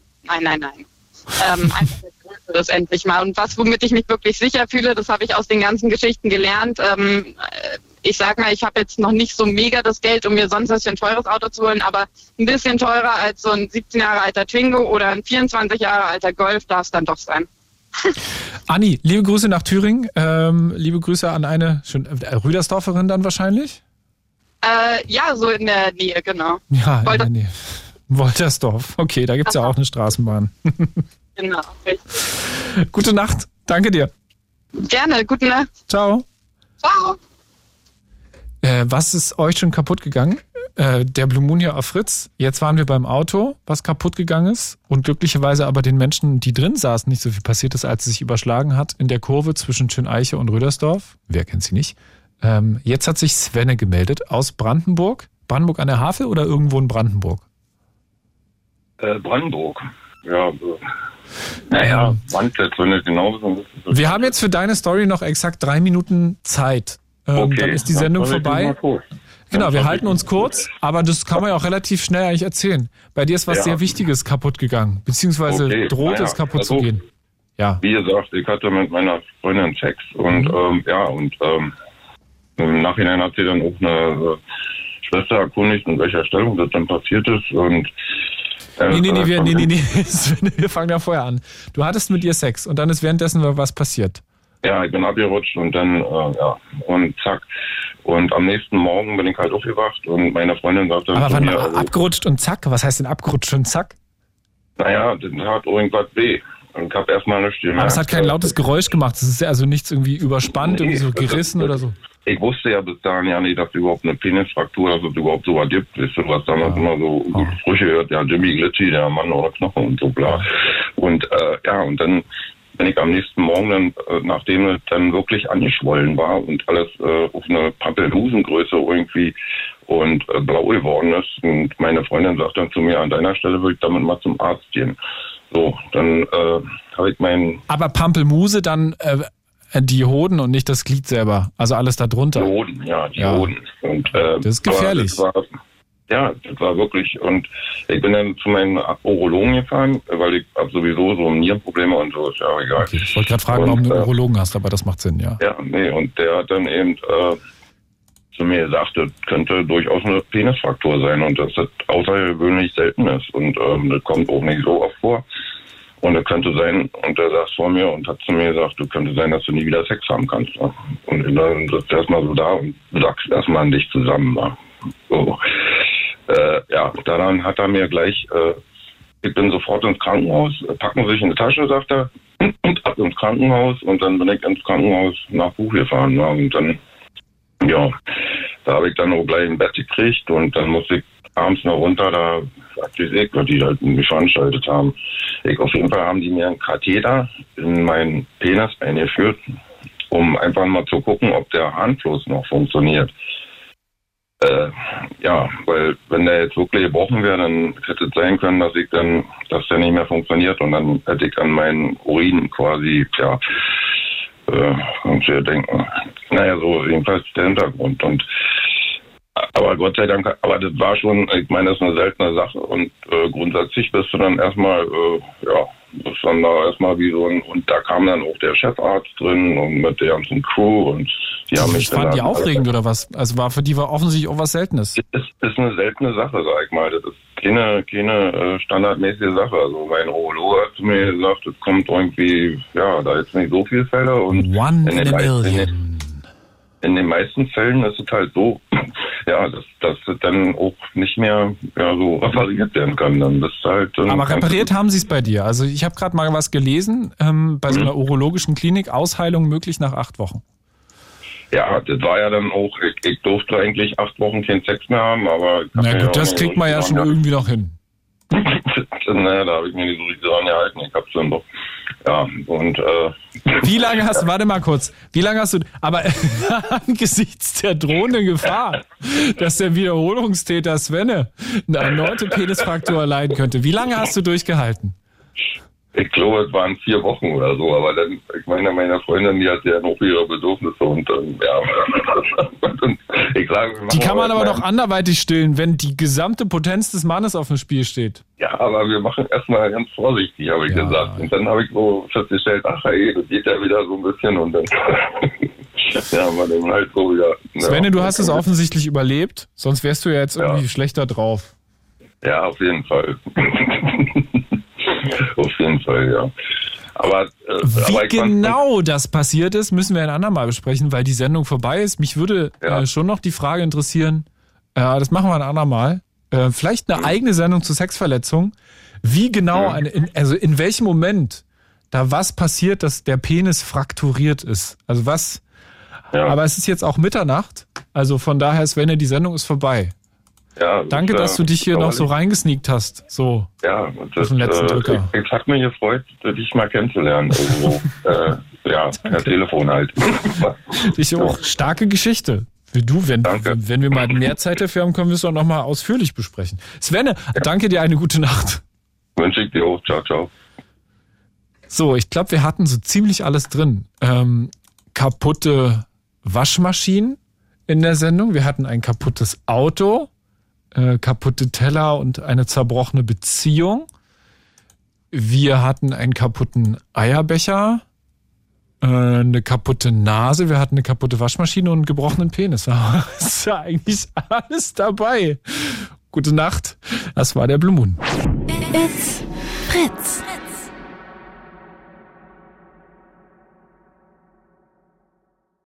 Einfach das endlich mal. Und womit ich mich wirklich sicher fühle, das habe ich aus den ganzen Geschichten gelernt. Ich sag mal, ich habe jetzt noch nicht so mega das Geld, um mir sonst ein teures Auto zu holen, aber ein bisschen teurer als so ein 17 Jahre alter Twingo oder ein 24 Jahre alter Golf darf es dann doch sein.
Anni, liebe Grüße nach Thüringen. Liebe Grüße an eine Rüdersdorferin dann wahrscheinlich?
Ja, so in der Nähe, genau.
Ja, in der Nähe. Woltersdorf. Okay, da gibt's ja auch eine Straßenbahn.
Genau. Richtig.
Gute Nacht. Danke dir.
Gerne. Gute Nacht.
Ciao.
Ciao.
Was ist euch schon kaputt gegangen? Der Blue Moon hier auf Fritz. Jetzt waren wir beim Auto, was kaputt gegangen ist. Und glücklicherweise aber den Menschen, die drin saßen, nicht so viel passiert ist, als es sich überschlagen hat in der Kurve zwischen Schöneiche und Rüdersdorf. Wer kennt sie nicht? Jetzt hat sich Svenne gemeldet aus Brandenburg. Brandenburg an der Havel oder irgendwo in Brandenburg?
Brandenburg. Ja, naja, Wandplätze, wenn das genau so.
Wir haben jetzt für deine Story noch exakt 3 Minuten Zeit.
Okay.
Dann ist die Sendung vorbei. Genau, wir halten uns kurz, aber das kann man ja auch relativ schnell eigentlich erzählen. Bei dir ist was sehr Wichtiges kaputt gegangen, beziehungsweise droht es kaputt zu gehen. Ja.
Wie gesagt, ich hatte mit meiner Freundin Sex und im Nachhinein hat sie dann auch eine Schwester erkundigt, in welcher Stellung das dann passiert ist und
Nee, wir fangen da vorher an. Du hattest mit ihr Sex und dann ist währenddessen was passiert.
Ja, ich bin abgerutscht und dann, und zack. Und am nächsten Morgen bin ich halt aufgewacht und meine Freundin sagte...
Aber wann abgerutscht und zack? Was heißt denn abgerutscht und zack?
Naja, das hat irgendwas weh. Und ich habe erstmal nichts gemerkt.
Aber es hat kein lautes Geräusch gemacht. Es ist ja also nichts irgendwie überspannt, irgendwie so gerissen oder so.
Ich wusste ja bis dahin ja nicht, dass es überhaupt eine Penisfraktur, dass es überhaupt sowas gibt. Weißt du, was damals immer so Sprüche hört, ja, Jimmy Glitchy, der Mann ohne Knochen und so bla. Und und dann bin ich am nächsten Morgen dann, nachdem es dann wirklich angeschwollen war und alles auf eine Pampelhusengröße irgendwie und blau geworden ist. Und meine Freundin sagt dann zu mir, an deiner Stelle würde ich damit mal zum Arzt gehen. So, dann habe ich
Aber Pampelmuse dann die Hoden und nicht das Glied selber, also alles da drunter.
Die Hoden, ja, die Hoden. Und,
das ist gefährlich.
Das war wirklich, und ich bin dann zu meinem Urologen gefahren, weil ich habe sowieso so Nierenprobleme und so, ist ja auch egal.
Okay, ich wollte gerade fragen, warum du einen Urologen hast, aber das macht Sinn, ja.
Ja, nee, und der hat dann eben zu mir gesagt, das könnte durchaus eine Penisfraktur sein und dass das außergewöhnlich selten ist und das kommt auch nicht so oft vor. Und es könnte sein, und der saß vor mir und hat zu mir gesagt, du könnte sein, dass du nie wieder Sex haben kannst. Ne? Und dann sitzt du erstmal so da und sagst erstmal an dich zusammen. Ne? So. Dann hat er mir gleich, ich bin sofort ins Krankenhaus, packen Sie sich in die Tasche, sagt er, und ab ins Krankenhaus. Und dann bin ich ins Krankenhaus nach Buch gefahren. Ne? Und dann, ja, da habe ich dann auch gleich ein Bett gekriegt und dann musste ich abends noch runter, da sagt die Segler, die halt mich veranstaltet haben. Auf jeden Fall haben die mir einen Katheter in meinen Penis eingeführt, um einfach mal zu gucken, ob der Harnfluss noch funktioniert. Weil wenn der jetzt wirklich gebrochen wäre, dann hätte es sein können, dass der nicht mehr funktioniert und dann hätte ich an meinen Urin quasi, kannst du ja denken. Naja, so jedenfalls der Hintergrund. Aber Gott sei Dank, aber das war schon, ich meine, das ist eine seltene Sache und grundsätzlich bist du dann erstmal, bist dann da erstmal wie so ein, und da kam dann auch der Chefarzt drin und mit der ganzen Crew und die haben mich dann...
Fanden die aufregend oder was? Also für die war offensichtlich auch was Seltenes.
Ist eine seltene Sache, sag ich mal. Das ist keine standardmäßige Sache. Also mein Urologe hat zu mir gesagt, es kommt irgendwie, da jetzt nicht so viele Fälle und
One in a million.
In den meisten Fällen ist es halt so, dass es dann auch nicht mehr so repariert werden kann. Dann bist du halt,
aber repariert haben sie es bei dir. Also ich habe gerade mal was gelesen, bei so einer urologischen Klinik, Ausheilung möglich nach 8 Wochen.
Ja, das war ja dann auch, ich durfte eigentlich 8 Wochen keinen Sex mehr haben, aber...
Na gut, das kriegt man ja schon irgendwie noch hin.
Naja, da habe ich mir nicht so richtig dran gehalten. Ich hab's dann doch. Ja, und
wie lange hast du, warte mal kurz, wie lange hast du, aber angesichts der drohenden Gefahr, dass der Wiederholungstäter Svenne eine erneute Penisfraktur erleiden könnte, wie lange hast du durchgehalten?
Ich glaube, es waren 4 Wochen oder so, aber dann, ich meine, meine Freundin, die hat ja noch ihre Bedürfnisse und ich sage...
Die kann man aber doch anderweitig stillen, wenn die gesamte Potenz des Mannes auf dem Spiel steht.
Ja, aber wir machen erstmal ganz vorsichtig, habe ich gesagt. Und dann habe ich so festgestellt, das geht ja wieder so ein bisschen und dann... war dann halt so wieder...
Svenne, du hast es offensichtlich überlebt, sonst wärst du ja jetzt irgendwie schlechter drauf.
Ja, auf jeden Fall. Auf jeden Fall, ja. Aber
wie genau das passiert ist, müssen wir ein andermal besprechen, weil die Sendung vorbei ist. Mich würde schon noch die Frage interessieren, das machen wir ein andermal, vielleicht eine eigene Sendung zu Sexverletzungen. Wie genau, in welchem Moment da was passiert, dass der Penis frakturiert ist? Also was, aber es ist jetzt auch Mitternacht, also von daher, Svenne, die Sendung ist vorbei.
Ja,
danke, dass du dich hier noch so reingesneakt hast. So.
Ja,
auf den letzten Drücker.
Ich hat mich gefreut, dich mal kennenzulernen. Also, per Telefon halt.
Ich auch. Starke Geschichte. Wie du, wenn wir mal mehr Zeit dafür haben, können wir es auch nochmal ausführlich besprechen. Svenne, danke dir, eine gute Nacht.
Wünsche ich dir auch. Ciao, ciao.
So, ich glaube, wir hatten so ziemlich alles drin. Kaputte Waschmaschinen in der Sendung. Wir hatten ein kaputtes Auto. Kaputte Teller und eine zerbrochene Beziehung. Wir hatten einen kaputten Eierbecher, eine kaputte Nase, wir hatten eine kaputte Waschmaschine und einen gebrochenen Penis. Ist ja eigentlich alles dabei. Gute Nacht, das war der Blue Moon.
It's Fritz.